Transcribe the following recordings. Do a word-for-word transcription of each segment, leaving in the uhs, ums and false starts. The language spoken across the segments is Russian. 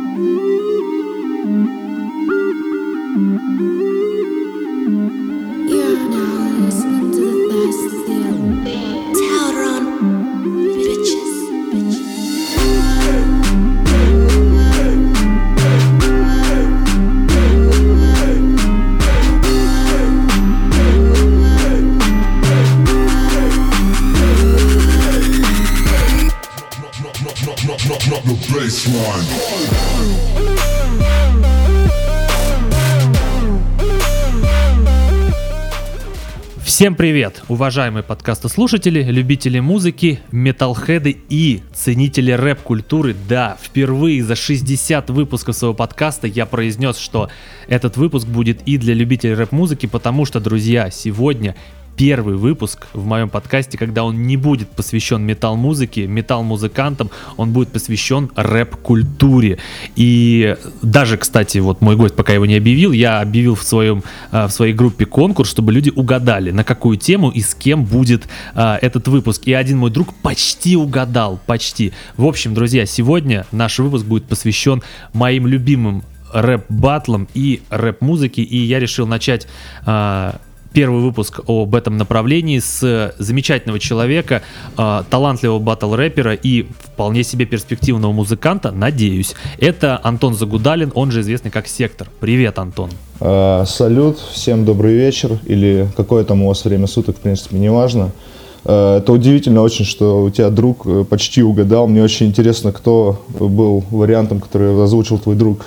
Всем привет, уважаемые подкастослушатели, любители музыки, металлхеды и ценители рэп-культуры. Да, впервые за шестьдесят выпусков своего подкаста я произнес, что этот выпуск будет и для любителей рэп-музыки, потому что, друзья, сегодня первый выпуск в моем подкасте, когда он не будет посвящен метал-музыке, метал-музыкантам, он будет посвящен рэп-культуре. И даже, кстати, вот мой гость, пока его не объявил, я объявил в, своем, в своей группе конкурс, чтобы люди угадали, на какую тему и с кем будет а, этот выпуск. И один мой друг почти угадал, почти. В общем, друзья, сегодня наш выпуск будет посвящен моим любимым рэп-баттлам и рэп-музыке, и я решил начать а, первый выпуск об этом направлении с замечательного человека, э, талантливого батл-рэпера и вполне себе перспективного музыканта, надеюсь. Это Антон Загудалин, он же известный как Сектор. Привет, Антон. Э, салют, всем добрый вечер, или какое там у вас время суток, в принципе, неважно. Э, это удивительно очень, что у тебя друг почти угадал. Мне очень интересно, кто был вариантом, который озвучил твой друг.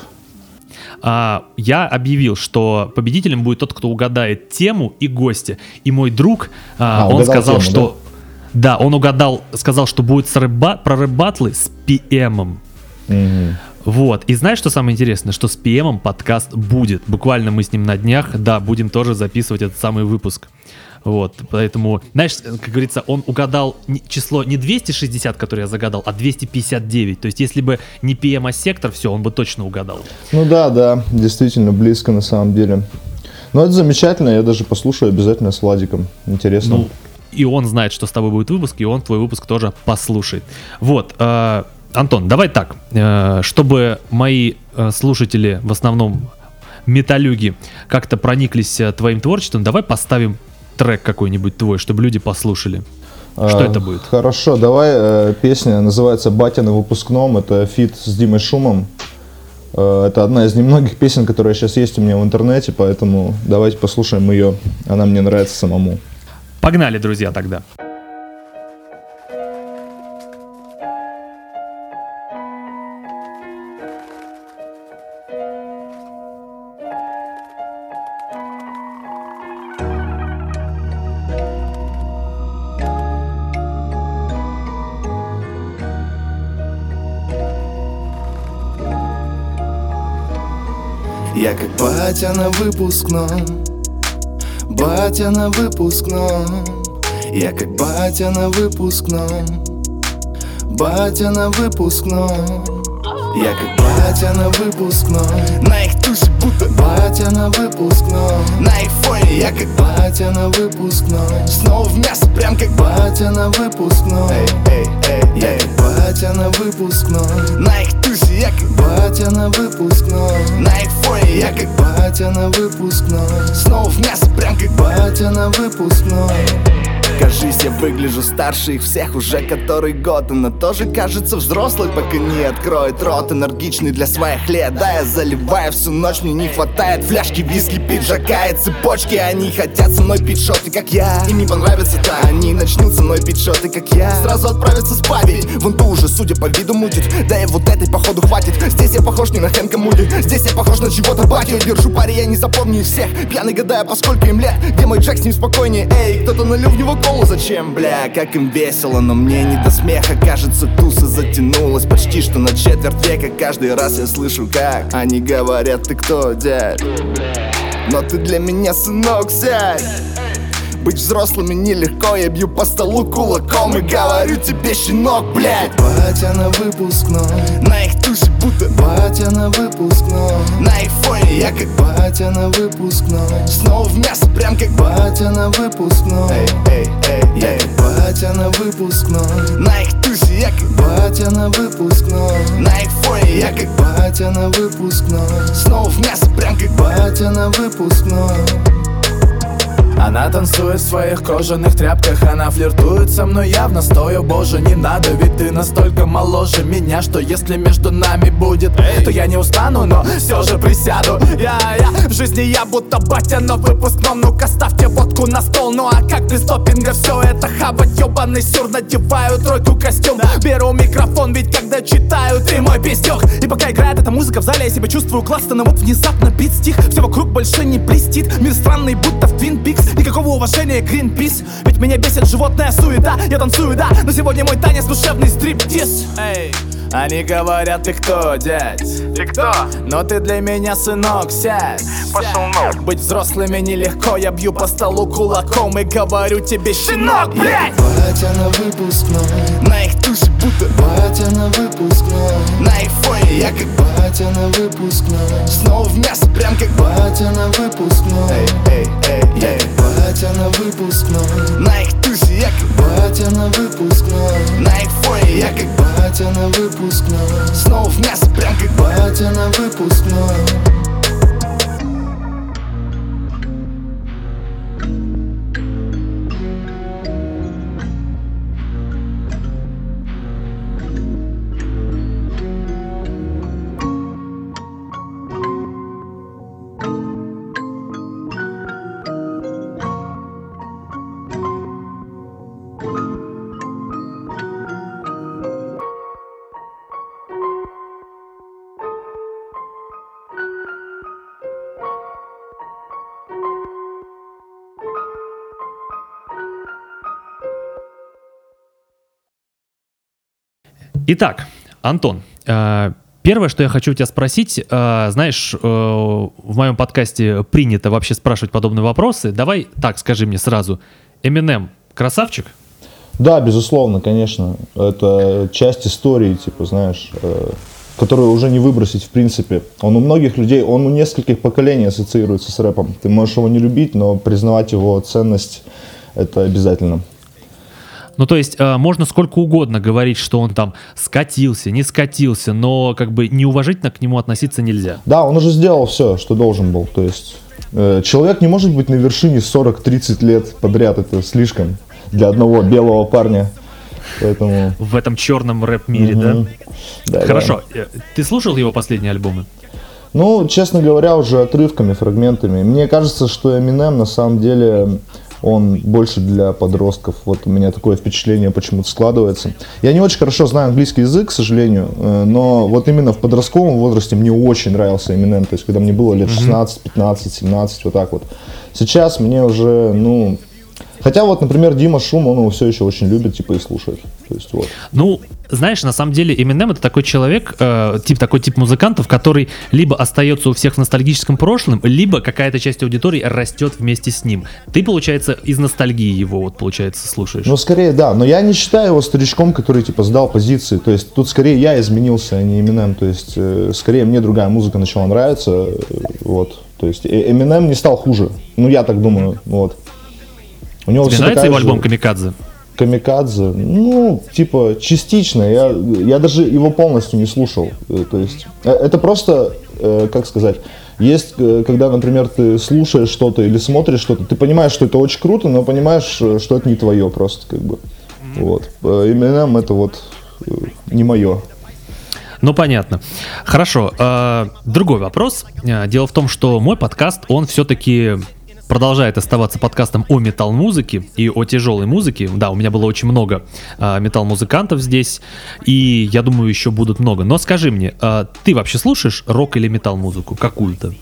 Uh, я объявил, что победителем будет тот, кто угадает тему и гостя. И мой друг, uh, а, он сказал, тему, что... Да? да, он угадал, сказал, что будет с рэп-ба... про рэп-баттлы с пи эм. Mm-hmm. Вот. И знаешь, что самое интересное? Что с пи эм подкаст будет. Буквально мы с ним на днях, да, будем тоже записывать этот самый выпуск. Вот, поэтому, знаешь, как говорится, он угадал число не двести шестьдесят, которое я загадал, а двести пятьдесят девять. То есть, если бы не пи эм, а Сектор, все, он бы точно угадал. Ну да, да, действительно близко на самом деле. Но это замечательно, я даже послушаю обязательно с Владиком. Интересно. Ну, и он знает, что с тобой будет выпуск, и он твой выпуск тоже послушает. Вот, э, Антон, давай так, э, чтобы мои э, слушатели, в основном металюги, как-то прониклись э, твоим творчеством, давай поставим трек какой-нибудь твой, чтобы люди послушали. Что а, это будет? Хорошо, давай. Э, песня называется «Батя на выпускном». Это фит с Димой Шумом. Э, это одна из немногих песен, которая сейчас есть у меня в интернете, поэтому давайте послушаем ее. Она мне нравится самому. Погнали, друзья, тогда. Я как батя на выпускном, батя на выпускном. Я как батя на выпускном, батя на выпускном. Я как батя на выпускном, на их тусе будто батя на выпускном. На их фоне я как батя на выпускном. Снова в мясо, прям как батя на выпускном. Эй, эй, эй, я как батя на выпускном. На их тусе я как батя на выпускном. На их фоне я как батя на выпускном. Снова в мясо, прям как батя на выпускном. Кажись, я выгляжу старше их всех уже который год. Она тоже кажется взрослой, пока не откроет рот. Энергичный для своих лет, да, я заливаю всю ночь. Мне не хватает фляжки, виски, пиджака и цепочки. Они хотят со мной пить шоты, как я. Им не понравится так, они начнут со мной пить шоты, как я. Сразу отправятся спать, ведь вон ту уже, судя по виду, мутит. Да и вот этой походу хватит. Здесь я похож не на Хэнка Муди, здесь я похож на чего-то батю. Держу пари, я не запомню их всех. Пьяный гадаю, по сколько им лет. Где мой Джек, с ним спокойнее. Эй, кто-то налил в него колу, зачем, бля, как им весело. Но мне не до смеха, кажется, туса затянулась почти что на четверть века. Каждый раз я слышу, как они говорят: ты кто, дядь? Но ты для меня, сынок, сядь. Быть взрослыми нелегко, я бью по столу кулаком и говорю тебе: щенок, блядь. Батя на выпускном, на их тусе будто батя на выпускном. На их фоне я как батя на выпускном. Снова в мясо, прям как батя на выпускном. Эй, эй, эй, я как батя на выпускном. На их тусе я как батя на выпускном. На их фоне я как батя батя на выпускной. Снова в мясо, прям как батя на выпускной. Она танцует в своих кожаных тряпках, она флиртует со мной явно, стоя, боже, не надо, ведь ты настолько моложе меня, что если между нами будет, то я не устану, но все же присяду. Я, я, в жизни я будто батя на выпускном, ну-ка ставьте водку на стол. Ну а как без допинга все это хавать, ебаный сюр, надеваю тройку костюм, беру микрофон, ведь когда читаю, ты мой пиздёк. И пока играет эта музыка в зале, я себя чувствую классно, но вот внезапно бит стих, все вокруг больше не блестит, мир странный, будто в Твин Пикс. Никакого уважения, Greenpeace. Ведь меня бесит животная суета. Я танцую, да, но сегодня мой танец душевный стриптиз. Эй, они говорят, ты кто, дядь? Ты кто? Но ты для меня, сынок, сядь. Пошел ног. Быть взрослыми нелегко, я бью по столу кулаком и говорю тебе, щенок, блядь! Батя на выпускной, на их туше будто батя на выпускной. На их фоне я как батя на выпускной. Снова в мясо, прям как батя на выпускной. Эй, эй, эй, эй. Батя на выпускной, на их туше я как батя на выпускной. На их фоне я как батя на выпускной. Снова в мясо, прям как батя на выпускной. Итак, Антон, первое, что я хочу у тебя спросить, знаешь, в моем подкасте принято вообще спрашивать подобные вопросы. Давай так, скажи мне сразу, Eminem красавчик? Да, безусловно, конечно. Это часть истории, типа, знаешь, которую уже не выбросить в принципе. Он у многих людей, он у нескольких поколений ассоциируется с рэпом. Ты можешь его не любить, но признавать его ценность — это обязательно. Ну, то есть, э, можно сколько угодно говорить, что он там скатился, не скатился, но как бы неуважительно к нему относиться нельзя. Да, он уже сделал все, что должен был. То есть, э, человек не может быть на вершине сорок-тридцать лет подряд. Это слишком для одного белого парня. Поэтому... В этом черном рэп-мире, mm-hmm. да? Да? Хорошо. Да. Ты слушал его последние альбомы? Ну, честно говоря, уже отрывками, фрагментами. Мне кажется, что Eminem на самом деле... он больше для подростков. Вот у меня такое впечатление почему-то складывается. Я не очень хорошо знаю английский язык, к сожалению, но вот именно в подростковом возрасте мне очень нравился Eminem. То есть, когда мне было лет шестнадцать, пятнадцать, семнадцать, вот так вот. Сейчас мне уже, ну... Хотя вот, например, Дима Шум, он его все еще очень любит, типа, и слушает. То есть, вот. Ну, знаешь, на самом деле Eminem — это такой человек, э, тип, такой тип музыкантов, который либо остается у всех в ностальгическом прошлом, либо какая-то часть аудитории растет вместе с ним. Ты, получается, из ностальгии его, вот, получается, слушаешь. Ну, скорее, да. Но я не считаю его старичком, который, типа, сдал позиции. То есть, тут скорее я изменился, а не Eminem. То есть, э, скорее мне другая музыка начала нравиться. Э, вот. То есть, Eminem не стал хуже. Ну, я так думаю. Вот. У него Тебе нравится его альбом «Камикадзе»? «Камикадзе», ну, типа, частично. Я, я даже его полностью не слушал. То есть, это просто, как сказать, есть, когда, например, ты слушаешь что-то или смотришь что-то, ты понимаешь, что это очень круто, но понимаешь, что это не твое просто, как бы. Вот. Eminem это вот не мое. Ну, понятно. Хорошо. Другой вопрос. Дело в том, что мой подкаст, он все-таки... продолжает оставаться подкастом о метал-музыке и о тяжелой музыке. Да, у меня было очень много а, метал-музыкантов здесь, и я думаю, еще будут много. Но скажи мне, а, ты вообще слушаешь рок или метал-музыку какую-то?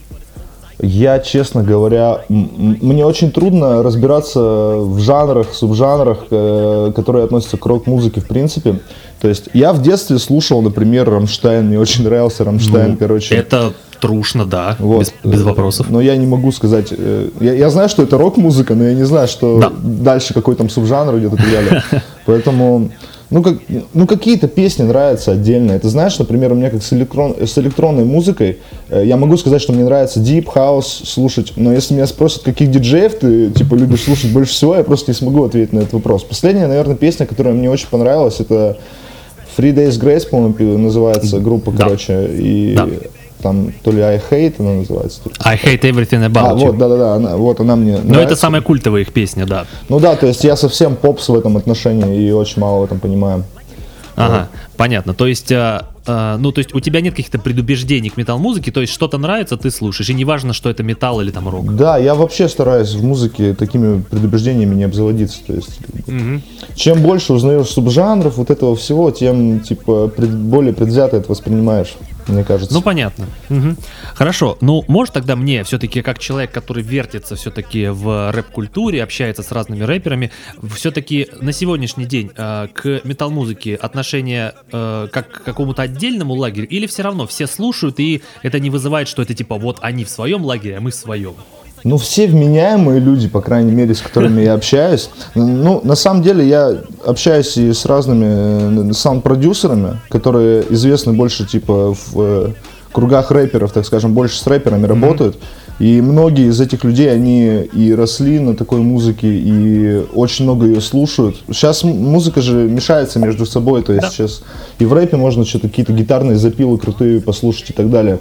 Я, честно говоря, м- мне очень трудно разбираться в жанрах, субжанрах, э- которые относятся к рок-музыке в принципе. То есть я в детстве слушал, например, «Рамштайн», мне очень нравился «Рамштайн», ну, короче. Это трушно, да, вот. без, без вопросов. Но я не могу сказать, э- я, я знаю, что это рок-музыка, но я не знаю, что да. дальше какой там субжанр идет и так далее. Поэтому... Ну, как, ну, какие-то песни нравятся отдельно. Это знаешь, например, у меня как с, электрон, с электронной музыкой, э, я могу сказать, что мне нравится Deep House слушать, но если меня спросят, каких диджеев ты, типа, любишь слушать больше всего, я просто не смогу ответить на этот вопрос. Последняя, наверное, песня, которая мне очень понравилась, это Three Days Grace, по-моему, называется группа, да. короче, и да. там то ли I Hate она называется. I Hate Everything About а, You. Вот, да-да-да, она, вот она мне Но нравится. это самая культовая их песня, да. Ну да, то есть я совсем попс в этом отношении и очень мало в этом понимаю. Ага, вот. Понятно. То есть, а, а, ну, то есть у тебя нет каких-то предубеждений к метал-музыке, то есть что-то нравится, ты слушаешь, и неважно, что это металл или там рок. Да, я вообще стараюсь в музыке такими предубеждениями не обзаводиться. То есть, угу. чем больше узнаешь субжанров вот этого всего, тем типа пред, более предвзято это воспринимаешь, мне кажется. Ну, понятно. Угу. Хорошо. Ну, может тогда мне все-таки, как человек, который вертится все-таки в рэп-культуре, общается с разными рэперами, все-таки на сегодняшний день э, к метал-музыке отношение э, как к какому-то отдельному лагерю, или все равно все слушают, и это не вызывает, что это типа вот они в своем лагере, а мы в своем? Ну, все вменяемые люди, по крайней мере, с которыми я общаюсь. Ну, на самом деле, я общаюсь и с разными саунд-продюсерами, которые известны больше, типа, в кругах рэперов, так скажем, больше с рэперами mm-hmm. работают. И многие из этих людей, они и росли на такой музыке, и очень много ее слушают. Сейчас музыка же мешается между собой, то есть да. сейчас и в рэпе можно что-то, какие-то гитарные запилы крутые послушать и так далее.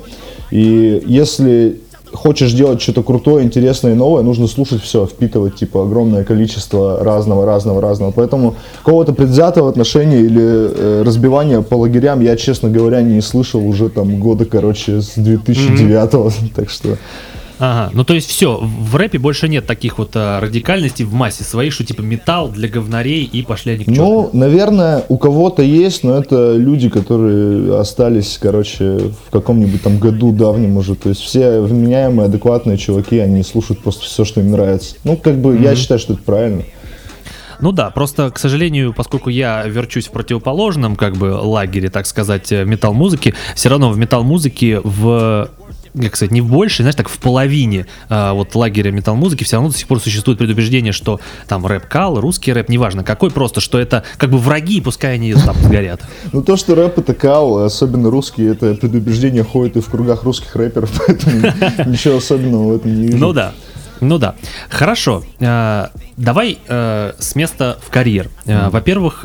И если хочешь делать что-то крутое, интересное и новое, нужно слушать все, впитывать, типа, огромное количество разного, разного, разного. Поэтому какого-то предвзятого отношения или э, разбивания по лагерям я, честно говоря, не слышал уже там года, короче, с две тысячи девятого, mm-hmm. так что... Ага, ну то есть все, в рэпе больше нет таких вот а, радикальностей в массе своей, что типа металл для говнарей и пошли они к черту. Ну, наверное, у кого-то есть, но это люди, которые остались, короче, в каком-нибудь там году давнем уже. То есть все вменяемые, адекватные чуваки, они слушают просто все, что им нравится. Ну, как бы, mm-hmm. я считаю, что это правильно. Ну да, просто, к сожалению, поскольку я верчусь в противоположном, как бы, лагере, так сказать, метал-музыки, все равно в метал-музыке в... как сказать, не в большей, знаешь, так в половине а, вот лагеря метал-музыки все равно до сих пор существует предубеждение, что там рэп-кал, русский рэп, неважно какой, просто что это как бы враги, и пускай они там сгорят. Ну то, что рэп это кал, особенно русский, это предубеждение ходит и в кругах русских рэперов, поэтому ничего особенного в этом не вижу. Ну да. Ну да. Хорошо. Давай с места в карьер. Во-первых,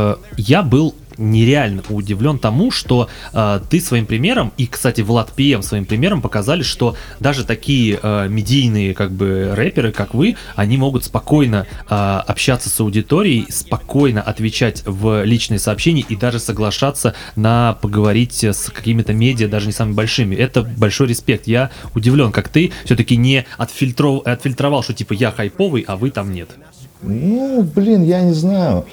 я был нереально удивлен тому, что э, ты своим примером, и, кстати, Влад пи эм своим примером показали, что даже такие э, медийные как бы рэперы, как вы, они могут спокойно э, общаться с аудиторией, спокойно отвечать в личные сообщения и даже соглашаться на поговорить с какими-то медиа, даже не самыми большими. Это большой респект. Я удивлен, как ты все-таки не отфильтров... отфильтровал, что типа я хайповый, а вы там нет. Ну, блин, я не знаю.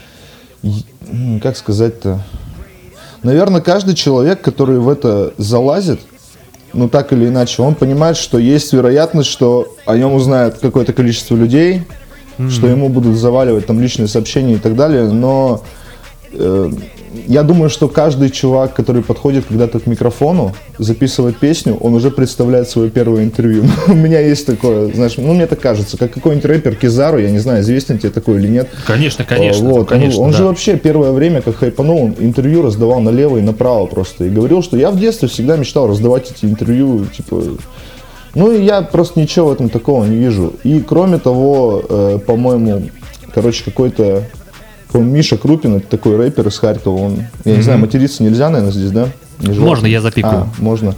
Как сказать-то? Наверное, каждый человек, который в это залазит, ну так или иначе, он понимает, что есть вероятность, что о нем узнает какое-то количество людей, mm-hmm. что ему будут заваливать там личные сообщения и так далее, но э, я думаю, что каждый чувак, который подходит когда-то к микрофону, записывает песню, он уже представляет свое первое интервью. У меня есть такое, знаешь, ну мне так кажется, как какой-нибудь рэпер Кизару, я не знаю, известен тебе такой или нет. Конечно, конечно. Вот, конечно он он да. же вообще первое время, как хайпанул, он интервью раздавал налево и направо просто. И говорил, что я в детстве всегда мечтал раздавать эти интервью, типа... Ну и я просто ничего в этом такого не вижу. И кроме того, э, по-моему, короче, какой-то... По-моему, Миша Крупин, это такой рэпер из Харькова, он, я mm-hmm. не знаю, материться нельзя, наверное, здесь, да? Можно, я запикаю. А, можно.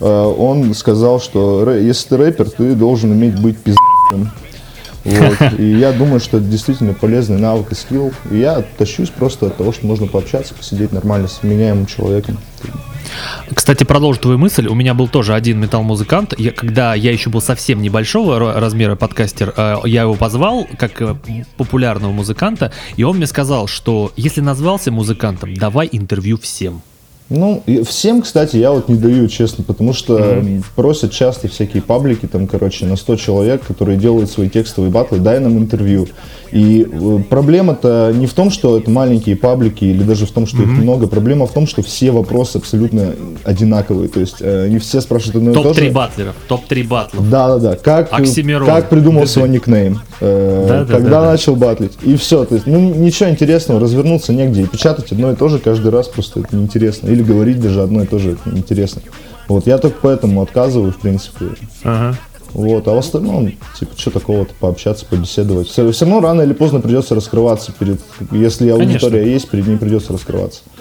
Он сказал, что если ты рэпер, ты должен уметь быть пиздатым. Вот. И я думаю, что это действительно полезный навык и скилл. И я тащусь просто от того, что можно пообщаться, посидеть нормально с вменяемым человеком. Кстати, продолжу твою мысль. У меня был тоже один метал-музыкант. Я, когда я еще был совсем небольшого размера подкастер, я его позвал как популярного музыканта, и он мне сказал, что если назвался музыкантом, давай интервью всем. Ну, всем, кстати, я вот не даю, честно, потому что mm-hmm. просят часто всякие паблики, там, короче, на сто человек, которые делают свои текстовые батлы, дай нам интервью. И проблема-то не в том, что это маленькие паблики, или даже в том, что mm-hmm. их много. Проблема в том, что все вопросы абсолютно одинаковые. То есть они все спрашивают одно и то же. топ три батлеров, топ три батлов. Да-да-да. Как, как придумал свой никнейм, э, да, когда да, да, начал да. батлить. И все. То есть, ну, ничего интересного, развернуться негде. И печатать одно и то же каждый раз просто это неинтересно. Или говорить даже одно и то же это неинтересно. Вот, я только поэтому отказываю, в принципе. Ага. Вот, а в остальном, типа, что такого-то, пообщаться, побеседовать. Все, все равно рано или поздно придется раскрываться перед, если аудитория Конечно. есть, перед ней придется раскрываться.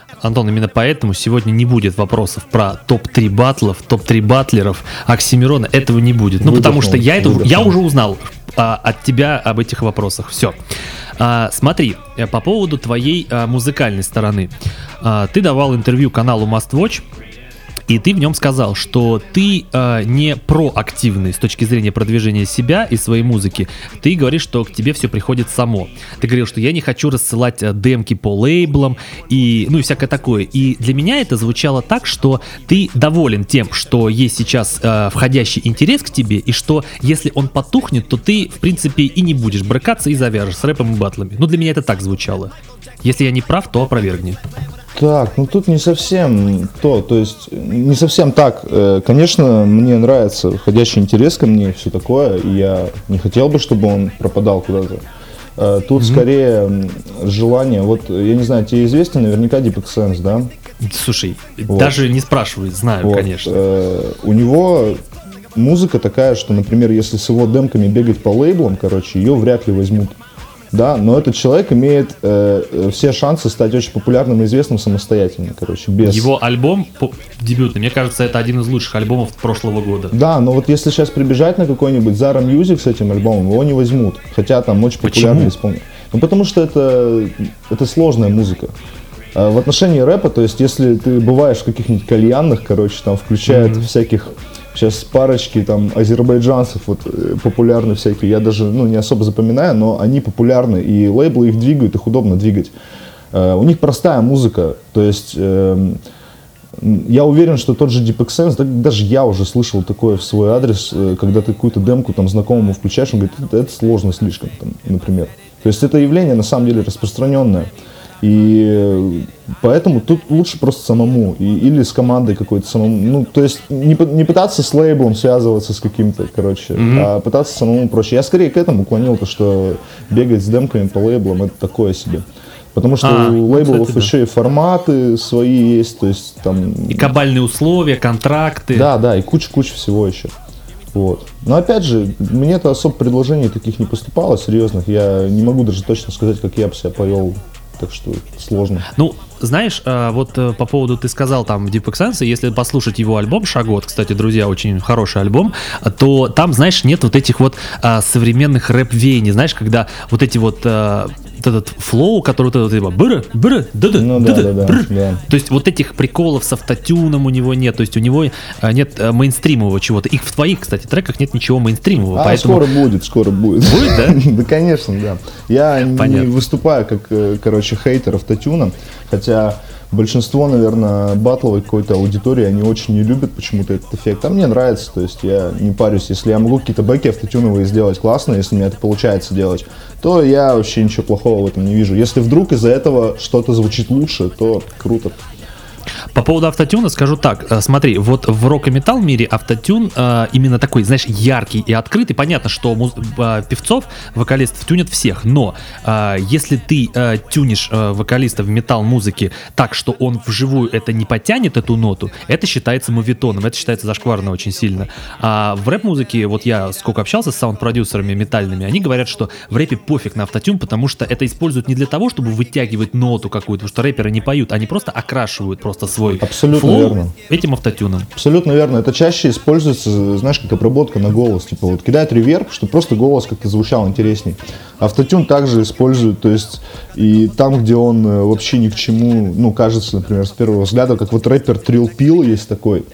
Антон, именно поэтому сегодня не будет вопросов про топ три батлов, топ три батлеров, Оксимирона, этого не будет. Ну, Выдохнул, потому что я, это, выдохнул. я уже узнал а, от тебя об этих вопросах. Все. А, смотри, по поводу твоей а, музыкальной стороны. А, ты давал интервью каналу Must Watch, и ты в нем сказал, что ты э, не проактивный с точки зрения продвижения себя и своей музыки. Ты говоришь, что к тебе все приходит само. Ты говорил, что я не хочу рассылать э, демки по лейблам и, ну и всякое такое. И для меня это звучало так, что ты доволен тем, что есть сейчас э, входящий интерес к тебе, и что если он потухнет, то ты, в принципе, и не будешь брыкаться и завяжешь с рэпом и батлами. Ну, для меня это так звучало. Если я не прав, то опровергни. Так, ну тут не совсем то, то есть не совсем так. Э, Конечно, мне нравится входящий интерес ко мне и все такое, и я не хотел бы, чтобы он пропадал куда-то. Э, Тут Мгм. скорее м, желание, вот, я не знаю, тебе известен наверняка Deep X Sense, да? Слушай, Вот. даже не спрашивай, знаю, Вот, конечно. э, У него музыка такая, что, например, если с его демками бегать по лейблам, короче, ее вряд ли возьмут. Да, но этот человек имеет э, э, все шансы стать очень популярным и известным самостоятельно, короче, без... Его альбом по- дебютный, мне кажется, это один из лучших альбомов прошлого года. Да, но вот если сейчас прибежать на какой-нибудь Zara Music с этим альбомом, его не возьмут, хотя там очень популярный Почему? исполнитель. Ну потому что это, это сложная музыка. А в отношении рэпа, то есть если ты бываешь в каких-нибудь кальянных, короче, там включают Мгм. всяких сейчас парочки там азербайджанцев вот э, популярны всякие, я даже ну не особо запоминаю, но они популярны и лейблы их двигают, их удобно двигать. Э, У них простая музыка, то есть эм, я уверен, что тот же Deep X Sense, да, даже я уже слышал такое в свой адрес, э, когда ты какую-то демку там знакомому включаешь, он говорит, это, это сложно слишком, там, например. То есть это явление на самом деле распространенное. И э, поэтому тут лучше просто самому и, или с командой какой-то самому. Ну, то есть не, пы- не пытаться с лейблом связываться с каким-то, короче, Мгм. а пытаться самому проще. Я скорее к этому клонил, то, что бегать с демками по лейблам это такое себе. Потому что А, у ну, лейблов кстати, да. еще и форматы свои есть, то есть там... И кабальные условия, контракты. Да, да, и куча-куча всего еще. Вот. Но опять же, мне-то особо предложений таких не поступало, серьезных. Я не могу даже точно сказать, как я бы себя повел. Так что сложно. Ну, знаешь, э, вот э, по поводу, ты сказал там Deep X Sense, если послушать его альбом «Шагот», кстати, друзья, очень хороший альбом, э, то там, знаешь, нет вот этих вот э, современных рэп-веяний, знаешь, когда вот эти вот э, вот этот флоу, который вот этот типа быры, быры, да-да, Ну да, да-да, да, да, бры. да. То есть вот этих приколов с автотюном у него нет, то есть у него э, нет э, мейнстримового чего-то. Их в твоих, кстати, треках нет ничего мейнстримового, А, поэтому... скоро будет, скоро будет. Будет, да? Да, конечно, да. Я не Понятно. выступаю как, э, короче, хейтер автотюна, хотя большинство, наверное, батловой какой-то аудитории, они очень не любят почему-то этот эффект. А мне нравится, то есть я не парюсь. Если я могу какие-то бэки автотюновые сделать классно, если мне это получается делать, то я вообще ничего плохого в этом не вижу. Если вдруг из-за этого что-то звучит лучше, то круто. По поводу автотюна скажу так. э, Смотри, вот в рок и металл мире автотюн э, именно такой, знаешь, яркий и открытый. Понятно, что муз- э, певцов, вокалистов тюнят всех, но э, если ты э, тюнишь э, вокалиста в металл-музыке так, что он вживую это не потянет, эту ноту, это считается мовитоном, это считается зашкварно очень сильно. А в рэп-музыке, вот я сколько общался с саунд-продюсерами метальными, они говорят, что в рэпе пофиг на автотюн, потому что это используют не для того, чтобы вытягивать ноту какую-то, потому что рэперы не поют, они просто окрашивают просто свой Абсолютно флоу верно. этим автотюном. Абсолютно верно. Это чаще используется, знаешь, как обработка на голос. Типа вот кидает реверб, чтобы просто голос как-то звучал интересней. Автотюн также используют, то есть и там, где он э, вообще ни к чему, ну, кажется, например, с первого взгляда, как вот рэпер Trill Pill есть такой,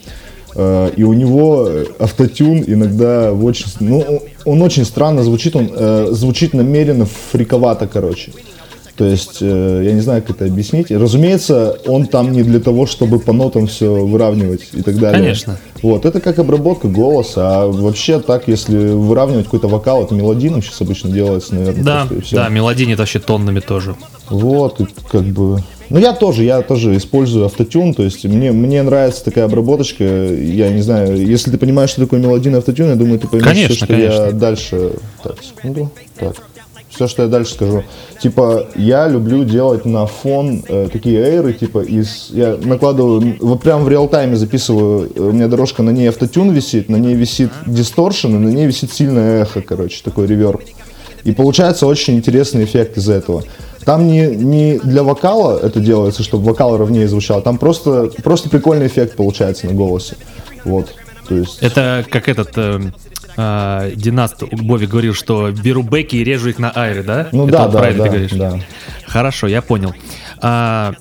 э, и у него автотюн иногда в очень, ну, он очень странно звучит, он э, звучит намеренно фриковато, короче. То есть, э, я не знаю, как это объяснить. Разумеется, он там не для того, чтобы по нотам все выравнивать и так далее. Конечно. Вот, это как обработка голоса. А вообще так, если выравнивать какой-то вокал, это мелодином сейчас обычно делается, наверное. Да, просто, и всё. да, мелодии нет вообще тоннами тоже. Вот, и как бы... Ну, я тоже, я тоже использую автотюн, то есть мне, мне нравится такая обработочка, я не знаю, если ты понимаешь, что такое мелодийный автотюн, я думаю, ты поймешь Конечно, все, что конечно. я дальше... Так, секунду. Так. Все, что я дальше скажу. Типа, я люблю делать на фон э, такие эйры, типа, из... Я накладываю, вот прям в реал-тайме записываю, у меня дорожка, на ней автотюн висит, на ней висит дисторшн, и на ней висит сильное эхо, короче, такой реверб. И получается очень интересный эффект из-за этого. там не, не для вокала это делается, чтобы вокал ровнее звучал, там просто, просто прикольный эффект получается на голосе. Вот, то есть... Это как этот... Э... Uh, Династ Бови говорил, что беру бэки и режу их на айре, да? Ну это да, вот да, про это да, ты говоришь? Да. Хорошо, я понял. Uh,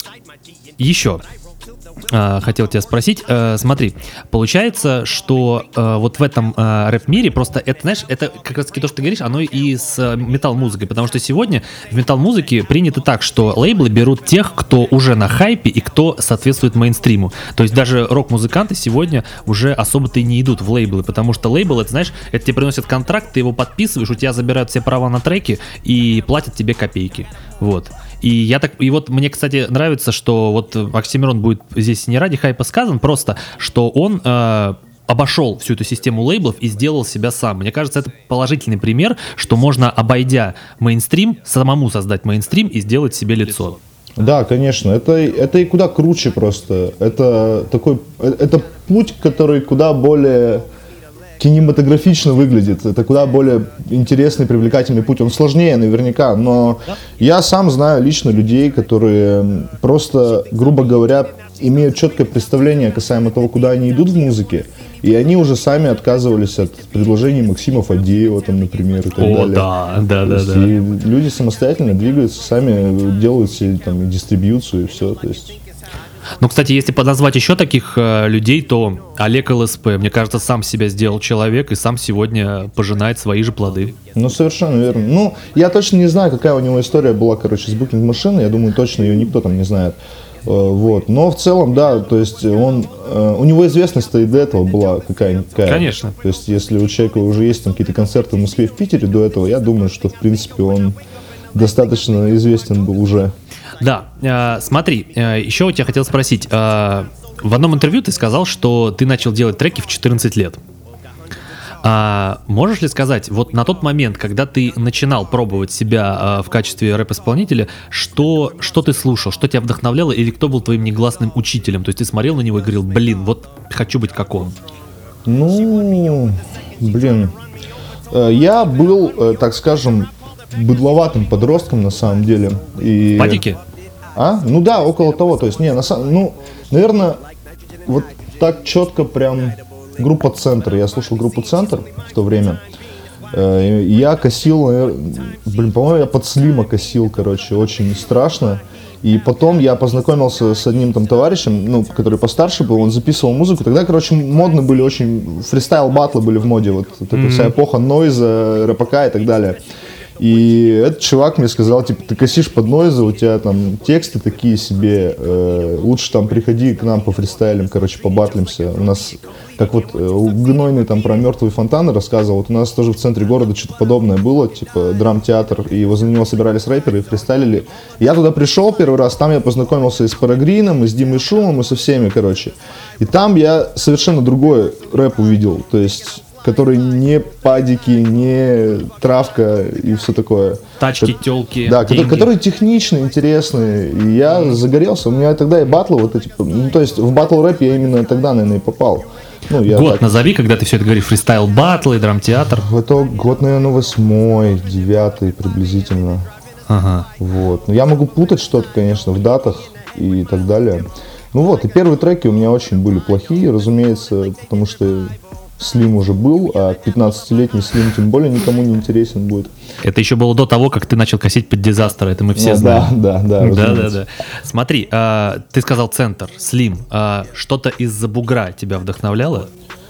еще uh, хотел тебя спросить. Uh, смотри, получается, что uh, вот в этом uh, рэп-мире просто это, знаешь, это как раз таки то, что ты говоришь, оно и с uh, метал-музыкой, потому что сегодня в метал-музыке принято так, что лейблы берут тех, кто уже на хайпе и кто соответствует мейнстриму. То есть даже рок-музыканты сегодня уже особо-то и не идут в лейблы, потому что лейбл, это, знаешь, это тебе приносят контракт, ты его подписываешь, у тебя забирают все права на треки и платят тебе копейки. Вот. И я так, и вот мне, кстати, нравится, что вот Оксимирон будет здесь не ради хайпа сказан, просто, что он э, обошел всю эту систему лейблов и сделал себя сам. Мне кажется, это положительный пример, что можно, обойдя мейнстрим, самому создать мейнстрим и сделать себе лицо. Да, конечно, это, это и куда круче просто. Это такой, это путь, который куда более кинематографично выглядит. Это куда более интересный, привлекательный путь. Он сложнее наверняка, но я сам знаю лично людей, которые просто, грубо говоря, имеют четкое представление касаемо того, куда они идут в музыке, и они уже сами отказывались от предложений Максима Фадеева, там, например, и так О, далее. да, да, да, да. И люди самостоятельно двигаются, сами делают себе там и дистрибьюцию, и все, то есть... Ну, кстати, если подозвать еще таких э, людей, то Олег ЛСП, мне кажется, сам себя сделал человек и сам сегодня пожинает свои же плоды. Ну, совершенно верно. Ну, я точно не знаю, какая у него история была, короче, с букинг-машиной, я думаю, точно ее никто там не знает. Э, вот. Но в целом, да, то есть он, э, у него известность-то и до этого была какая-никакая. Конечно. То есть если у человека уже есть там какие-то концерты в Москве, в Питере до этого, я думаю, что, в принципе, он достаточно известен был уже. Да, э, смотри, э, еще у тебя хотел спросить. Э, в одном интервью ты сказал, что ты начал делать треки в четырнадцать лет. А можешь ли сказать, вот на тот момент, когда ты начинал пробовать себя э, в качестве рэп-исполнителя, что, что ты слушал, что тебя вдохновляло, или кто был твоим негласным учителем? То есть ты смотрел на него и говорил, блин, вот хочу быть как он. Ну, блин, э, я был, э, так скажем, быдловатым подростком на самом деле. И... Падики? А? Ну да, около того. То есть, не, на самом, ну, наверное, вот так четко прям группа «Центр». Я слушал группу «Центр» в то время. Э, я косил, наверное, блин, по-моему, я под Слима косил, короче, очень страшно. И потом я познакомился с одним там товарищем, ну, который постарше был, он записывал музыку. Тогда, короче, модно были очень, фристайл-баттлы были в моде, вот эта mm-hmm. вся эпоха нойза, рэпака и так далее. И этот чувак мне сказал, типа, ты косишь под нойза, у тебя там тексты такие себе, э, лучше там приходи к нам по фристайлям, короче, побатлимся. У нас, как вот э, у Гнойный там про мертвые фонтаны рассказывал, вот у нас тоже в центре города что-то подобное было, типа драм-театр, и возле него собирались рэперы и фристайлили. Я туда пришел первый раз, там я познакомился и с Парагрином, и с Димой Шумом, и со всеми, короче. И там я совершенно другой рэп увидел, то есть... который не падики, не травка и все такое. Тачки, тёлки, да, деньги. который, который техничный, интересный. И я mm. загорелся. У меня тогда и батлы вот эти... Ну, то есть в батл-рэп я именно тогда, наверное, и попал. Ну, я год так... назови, когда ты все это говоришь, фристайл батлы, драм-театр. Это год, наверное, восьмой, девятый приблизительно. Ага. Вот. Но я могу путать что-то, конечно, в датах и так далее. Ну вот, и первые треки у меня очень были плохие, разумеется, потому что... Слим уже был, а пятнадцатилетний Слим тем более никому не интересен будет. Это еще было до того, как ты начал косить под Дизастер, это мы все ну, знаем. Да, да, да. Да, да, да. Смотри, а, ты сказал «Центр», «Слим». А, что-то из-за бугра тебя вдохновляло?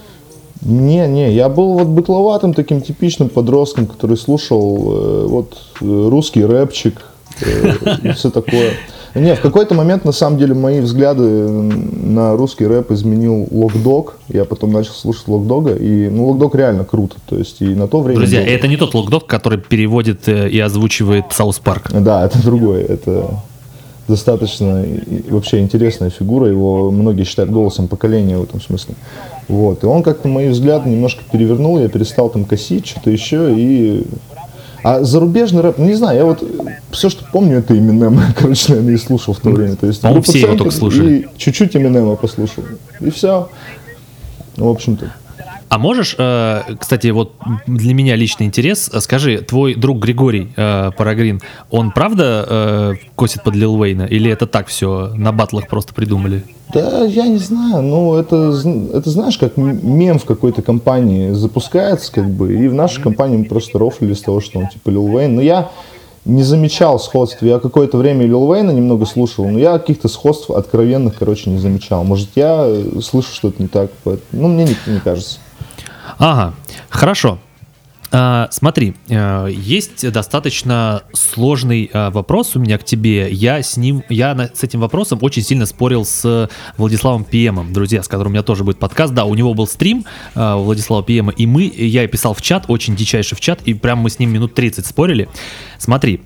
Не, не, я был вот бытловатым таким типичным подростком, который слушал э, вот русский рэпчик э, и все такое. Не, в какой-то момент, на самом деле, мои взгляды на русский рэп изменил Локдог. Я потом начал слушать Локдога, и, ну, Локдог реально круто, то есть, и на то время... Друзья, был... это не тот Локдог, который переводит и озвучивает Саус Парк. Да, это другой, это достаточно вообще интересная фигура, его многие считают голосом поколения в этом смысле. Вот, и он как-то мои взгляды немножко перевернул, я перестал там косить, что-то еще, и... А зарубежный рэп, ну, не знаю, я вот все, что помню, это Eminem, короче, наверное, и слушал в то время. То есть, по-моему, все его только слушали. И чуть-чуть Eminem послушал. И все. Ну, в общем-то. А можешь, э, кстати, вот для меня личный интерес, скажи, твой друг Григорий э, Парагрин, он правда э, косит под Лил Уэйна, или это так все на батлах просто придумали? Да, я не знаю, ну это, это знаешь, как мем в какой-то компании запускается, как бы, и в нашей компании мы просто рофлили с того, что он типа Лил Уэйн, но я не замечал сходств, я какое-то время Лил Уэйна немного слушал, но я каких-то сходств откровенных, короче, не замечал, может я слышу что-то не так, ну мне не, не кажется. Ага, хорошо. А, смотри, есть достаточно сложный вопрос у меня к тебе. Я с ним, я с этим вопросом очень сильно спорил с Владиславом Пиемом, друзья, с которым у меня тоже будет подкаст. Да, у него был стрим у Владислава Пиема, и мы, я писал в чат, очень дичайший в чат, и прям мы с ним минут тридцать спорили. Смотри,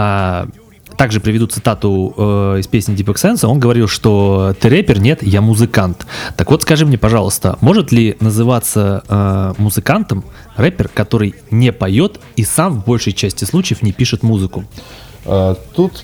также приведу цитату э, из песни Deep X Sense. Он говорил, что ты рэпер, нет, я музыкант. Так вот, скажи мне, пожалуйста, может ли называться э, музыкантом рэпер, который не поет и сам в большей части случаев не пишет музыку? А, тут,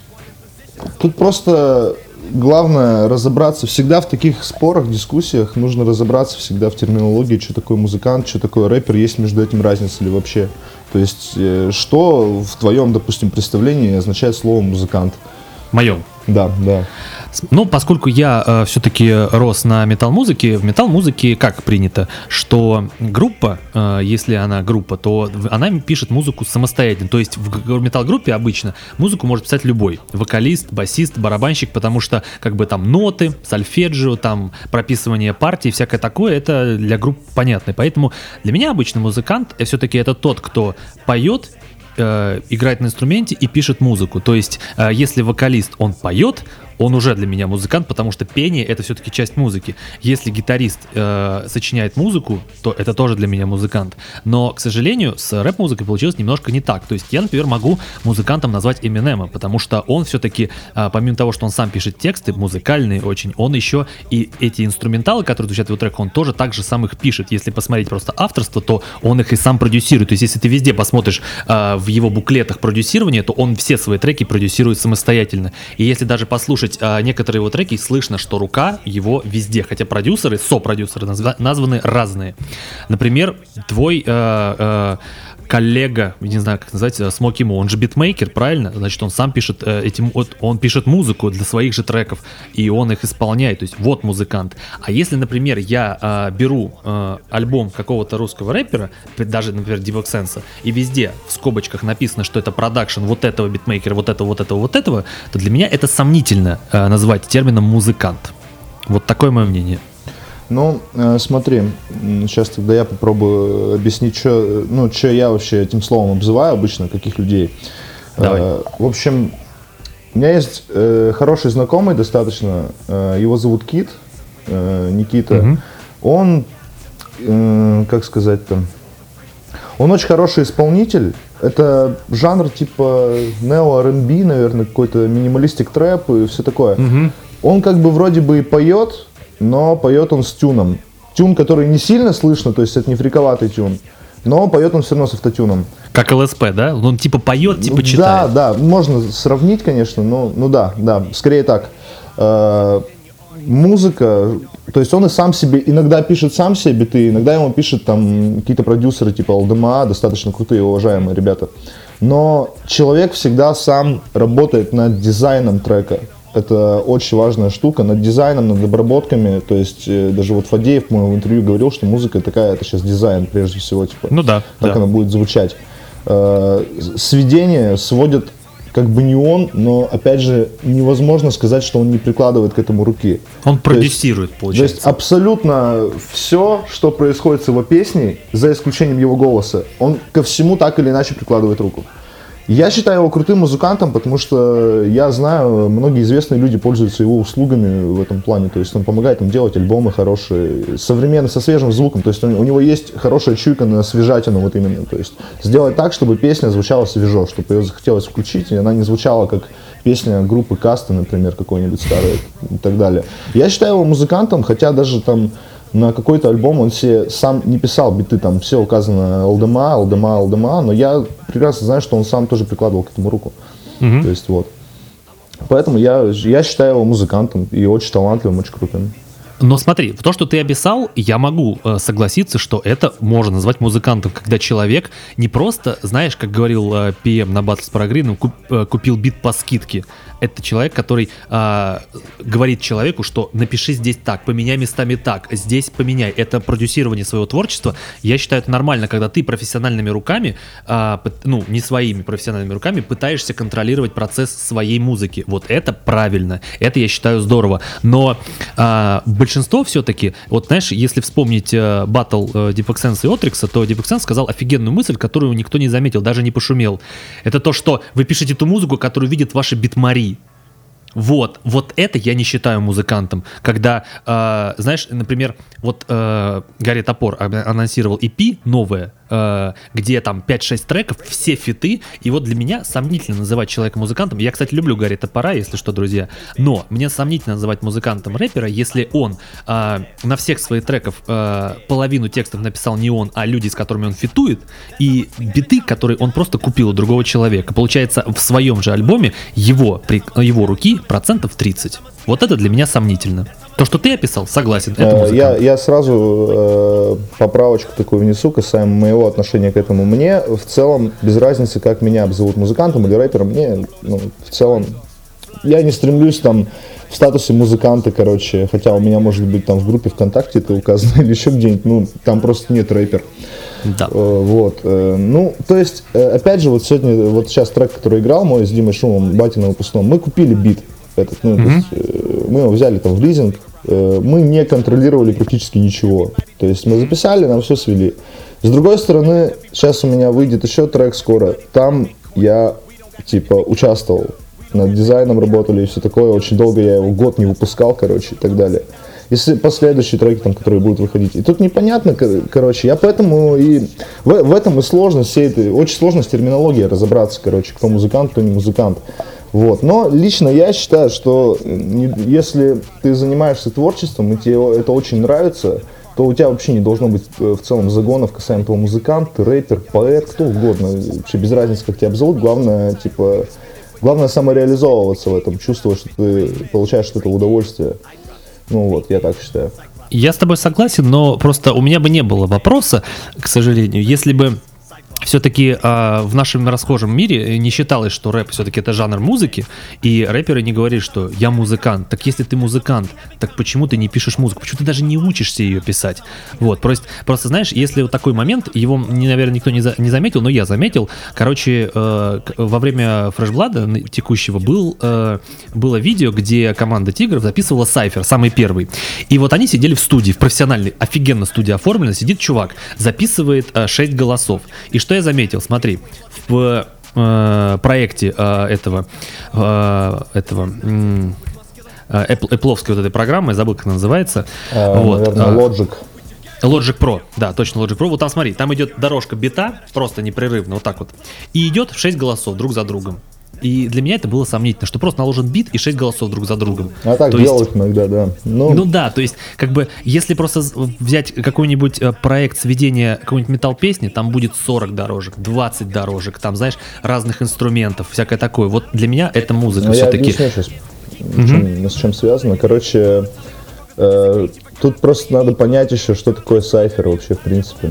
тут просто главное разобраться. Всегда в таких спорах, дискуссиях нужно разобраться всегда в терминологии, что такое музыкант, что такое рэпер, есть между этим разница или вообще. То есть, что в твоем, допустим, представлении означает слово «музыкант»? В моем? Да, да. Ну, поскольку я э, все-таки рос на метал-музыке, в метал-музыке как принято, что группа, э, если она группа, то она пишет музыку самостоятельно. То есть в метал-группе обычно музыку может писать любой. Вокалист, басист, барабанщик, потому что как бы там ноты, сольфеджио, там прописывание партий, всякое такое, это для групп понятно. Поэтому для меня обычно музыкант все-таки это тот, кто поет, играет на инструменте и пишет музыку. То есть, если вокалист, он поет, он уже для меня музыкант, потому что пение — это все-таки часть музыки. Если гитарист э, сочиняет музыку, то это тоже для меня музыкант. Но, к сожалению, с рэп-музыкой получилось немножко не так. То есть я, например, могу музыкантом назвать Эминема, потому что он все-таки, э, помимо того, что он сам пишет тексты, музыкальные очень, он еще и эти инструменталы, которые звучат в его треках, он тоже так же сам их пишет. Если посмотреть просто авторство, то он их и сам продюсирует. То есть если ты везде посмотришь э, в его буклетах продюсирования, то он все свои треки продюсирует самостоятельно. И если даже послушать некоторые его треки, слышно, что рука его везде, хотя продюсеры, сопродюсеры назва- названы разные. Например, твой э, э, коллега, не знаю, как назвать, Смоки Мо, он же битмейкер, правильно? Значит, он сам пишет э, этим, он пишет музыку для своих же треков, и он их исполняет, то есть вот музыкант. А если, например, я э, беру э, альбом какого-то русского рэпера, даже, например, Deep X Sense, и везде в скобочках написано, что это продакшн вот этого битмейкера, вот этого, вот этого, вот этого, то для меня это сомнительно э, назвать термином музыкант. Вот такое мое мнение. Ну, э, смотри, сейчас тогда я попробую объяснить, что, ну, что я вообще этим словом обзываю обычно, каких людей. Давай. Э, в общем, у меня есть э, хороший знакомый достаточно, э, его зовут Кит, э, Никита. Угу. Он, э, как сказать там, он очень хороший исполнитель. Это жанр типа нео-ар энд би, наверное, какой-то минималистик трэп и все такое. Угу. Он как бы вроде бы и поет, но поет он с тюном. Тюн, который не сильно слышно, то есть это не фриковатый тюн, но поет он все равно с автотюном. Как эл эс пи, да? Он типа поет, типа читает. Да, да, можно сравнить, конечно, но ну да, да, скорее так. Э, музыка, то есть он и сам себе, иногда пишет сам себе биты, иногда ему пишут там какие-то продюсеры типа эл ди эм а, достаточно крутые, уважаемые ребята. Но человек всегда сам работает над дизайном трека. Это очень важная штука, над дизайном, над обработками. То есть э, даже вот Фадеев, по-моему, в интервью говорил, что музыка такая, это сейчас дизайн прежде всего, типа, ну да, как да. она будет звучать. Э, сведение сводит как бы не он, но опять же невозможно сказать, что он не прикладывает к этому руки. Он продюсирует, то есть, получается. То есть абсолютно все, что происходит с его песней, за исключением его голоса, он ко всему так или иначе прикладывает руку. Я считаю его крутым музыкантом, потому что я знаю, многие известные люди пользуются его услугами в этом плане. То есть он помогает им делать альбомы хорошие, современные, со свежим звуком. То есть у него есть хорошая чуйка на свежатину вот именно. То есть сделать так, чтобы песня звучала свежо, чтобы ее захотелось включить, и она не звучала как песня группы Каста, например, какой-нибудь старой и так далее. Я считаю его музыкантом, хотя даже там на какой-то альбом он себе сам не писал биты, там все указано эл ди эм а, эл ди эм а, эл ди эм а, но я прекрасно знаю, что он сам тоже прикладывал к этому руку. Mm-hmm. То есть вот. Поэтому я, я считаю его музыкантом и очень талантливым, очень крутым. Но смотри, то, что ты описал, я могу э, согласиться, что это можно назвать музыкантом, когда человек не просто, знаешь, как говорил э, пи эм на Battles for Green, куп, э, купил бит по скидке. Это человек, который э, говорит человеку, что напиши здесь так, поменяй местами так, здесь поменяй. Это продюсирование своего творчества. Я считаю, это нормально, когда ты профессиональными руками, э, ну, не своими профессиональными руками, пытаешься контролировать процесс своей музыки. Вот это правильно. Это, я считаю, здорово. Но э, большинство все-таки, вот знаешь, если вспомнить э, батл э, Deep X Sense и Otrix, то Deep X Sense сказал офигенную мысль, которую никто не заметил, даже не пошумел. Это то, что вы пишете ту музыку, которую видят ваши битмари. Вот, вот это я не считаю музыкантом. Когда, э, знаешь, например, вот э, Гарри Топор анонсировал и пи новое, э, где там пять-шесть треков, все фиты, и вот для меня сомнительно называть человека музыкантом. Я, кстати, люблю Гарри Топора, если что, друзья, но мне сомнительно называть музыкантом рэпера, если он э, на всех своих треках э, половину текстов написал не он, а люди, с которыми он фитует, и биты, которые он просто купил у другого человека. Получается, в своем же альбоме его, его руки процентов тридцать. Вот это для меня сомнительно. То, что ты описал, согласен, это музыкант. Я, я сразу э, поправочку такую внесу касаемо моего отношения к этому. Мне в целом без разницы, как меня обзовут музыкантом или рэпером. Мне, ну, в целом, я не стремлюсь там в статусе музыканта, короче, хотя у меня может быть там в группе ВКонтакте это указано или еще где-нибудь, ну, там просто нет рэпер. Да. Вот, ну, то есть, опять же, вот сегодня, вот сейчас трек, который играл мой с Димой Шумом, батя на выпускном, мы купили бит этот, ну, mm-hmm. то есть, мы его взяли там в лизинг, мы не контролировали практически ничего, то есть мы записали, нам все свели. С другой стороны, сейчас у меня выйдет еще трек скоро, там я, типа, участвовал, над дизайном работали и все такое, очень долго я его год не выпускал, короче, и так далее. Если последующие треки, там, которые будут выходить. И тут непонятно, короче, я поэтому и в, в этом и сложность всей этой, очень сложно с терминологией разобраться, короче, кто музыкант, кто не музыкант. Вот. Но лично я считаю, что не, если ты занимаешься творчеством, и тебе это очень нравится, то у тебя вообще не должно быть в целом загонов касаемо того, музыкант, ты рэпер, поэт, кто угодно. Вообще без разницы, как тебя обзовут, главное, типа, главное самореализовываться в этом, чувствовать, что ты получаешь от этого удовольствие. Ну вот, я так считаю. Я с тобой согласен, но просто у меня бы не было вопроса, к сожалению, если бы все-таки э, в нашем расхожем мире не считалось, что рэп все-таки это жанр музыки, и рэперы не говорили, что я музыкант. Так если ты музыкант, так почему ты не пишешь музыку? Почему ты даже не учишься ее писать? Вот, просто, просто знаешь, если вот такой момент, его, наверное, никто не, за, не заметил, но я заметил. Короче, э, во время фрешблада текущего был, э, было видео, где команда Тигров записывала сайфер, самый первый. И вот они сидели в студии, в профессиональной, офигенно студия оформлена, сидит чувак, записывает э, шесть голосов. И что я заметил, смотри, в э, проекте э, этого, э, этого э, Apple, Apple'овской вот этой программы, я забыл, как она называется. Uh, вот, наверное, Logic. Logic Pro, да, точно Logic Pro. Вот там смотри, там идет дорожка бита, просто непрерывно, вот так вот. И идет шесть голосов друг за другом. И для меня это было сомнительно, что просто наложен бит и шесть голосов друг за другом. А так то делают есть, иногда, да. Ну, ну да, то есть, как бы, если просто взять какой-нибудь проект сведения какой-нибудь метал-песни, там будет сорок дорожек, двадцать дорожек, там, знаешь, разных инструментов, всякое такое. Вот для меня это музыка все-таки. Я объясню сейчас, mm-hmm. чем, с чем связано. Короче, э, тут просто надо понять еще, что такое сайфер вообще, в принципе.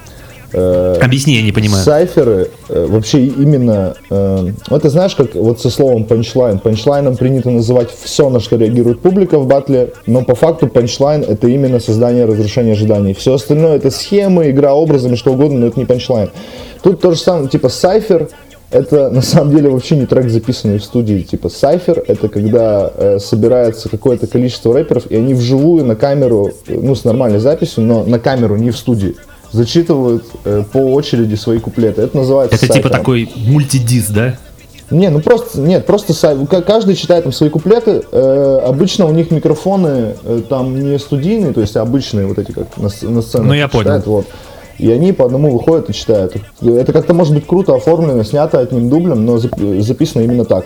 Объясни, я не понимаю. Сайферы э, вообще именно, э, вот ты знаешь, как вот со словом панчлайн. Панчлайном принято называть все, на что реагирует публика в батле, но по факту панчлайн это именно создание разрушения ожиданий. Все остальное это схемы, игра образами, что угодно, но это не панчлайн. Тут то же самое, типа сайфер, это на самом деле вообще не трек, записанный в студии. Типа сайфер это когда э, собирается какое-то количество рэперов, и они вживую на камеру, ну с нормальной записью, но на камеру, не в студии, зачитывают э, по очереди свои куплеты. Это называется Это сайфером. Типа такой мультидиск, да? Не, ну просто, нет, просто сайфер. Каждый читает там свои куплеты. Э, обычно у них микрофоны э, там не студийные, то есть обычные вот эти, как на, на сцене. Ну я читают, понял. Вот. И они по одному выходят и читают. Это как-то может быть круто оформлено, снято одним дублем, но записано именно так.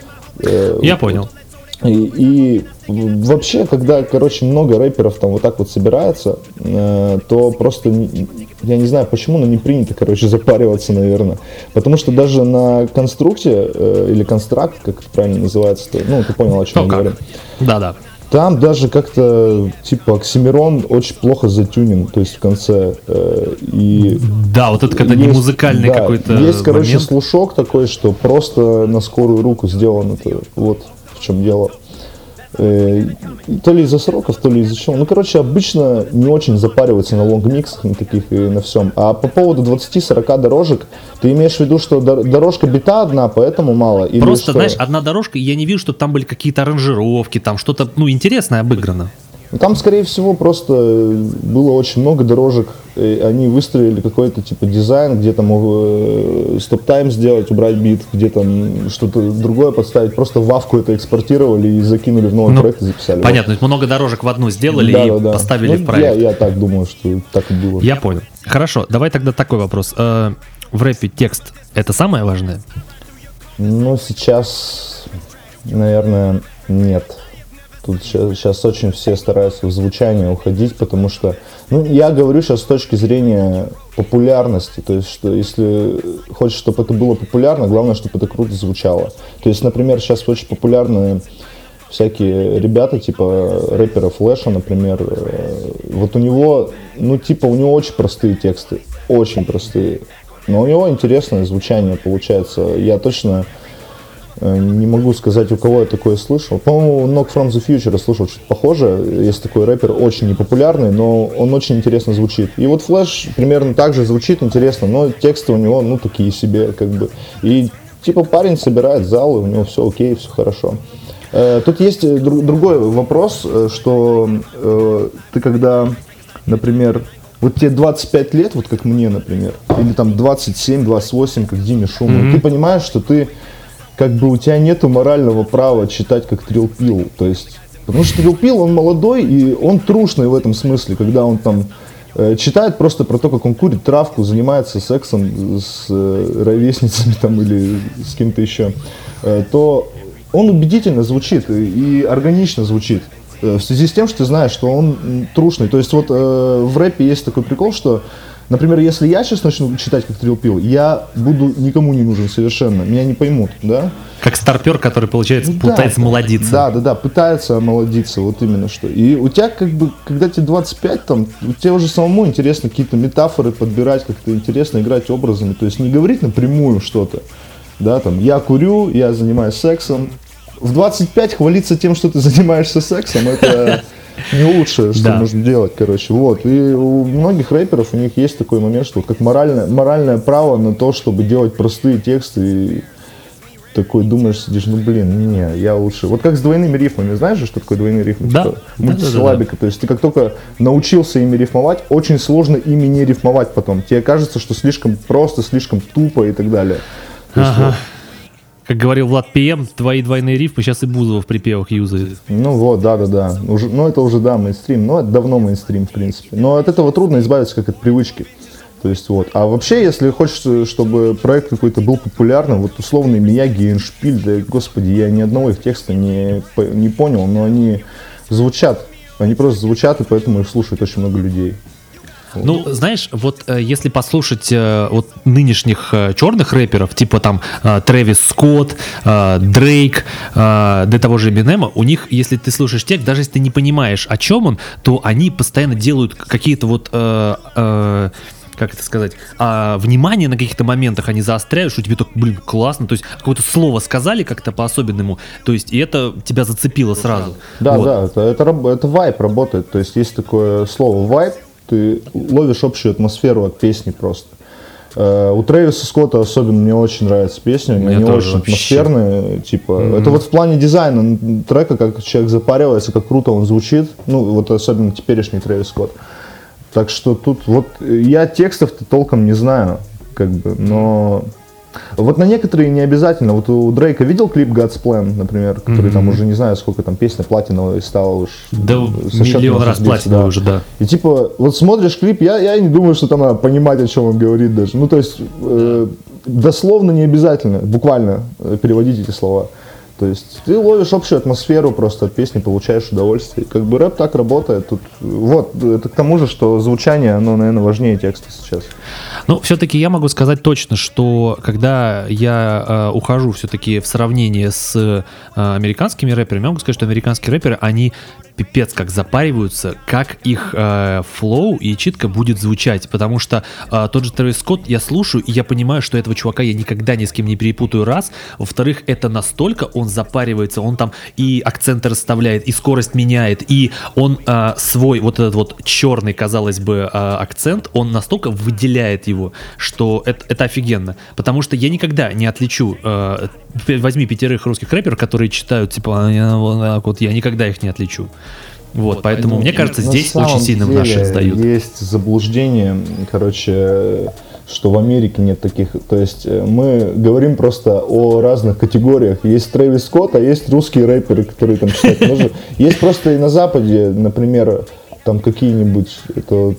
Э, я вот, понял. Вот. И, и вообще, когда, короче, много рэперов там вот так вот собирается, э, то просто, я не знаю почему, но не принято, короче, запариваться, наверное. Потому что даже на конструкте, э, или констракт, как это правильно называется, то, ну, ты понял, о чем я говорю. Да-да. Там даже как-то, типа, Оксимирон очень плохо затюнен, то есть в конце. Э, и да, вот это когда есть, не музыкальный да, какой-то есть, короче, момент. слушок такой, что просто на скорую руку сделан это. Вот в чем дело. Э, то ли из-за сроков, то ли из-за чего. Ну, короче, обычно не очень запариваются на лонгмиксах, на таких и на всем. А по поводу двадцать-сорок дорожек, ты имеешь в виду, что дорожка бита одна, поэтому мало? Или просто, что? Знаешь, одна дорожка, я не вижу, чтобы там были какие-то аранжировки, там что-то, ну, интересное обыграно. Там, скорее всего, просто было очень много дорожек, и они выстроили какой-то типа дизайн, где там э, стоп-тайм сделать, убрать бит, где там что-то другое подставить, просто в вавку это экспортировали и закинули в новый ну, проект и записали. Понятно, вот. Много дорожек в одну сделали да, и да, да. поставили ну, в проект. Я, я так думаю, что так и было. Я понял. Хорошо, давай тогда такой вопрос. Э, в рэпе текст — это самое важное? Ну, сейчас, наверное, нет. Тут сейчас, сейчас очень все стараются в звучание уходить, потому что, ну, я говорю сейчас с точки зрения популярности, то есть, что если хочешь, чтобы это было популярно, главное, чтобы это круто звучало. То есть, например, сейчас очень популярны всякие ребята, типа рэпера Флэша, например, вот у него, ну, типа, у него очень простые тексты, очень простые, но у него интересное звучание получается, я точно... Не могу сказать, у кого я такое слышал. По-моему, Knock from the Future я слышал что-то похожее. Есть такой рэпер, очень непопулярный, но он очень интересно звучит. И вот Flash примерно так же звучит интересно, но тексты у него, ну, такие себе, как бы. И типа парень собирает зал, и у него все окей, все хорошо. Э, тут есть друг, другой вопрос, что э, ты когда, например, вот тебе двадцать пять лет, вот как мне, например, или там двадцать семь двадцать восемь, как Диме Шуму, mm-hmm. ты понимаешь, что ты как бы у тебя нету морального права читать как Trill Pill, то есть, потому что Trill Pill, он молодой и он трушный в этом смысле, когда он там э, читает просто про то, как он курит травку, занимается сексом с э, ровесницами там или с кем-то еще, э, то он убедительно звучит и, и органично звучит, э, в связи с тем, что ты знаешь, что он трушный, то есть вот э, в рэпе есть такой прикол, что например, если я сейчас начну читать как Trill Pill, я буду никому не нужен совершенно, меня не поймут, да? Как старпер, который, получается, да, пытается молодиться. Да, да, да, пытается молодиться, вот именно что. И у тебя как бы, когда тебе двадцать пять, там, у тебя уже самому интересно какие-то метафоры подбирать, как-то интересно играть образами, то есть не говорить напрямую что-то, да, там, я курю, я занимаюсь сексом. В двадцать пять хвалиться тем, что ты занимаешься сексом, это... не лучшее, что да. нужно делать, короче, вот, и у многих рэперов у них есть такой момент, что вот как моральное, моральное право на то, чтобы делать простые тексты, и такой думаешь, сидишь, ну блин, не, я лучше, вот как с двойными рифмами, знаешь же, что такое двойные рифмы? Да. Мультисилабика, да, да, да. То есть ты как только научился ими рифмовать, очень сложно ими не рифмовать потом, тебе кажется, что слишком просто, слишком тупо и так далее. То есть, ага. вот, как говорил Влад пи эм, твои двойные рифмы сейчас и Бузова в припевах юзает. Ну вот, да-да-да. Уже, ну это уже, да, мейнстрим. Но это давно мейнстрим, в принципе. Но от этого трудно избавиться, как от привычки. То есть вот. А вообще, если хочешь, чтобы проект какой-то был популярным, вот условный Мияги и Эндшпиль, да, господи, я ни одного их текста не, не понял, но они звучат. Они просто звучат, и поэтому их слушает очень много людей. Ну, знаешь, вот э, если послушать э, вот нынешних э, черных рэперов, типа там э, Трэвис Скотт, э, Дрейк, э, до того же Эминема, у них, если ты слушаешь текст, даже если ты не понимаешь, о чем он, то они постоянно делают какие-то вот... Э, э, как это сказать, а, внимание на каких-то моментах они заостряют, что тебе так, блин, классно, то есть какое-то слово сказали как-то по-особенному, то есть и это тебя зацепило сразу. Да, вот. Да, это, это, это вайб работает, то есть есть такое слово вайб, ты ловишь общую атмосферу от песни просто. Uh, у Трэвиса Скотта особенно мне очень нравятся песни, они очень вообще. атмосферные, типа, mm-hmm. это вот в плане дизайна трека, как человек запаривается, как круто он звучит, ну, вот особенно теперешний Трэвис Скотт. Так что тут вот я текстов-то толком не знаю, как бы, но вот на некоторые не обязательно. Вот у Дрейка видел клип God's Plan, например, который mm-hmm. там уже не знаю сколько там песня платиновая стала уж. Да, миллион раз платиновая да. уже, да. И типа вот смотришь клип, я, я не думаю, что там надо понимать, о чем он говорит даже. Ну то есть э, дословно не обязательно, буквально переводить эти слова. То есть ты ловишь общую атмосферу просто от песни, получаешь удовольствие. Как бы рэп так работает. Тут, вот, это к тому же, что звучание, оно, наверное, важнее текста сейчас. Ну, все-таки я могу сказать точно, что когда я э, ухожу все-таки в сравнение с э, американскими рэперами, я могу сказать, что американские рэперы, они пипец как запариваются, как их э, флоу и читка будет звучать, потому что э, тот же Трэвис Скотт я слушаю, и я понимаю, что этого чувака я никогда ни с кем не перепутаю, раз. Во-вторых, это настолько он запаривается, он там и акценты расставляет, и скорость меняет, и он э, свой вот этот вот черный, казалось бы, э, акцент, он настолько выделяет его, что это, это офигенно, потому что я никогда не отличу, э, возьми пятерых русских рэперов, которые читают, типа, вот так вот, я никогда их не отличу. Вот, вот, поэтому, мне кажется, здесь очень сильно в наши сдают. Есть заблуждение, короче, что в Америке нет таких. То есть мы говорим просто о разных категориях. Есть Трэвис Скотт, а есть русские рэперы, которые там читают. Есть просто и на Западе, например, там какие-нибудь, это вот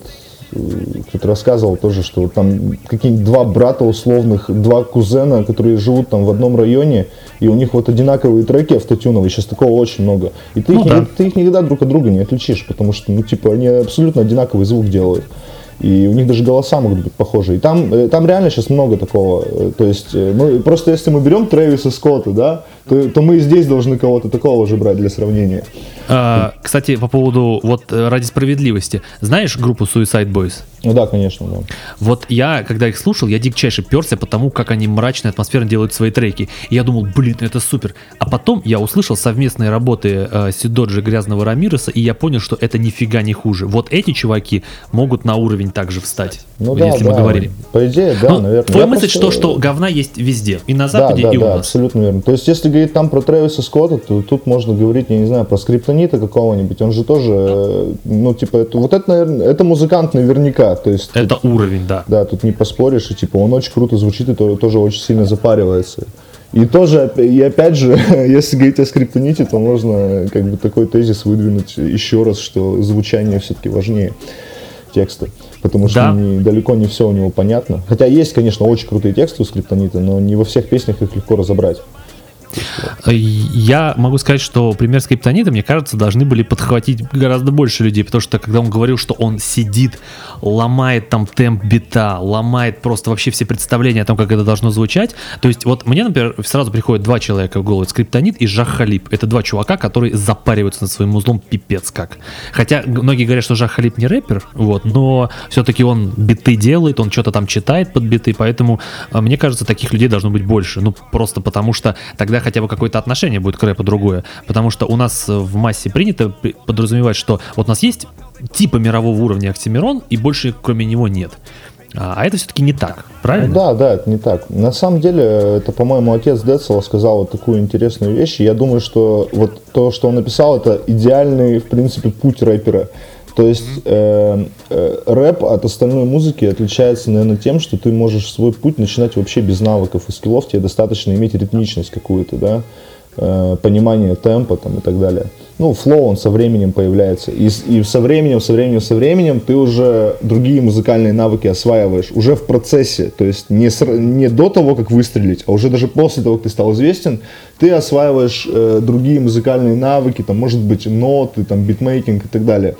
кто-то рассказывал тоже, что там какие-нибудь два брата условных, два кузена, которые живут там в одном районе, и у них вот одинаковые треки автотюновые, сейчас такого очень много. И ты, ну, их, да. не, ты их никогда друг от друга не отличишь, потому что, ну, типа, они абсолютно одинаковый звук делают. И у них даже голоса могут быть похожи. И там, там реально сейчас много такого. То есть, мы, просто если мы берем Трэвиса Скотта, да, то, то мы и здесь должны кого-то такого же брать для сравнения. А, кстати, по поводу, вот ради справедливости, знаешь группу Suicide Boys? Ну да, конечно, да. Вот я, когда их слушал, я дичайше перся, потому как они мрачно, атмосферно делают свои треки. И я думал, блин, это супер. А потом я услышал совместные работы э, Сидоджи и Грязного Рамиреса, и я понял, что это нифига не хуже. Вот эти чуваки могут на уровень также встать, ну, если да, мы да. говорили. По идее, да, ну, наверное. Твоя я мысль, просто... что, что говна есть везде, и на Западе, да, да, и у да, нас. Абсолютно верно. То есть, если говорить там про Трэвиса Скотта, то тут можно говорить, я не знаю, про Скриптонита какого-нибудь. Он же тоже, ну, типа, это, вот это, наверное, это музыкант наверняка. То есть, это тут, уровень, да. Да, тут не поспоришь, и типа он очень круто звучит, и то, тоже очень сильно запаривается. И тоже, и опять же, если говорить о Скриптоните, то можно как бы такой тезис выдвинуть еще раз, что звучание все-таки важнее текста. Потому что да. не, далеко не все у него понятно. Хотя есть, конечно, очень крутые тексты у Скриптонита, но не во всех песнях их легко разобрать. Я могу сказать, что пример Скриптонита, мне кажется, должны были подхватить гораздо больше людей, потому что когда он говорил, что он сидит, ломает там темп бита, ломает просто вообще все представления о том, как это должно звучать. То есть вот мне, например, сразу приходят два человека в голову: Скриптонит и Жах Халиб. Это два чувака, которые запариваются над своим узлом пипец как. Хотя многие говорят, что Жах Халиб не рэпер, вот, но все-таки он биты делает, он что-то там читает под биты, поэтому мне кажется, таких людей должно быть больше. Ну, просто потому что тогда хотя бы какое-то отношение будет к рэпу другое. Потому что у нас в массе принято подразумевать, что вот у нас есть типа мирового уровня Оксимирон, и больше кроме него нет. А это все-таки не так, правильно? Да, да, это не так. На самом деле, это, по-моему, отец Децела сказал вот такую интересную вещь. И я думаю, что вот то, что он написал, это идеальный, в принципе, путь рэпера. То есть э, э, рэп от остальной музыки отличается, наверное, тем, что ты можешь свой путь начинать вообще без навыков и скиллов. Тебе достаточно иметь ритмичность какую-то, да, э, понимание темпа там, и так далее. Ну, флоу, он со временем появляется. И, и со временем, со временем, со временем ты уже другие музыкальные навыки осваиваешь. Уже в процессе. То есть не, с, не до того, как выстрелить, а уже даже после того, как ты стал известен, ты осваиваешь э, другие музыкальные навыки, там, может быть, ноты, там, битмейкинг и так далее.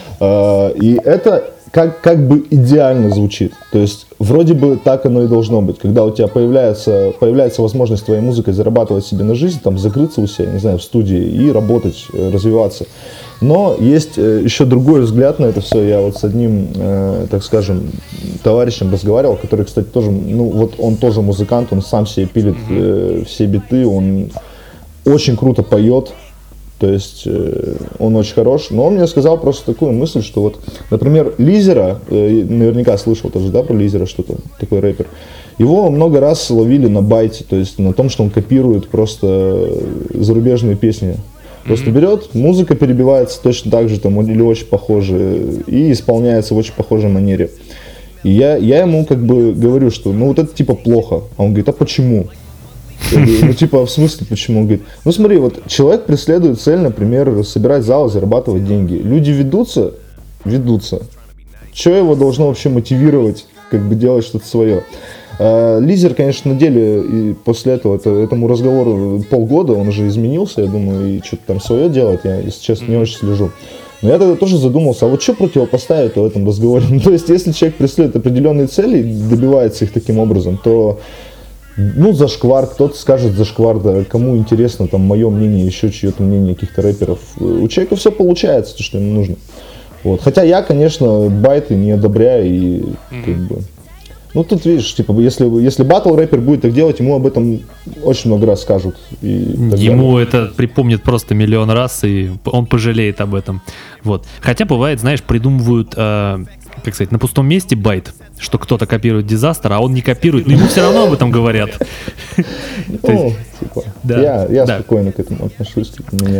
И это как, как бы идеально звучит. То есть вроде бы так оно и должно быть. Когда у тебя появляется, появляется возможность твоей музыкой зарабатывать себе на жизнь, там, закрыться у себя, не знаю, в студии и работать, развиваться. Но есть еще другой взгляд на это все. Я вот с одним, так скажем, товарищем разговаривал, который, кстати, тоже, ну вот он тоже музыкант, он сам себе пилит все биты, он очень круто поет. То есть э, он очень хорош, но он мне сказал просто такую мысль, что вот, например, Лизера, э, наверняка слышал тоже, да, про Лизера что-то, такой рэпер, его много раз ловили на байте, то есть на том, что он копирует просто зарубежные песни. Просто берет, музыка перебивается точно так же, там, или очень похоже, и исполняется в очень похожей манере. И я, я ему как бы говорю, что ну вот это типа плохо, а он говорит, а почему? Я говорю, ну типа, в смысле, почему? Он говорит, ну смотри, вот человек преследует цель, например, собирать зал, зарабатывать деньги. Люди ведутся, ведутся. Что его должно вообще мотивировать, как бы делать что-то свое? Лизер, конечно, на деле и после этого, это, этому разговору полгода, он уже изменился, я думаю, и что-то там свое делает, я, если честно, не очень слежу. Но я тогда тоже задумался, а вот что противопоставить в этом разговоре? Ну, то есть, если человек преследует определенные цели и добивается их таким образом, то, ну, зашквар, кто-то скажет зашквар, да, кому интересно, там, мое мнение, еще чье-то мнение каких-то рэперов. У человека все получается, то, что ему нужно. Вот. Хотя я, конечно, байты не одобряю и, mm-hmm. как бы... Ну, тут, видишь, типа, если, если батл-рэпер будет так делать, ему об этом очень много раз скажут. И ему далее. Это припомнит просто миллион раз, и он пожалеет об этом. Вот. Хотя, бывает, знаешь, придумывают, э, как сказать, на пустом месте байт, что кто-то копирует Дизастер, а он не копирует, но ему все равно об этом говорят. Ну, типа, я спокойно к этому отношусь.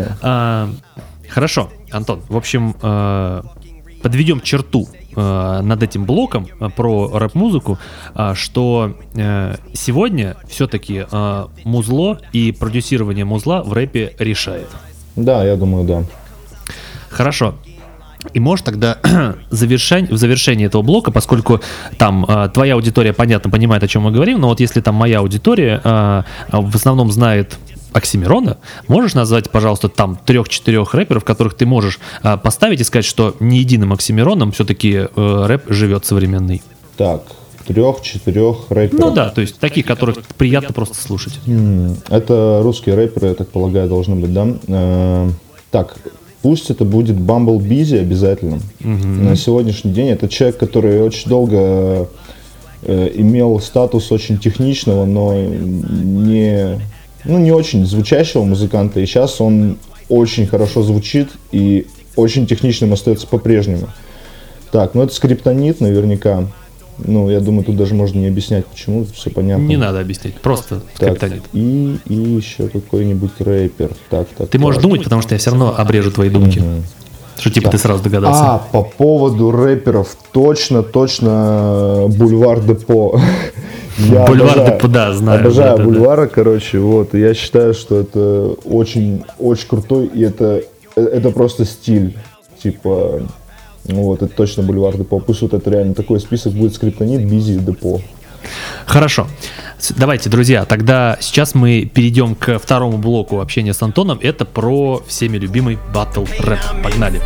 Хорошо, Антон, в общем, подведем черту над этим блоком про рэп-музыку, что сегодня все-таки музло и продюсирование музла в рэпе решает. Да, я думаю, да. Хорошо. И можешь тогда завершень, в завершении этого блока, поскольку там э, твоя аудитория, понятно, понимает, о чем мы говорим, но вот если там моя аудитория э, в основном знает Оксимирона, можешь назвать, пожалуйста, там трех-четырех рэперов, которых ты можешь э, поставить и сказать, что не единым Оксимироном все-таки э, рэп живет современный? Так, трех-четырех рэперов. Ну да, то есть таких, которых приятно просто слушать. Это русские рэперы, я так полагаю, должны быть, да? Э, так... Пусть это будет Bumble Busy обязательно. Uh-huh. На сегодняшний день это человек, который очень долго э, имел статус очень техничного, но не, ну, не очень звучащего музыканта. И сейчас он очень хорошо звучит и очень техничным остается по-прежнему. Так, ну это Скриптонит наверняка. Ну, я думаю, тут даже можно не объяснять, почему, все понятно. Не надо объяснять, просто Скриптонит. И, и еще какой-нибудь рэпер. Так, так, ты можешь так. думать, потому что я все равно обрежу твои думки. Угу. Что типа так. Ты сразу догадался. А, по поводу рэперов, точно, точно Бульвар Депо. Бульвар Депо, да, знаю. Обожаю да, Бульвара, да. короче, вот. И я считаю, что это очень, очень крутой, и это, это просто стиль. Типа... Вот, это точно Бульвар Депо. Пусть вот это реально такой список будет: Скриптонит, Бизи и Депо. Хорошо. Давайте, друзья, тогда сейчас мы перейдем к второму блоку общения с Антоном. Это про всеми любимый батл рэп. Погнали.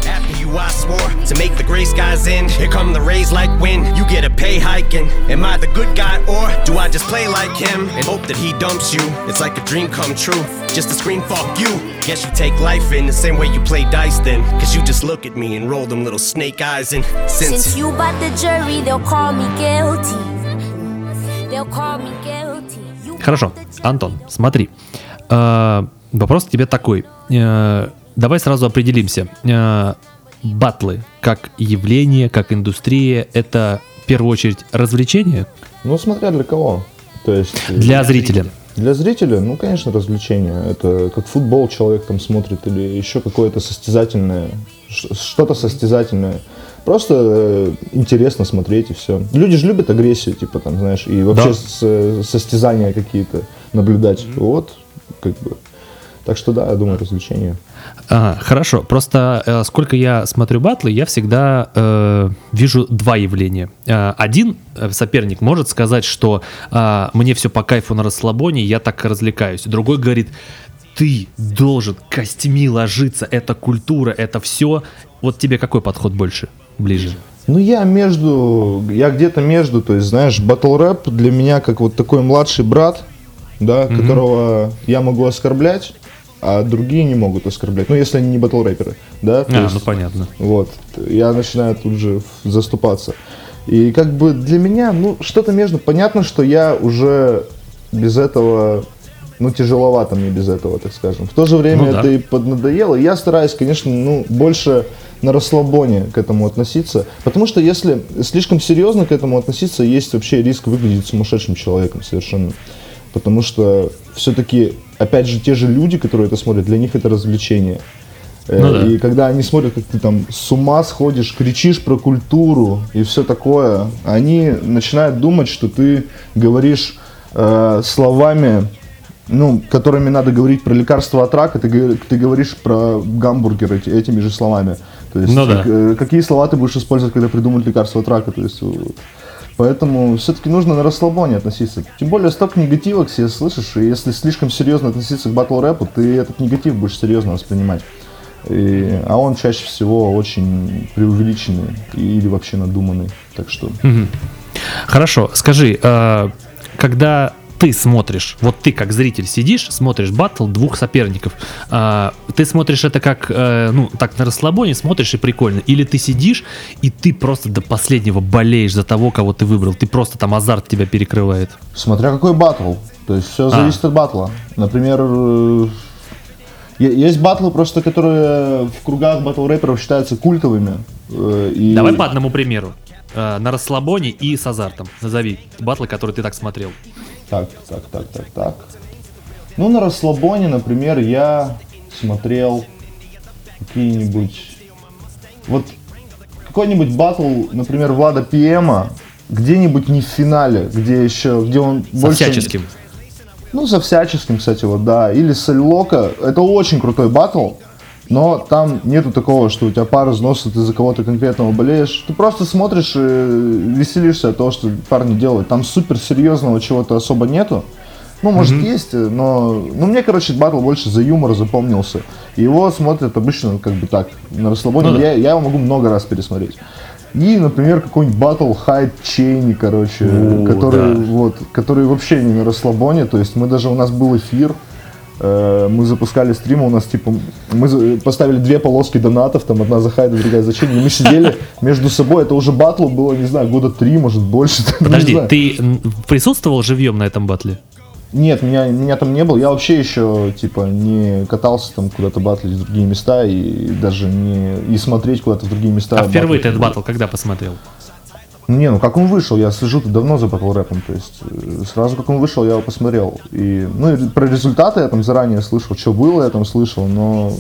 Just to scream fuck you. Guess you take life in the same way you play dice then. Cause you just look at me and roll them little snake eyes in. Since, Since you bought the jury, they'll call me guilty. They'll call me guilty. Хорошо, Антон, смотри. Э, вопрос тебе такой. Э, давай сразу определимся. Э, батлы как явление, как индустрия, это в первую очередь развлечение? Ну, смотря для кого. То есть, для зрителя. Для зрителя, ну, конечно, развлечение. Это как футбол человек там смотрит или еще какое-то состязательное, что-то состязательное. Просто э, интересно смотреть и все. Люди же любят агрессию, типа там, знаешь, и вообще да. с, состязания какие-то наблюдать. Mm-hmm. Вот, как бы. Так что да, я думаю, развлечение. Ага, хорошо. Просто э, сколько я смотрю батлы, я всегда э, вижу два явления. Э, один соперник может сказать, что э, мне все по кайфу на расслабоне, я так развлекаюсь. Другой говорит: ты должен костями ложиться, это культура, это все. Вот тебе какой подход больше, ближе? Ну, я между, я где-то между, то есть, знаешь, батл-рэп для меня как вот такой младший брат, да, mm-hmm. которого я могу оскорблять, а другие не могут оскорблять. Ну, если они не батл-рэперы, да? А, есть, ну понятно. Вот, я начинаю тут же заступаться. И как бы для меня, ну, что-то между. Понятно, что я уже без этого, ну, тяжеловато мне без этого, так скажем. В то же время ну, это да. и поднадоело. Я стараюсь, конечно, ну, больше на расслабоне к этому относиться. Потому что если слишком серьезно к этому относиться, есть вообще риск выглядеть сумасшедшим человеком совершенно. Потому что все-таки, опять же, те же люди, которые это смотрят, для них это развлечение. Ну, да. И когда они смотрят, как ты там с ума сходишь, кричишь про культуру и все такое, они начинают думать, что ты говоришь э, словами, ну, которыми надо говорить про лекарства от рака, ты, ты говоришь про гамбургер эти, этими же словами. То есть, ну, да. э, какие слова ты будешь использовать, когда придумают лекарство от рака? То есть, Поэтому все-таки нужно на расслабоне относиться. Тем более столько негатива к себе слышишь, и если слишком серьезно относиться к батл-рэпу, ты этот негатив будешь серьезно воспринимать. И, а он чаще всего очень преувеличенный или вообще надуманный. Так что... Угу. Хорошо, скажи, э, когда ты смотришь, вот ты как зритель сидишь, смотришь баттл двух соперников, э, ты смотришь это как, э, ну, так на расслабоне смотришь и прикольно, или ты сидишь и ты просто до последнего болеешь за того, кого ты выбрал, ты просто там азарт тебя перекрывает? Смотря какой баттл, то есть все зависит а. от баттла. Например, э, есть баттлы просто, которые в кругах батл-рэперов считаются культовыми. Э, и... Давай по одному примеру. На расслабоне и с азартом. Назови батлы, которые ты так смотрел. Так, так, так, так, так. Ну, на расслабоне, например, я смотрел какие-нибудь... Вот какой-нибудь батл, например, Влада Пиэма, где-нибудь не в финале, где еще... Где он со больше... всяческим. Ну, со всяческим, кстати, вот, да. Или с Эль-Лока. Это очень крутой батл. Но там нету такого, что у тебя пара разносов, ты за кого-то конкретного болеешь. Ты просто смотришь и веселишься от того, что парни делают. Там супер серьезного чего-то особо нету. Ну, может, mm-hmm. есть, но... Ну, мне, короче, батл больше за юмор запомнился. И его смотрят обычно как бы так, на расслабоне. Ну, да. я, я его могу много раз пересмотреть. И, например, какой-нибудь батл Хайд Чейни, короче, О, который, да. вот, который вообще не на расслабоне. То есть мы даже, у нас был эфир, мы запускали стрим, у нас типа, мы поставили две полоски донатов, там одна за Хайда, другая за Чейни, и мы сидели между собой, это уже батлу было, не знаю, года три, может больше. Подожди, ты присутствовал живьем на этом батле? Нет, меня, меня там не было, я вообще еще типа не катался там куда-то батлить в другие места и даже не и смотреть куда-то в другие места. А впервые ты этот батл когда посмотрел? Не, ну как он вышел, я слежу-то давно за батл-рэпом, то есть сразу как он вышел, я его посмотрел. И, ну и про результаты я там заранее слышал, что было, я там слышал, но...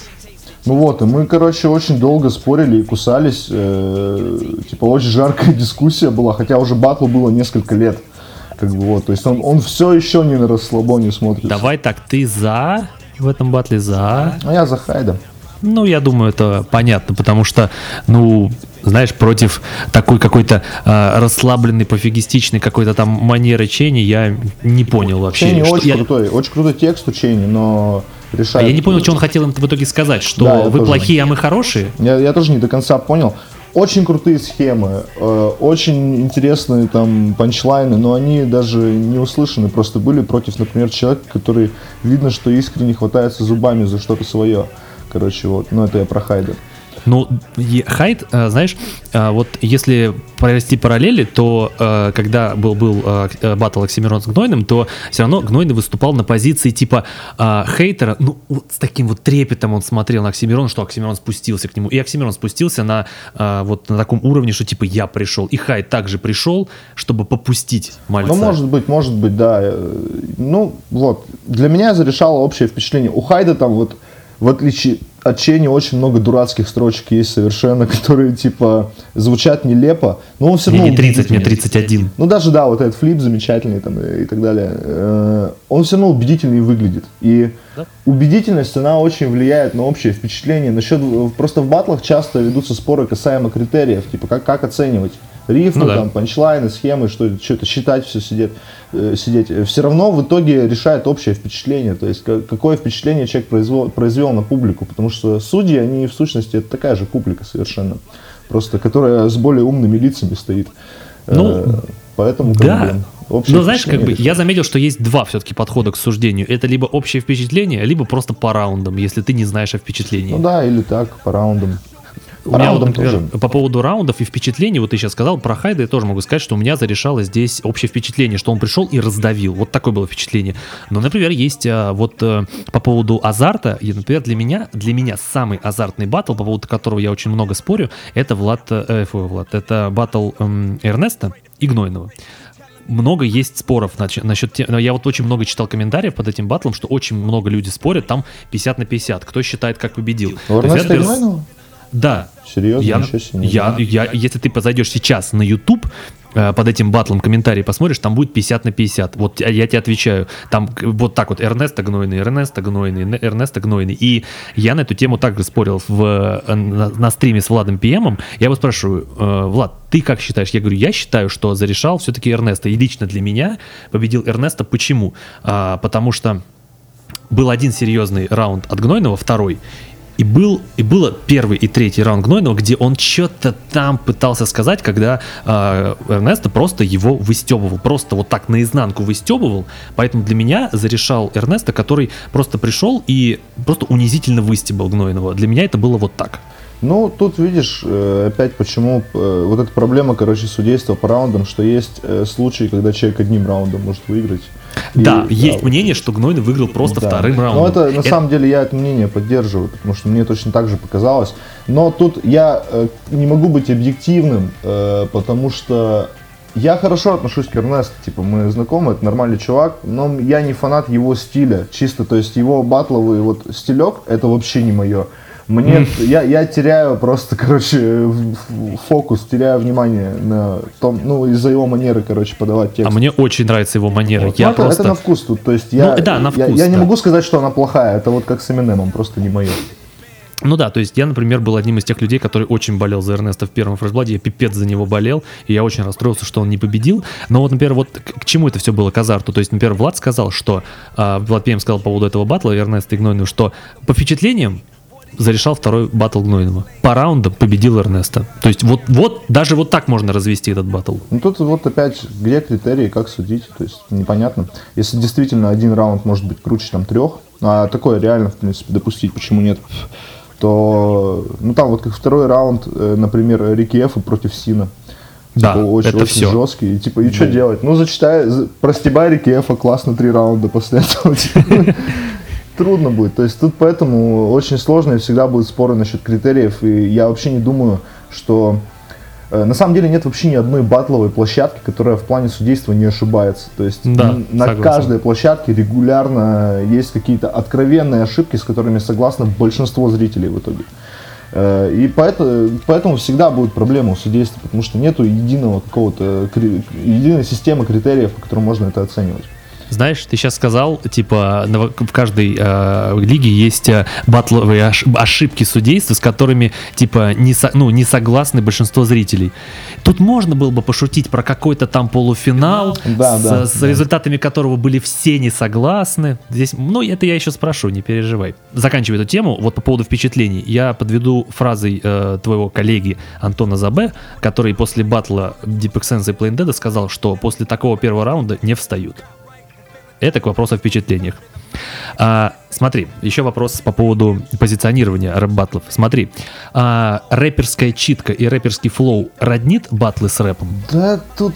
Ну вот, и мы, короче, очень долго спорили и кусались, э, типа очень жаркая дискуссия была, хотя уже батлу было несколько лет. Как бы вот, то есть он, он все еще не на расслабоне смотрится. Давай так, ты за в этом батле за? А я за Хайда. Ну, я думаю, это понятно, потому что, ну, знаешь, против такой какой-то э, расслабленной, пофигистичной какой-то там манеры Чейни я не понял вообще. Чейни что очень я... крутой, очень крутой текст у Чейни, но решает... А я не понял, что он хотел им в итоге сказать, что да, вы плохие, не... а мы хорошие? Я, я тоже не до конца понял. Очень крутые схемы, э, очень интересные там панчлайны, но они даже не услышаны, просто были против, например, человека, который видно, что искренне хватается зубами за что-то свое. Короче, вот, ну это я про Хайда. Ну, Хайд, знаешь, вот если провести параллели, то когда был, был баттл Оксимирон с Гнойным, то все равно Гнойный выступал на позиции типа хейтера, ну, вот с таким вот трепетом он смотрел на Оксимирона, что Оксимирон спустился к нему, и Оксимирон спустился на вот на таком уровне, что типа я пришел, и Хайд также пришел, чтобы попустить мальца. Ну, может быть, может быть, да. Ну, вот, для меня зарешало общее впечатление. У Хайда там вот, в отличие от Чейни, очень много дурацких строчек есть совершенно, которые, типа, звучат нелепо, но он все равно... Мне не тридцать, мне тридцать один. Ну, даже, да, вот этот флип замечательный там и, и так далее. Он все равно убедительнее выглядит. И да? Убедительность, она очень влияет на общее впечатление. Насчет... Просто в баттлах часто ведутся споры касаемо критериев, типа, как, как оценивать рифмы, ну, да. там, панчлайны, схемы, что, что это считать, все сидеть, э, сидеть. Все равно в итоге решает общее впечатление, то есть как, какое впечатление человек произвел, произвел на публику, потому что судьи, они в сущности, это такая же публика совершенно, просто которая с более умными лицами стоит. Ну, э, поэтому, как да. бы, но знаешь, как бы, я заметил, что есть два все-таки подхода к суждению. Это либо общее впечатление, либо просто по раундам, если ты не знаешь о впечатлении. Ну да, или так, по раундам. У меня, вот, например, тоже. По поводу раундов и впечатлений, вот ты сейчас сказал про Хайда, я тоже могу сказать, что у меня зарешало здесь общее впечатление, что он пришел и раздавил. Вот такое было впечатление. Но, например, есть а, вот а, по поводу азарта, и, например, для меня, для меня самый азартный баттл, по поводу которого я очень много спорю, это Влад, э, фу, Влад, это баттл э, Эрнеста и Гнойного. Много есть споров насчет тем, я вот очень много читал комментариев под этим баттлом, что очень много людей спорят, там пятьдесят на пятьдесят, кто считает, как победил. Эрнеста и Гнойного? Да. Серьезно? Я, я, я, если ты зайдешь сейчас на YouTube под этим батлом комментарий посмотришь, там будет пятьдесят на пятьдесят. Вот я тебе отвечаю, там вот так вот Эрнесто гнойный, Эрнесто гнойный, Эрнесто гнойный. И я на эту тему также спорил в, на, на стриме с Владом Пиемом. Я его спрашиваю: Влад, ты как считаешь? Я говорю, я считаю, что зарешал все-таки Эрнесто. И лично для меня победил Эрнесто. Почему? А, потому что был один серьезный раунд от Гнойного, второй. И, был, и было первый и третий раунд Гнойного, где он что-то там пытался сказать, когда э, Эрнесто просто его выстебывал, просто вот так наизнанку выстебывал. Поэтому для меня зарешал Эрнесто, который просто пришел и просто унизительно выстебал Гнойного. Для меня это было вот так. Ну, тут видишь, опять почему вот эта проблема, короче, судейства по раундам, что есть случаи, когда человек одним раундом может выиграть. Да, и, есть да, мнение, что Гнойный выиграл просто да. вторым раундом. Но это, на это... самом деле, я это мнение поддерживаю, потому что мне точно так же показалось. Но тут я э, не могу быть объективным, э, потому что я хорошо отношусь к Эрнесту, типа, мы знакомы, это нормальный чувак, но я не фанат его стиля, чисто, то есть его батловый вот стилек, это вообще не мое. Мне, mm. я, я теряю просто, короче, фокус, теряю внимание на том, ну, из-за его манеры, короче, подавать текст. А мне очень нравится его манера. Вот. Я Ну, это, просто... это на вкус тут, то есть я, ну, да, на вкус, я, я не да. могу сказать, что она плохая, это вот как с Эминемом, просто не мое. Ну да, то есть я, например, был одним из тех людей, который очень болел за Эрнесто в первом фрестбладе, я пипец за него болел, и я очень расстроился, что он не победил. Но вот, например, вот к, к чему это все было, к азарту? То есть, например, Влад сказал, что, э, Влад Пием сказал по поводу этого батла Эрнесто и Гнойного, что по впечатлениям зарешал второй батл Гнойного. По раундам победил Эрнесто. То есть вот, вот даже вот так можно развести этот батл. Ну тут вот опять, где критерии, как судить, то есть непонятно. Если действительно один раунд может быть круче там трех, а такое реально, в принципе, допустить, почему нет, то, ну там вот как второй раунд, например, Рики Эфа против Сина. Да, типа, очень, это очень все. жесткий. И, типа, и что да. делать? Ну, зачитай, простебай Рики Эфа, классно, три раунда после этого. Трудно будет. То есть тут поэтому очень сложно и всегда будут споры насчет критериев. И я вообще не думаю, что... Э, на самом деле нет вообще ни одной батловой площадки, которая в плане судейства не ошибается. То есть да, н- на согласен. каждой площадке регулярно есть какие-то откровенные ошибки, с которыми согласно большинство зрителей в итоге. Э, и поэтому, поэтому всегда будут проблемы у судейства, потому что нету единого какого-то, единой системы критериев, по которым можно это оценивать. Знаешь, ты сейчас сказал, типа, в каждой э, лиге есть э, батловые ошибки судейства, с которыми, типа, не, со, ну, не согласны большинство зрителей. Тут можно было бы пошутить про какой-то там полуфинал, да, с, да, с да. результатами которого были все не согласны. Здесь, ну, это я еще спрошу, не переживай. Заканчивая эту тему, вот по поводу впечатлений, я подведу фразой э, твоего коллеги Антона Забе, который после батла Deep X Sense и Plain Dead сказал, что после такого первого раунда не встают. Это к вопросу о впечатлениях. А, смотри, еще вопрос по поводу позиционирования рэп-баттлов. Смотри, а, рэперская читка и рэперский флоу роднит баттлы с рэпом? Да, тут,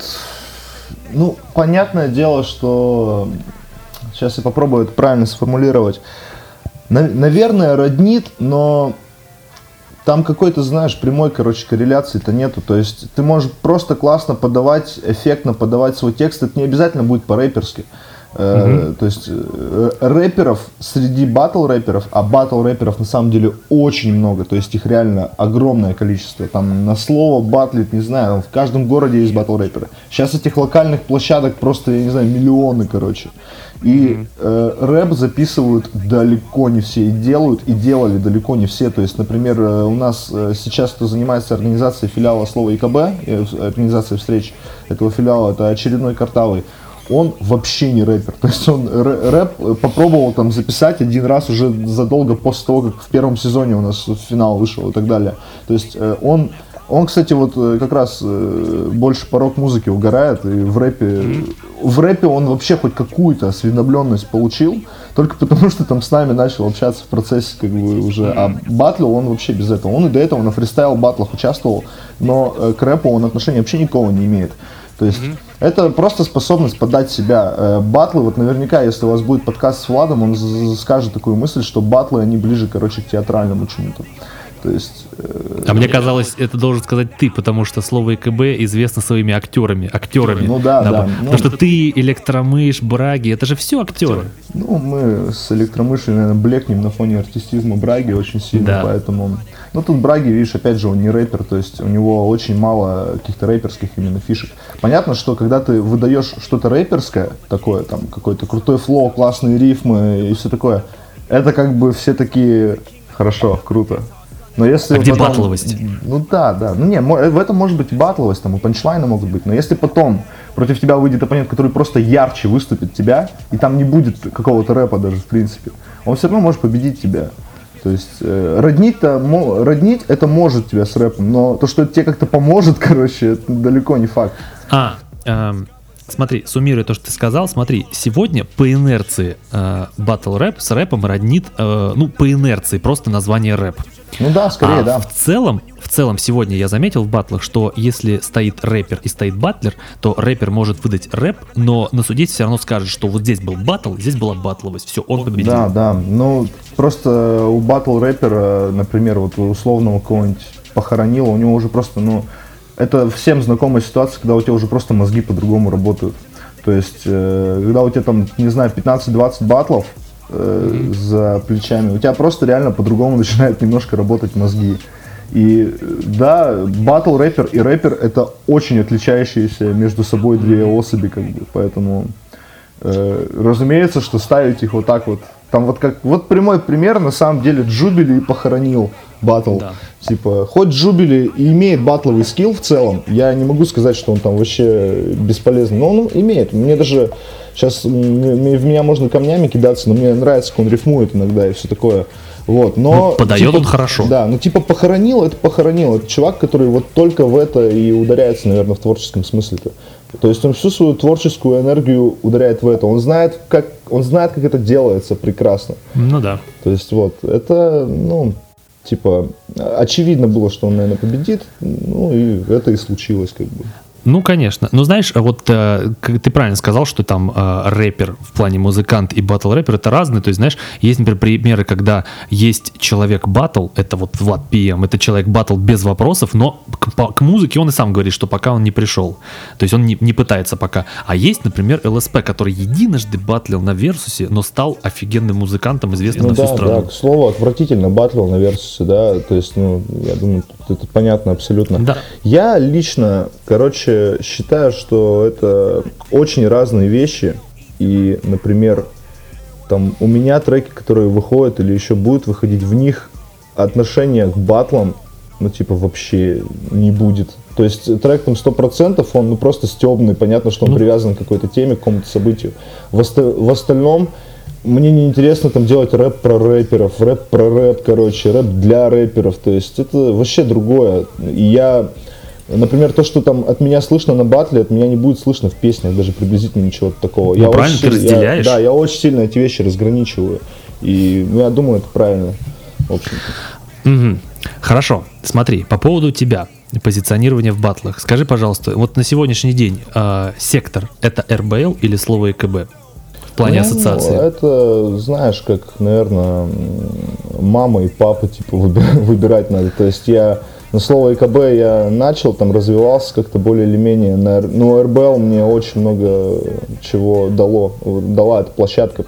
ну, понятное дело, что... Сейчас я попробую это правильно сформулировать. На- наверное, роднит, но... Там какой-то, знаешь, прямой, короче, корреляции-то нету. То есть ты можешь просто классно подавать, эффектно подавать свой текст. Это не обязательно будет по-рэперски. Mm-hmm. То есть рэперов среди батл-рэперов, а батл-рэперов на самом деле очень много, то есть их реально огромное количество. Там на слово батлит, не знаю, в каждом городе есть батл-рэперы. Сейчас этих локальных площадок просто, я не знаю, миллионы, короче. И mm-hmm. э, рэп записывают далеко не все, и делают, и делали далеко не все. То есть, например, у нас сейчас, кто занимается организацией филиала Слова ИКБ, организацией встреч этого филиала, это очередной Картавый. Он вообще не рэпер, то есть он рэп попробовал там записать один раз уже задолго после того, как в первом сезоне у нас финал вышел и так далее. То есть он, он, кстати, вот как раз больше по рок-музыке угорает, и в рэпе, mm-hmm. в рэпе он вообще хоть какую-то осведомленность получил, только потому что там с нами начал общаться в процессе как бы уже, mm-hmm. а батлил он вообще без этого. Он и до этого на фристайл-батлах участвовал, но к рэпу он отношения вообще никакого не имеет. То есть mm-hmm. это просто способность подать себя. Батлы, вот наверняка, если у вас будет подкаст с Владом, он скажет такую мысль, что батлы, они ближе, короче, к театральному чему-то. То есть... Э, а мне казалось, это должен сказать ты, потому что слово ИКБ известно своими актерами. Актерами. Ну да, да. да. Потому ну, что ты, Электромыш, Браги, это же все актеры. Ну, мы с Электромышей, наверное, блекнем на фоне артистизма Браги очень сильно, да. Поэтому... Ну, тут Браги, видишь, опять же, он не рэпер, то есть у него очень мало каких-то рэперских именно фишек. Понятно, что когда ты выдаешь что-то рэперское, такое, там, какой-то крутой флоу, классные рифмы и все такое, это как бы все такие, хорошо, круто. Но если а где потом, батловость? Ну да, да. Ну не, в этом может быть и батловость, там и панчлайны могут быть. Но если потом против тебя выйдет оппонент, который просто ярче выступит тебя, и там не будет какого-то рэпа даже в принципе, он все равно может победить тебя. То есть э, роднить-то, роднить это может тебя с рэпом, но то, что это тебе как-то поможет, короче, это далеко не факт. А, эм, смотри, суммируя то, что ты сказал, смотри, сегодня по инерции батл рэп с рэпом роднит, э, ну, по инерции просто название рэп. Ну да, скорее, а да. В целом, в целом сегодня я заметил в батлах, что если стоит рэпер и стоит батлер, то рэпер может выдать рэп, но на суде все равно скажет, что вот здесь был батл, здесь была батловость, все, он победил. Да, да, ну просто у батл рэпера, например, вот у условного кого-нибудь похоронило, у него уже просто, ну, это всем знакомая ситуация, когда у тебя уже просто мозги по-другому работают. То есть, э, когда у тебя там, не знаю, пятнадцать-двадцать батлов, Mm-hmm. за плечами, у тебя просто реально по-другому начинают немножко работать мозги. И да, батл рэпер и рэпер это очень отличающиеся между собой две особи, как бы, поэтому э, разумеется, что ставить их вот так вот, там вот как, вот прямой пример, на самом деле Джубили похоронил батл, да. Типа, хоть Джубили и имеет батловый скилл в целом, я не могу сказать, что он там вообще бесполезный, но он имеет, мне даже сейчас в меня можно камнями кидаться, но мне нравится, как он рифмует иногда и все такое. Вот, но, ну, подает типа, он хорошо. Да, ну типа похоронил, это похоронил. Это чувак, который вот только в это и ударяется, наверное, в творческом смысле-то. То есть он всю свою творческую энергию ударяет в это. Он знает, как, он знает, как это делается прекрасно. Ну да. То есть вот, это, ну, типа, очевидно было, что он, наверное, победит. Ну и это и случилось, как бы. Ну, конечно. Ну, знаешь, вот э, ты правильно сказал, что там э, рэпер в плане музыкант и батл-рэпер — это разные. То есть, знаешь, есть, например, примеры, когда есть человек-батл, это вот Влад пи эм, это человек-батл без вопросов, но к, по, к музыке он и сам говорит, что пока он не пришел. То есть он не, не пытается пока. А есть, например, эл эс пи, который единожды батлил на Версусе, но стал офигенным музыкантом, известным ну, на всю да, страну. Да, к слову, отвратительно батлил на Версусе, да, то есть, ну, я думаю, это понятно абсолютно. Да. Я лично, короче, считаю, что это очень разные вещи. И, например, там у меня треки, которые выходят или еще будут выходить, в них отношение к батлам, ну, типа, вообще не будет. То есть трек там сто процентов, он ну, просто стебный, понятно, что он ну. привязан к какой-то теме, к какому-то событию. В, оста- в остальном мне не интересно там делать рэп про рэперов, рэп про рэп, короче, рэп для рэперов. То есть это вообще другое. И я... Например, то, что там от меня слышно на батле, от меня не будет слышно в песнях, даже приблизительно ничего такого. Ну, я правильно, очень, ты разделяешь. Я, да, я очень сильно эти вещи разграничиваю. И ну, я думаю, это правильно, в общем-то. Угу. Хорошо, смотри, по поводу тебя, позиционирования в батлах. Скажи, пожалуйста, вот на сегодняшний день э, сектор — это эр бэ эл или слово и ка бэ? В плане ну, ассоциации. Это, знаешь, как, наверное, мама и папа, типа, выбирать надо. То есть я... На слово и ка бэ я начал, там развивался как-то более или менее. На, ну, эр бэ эл мне очень много чего дало, дала эта площадка.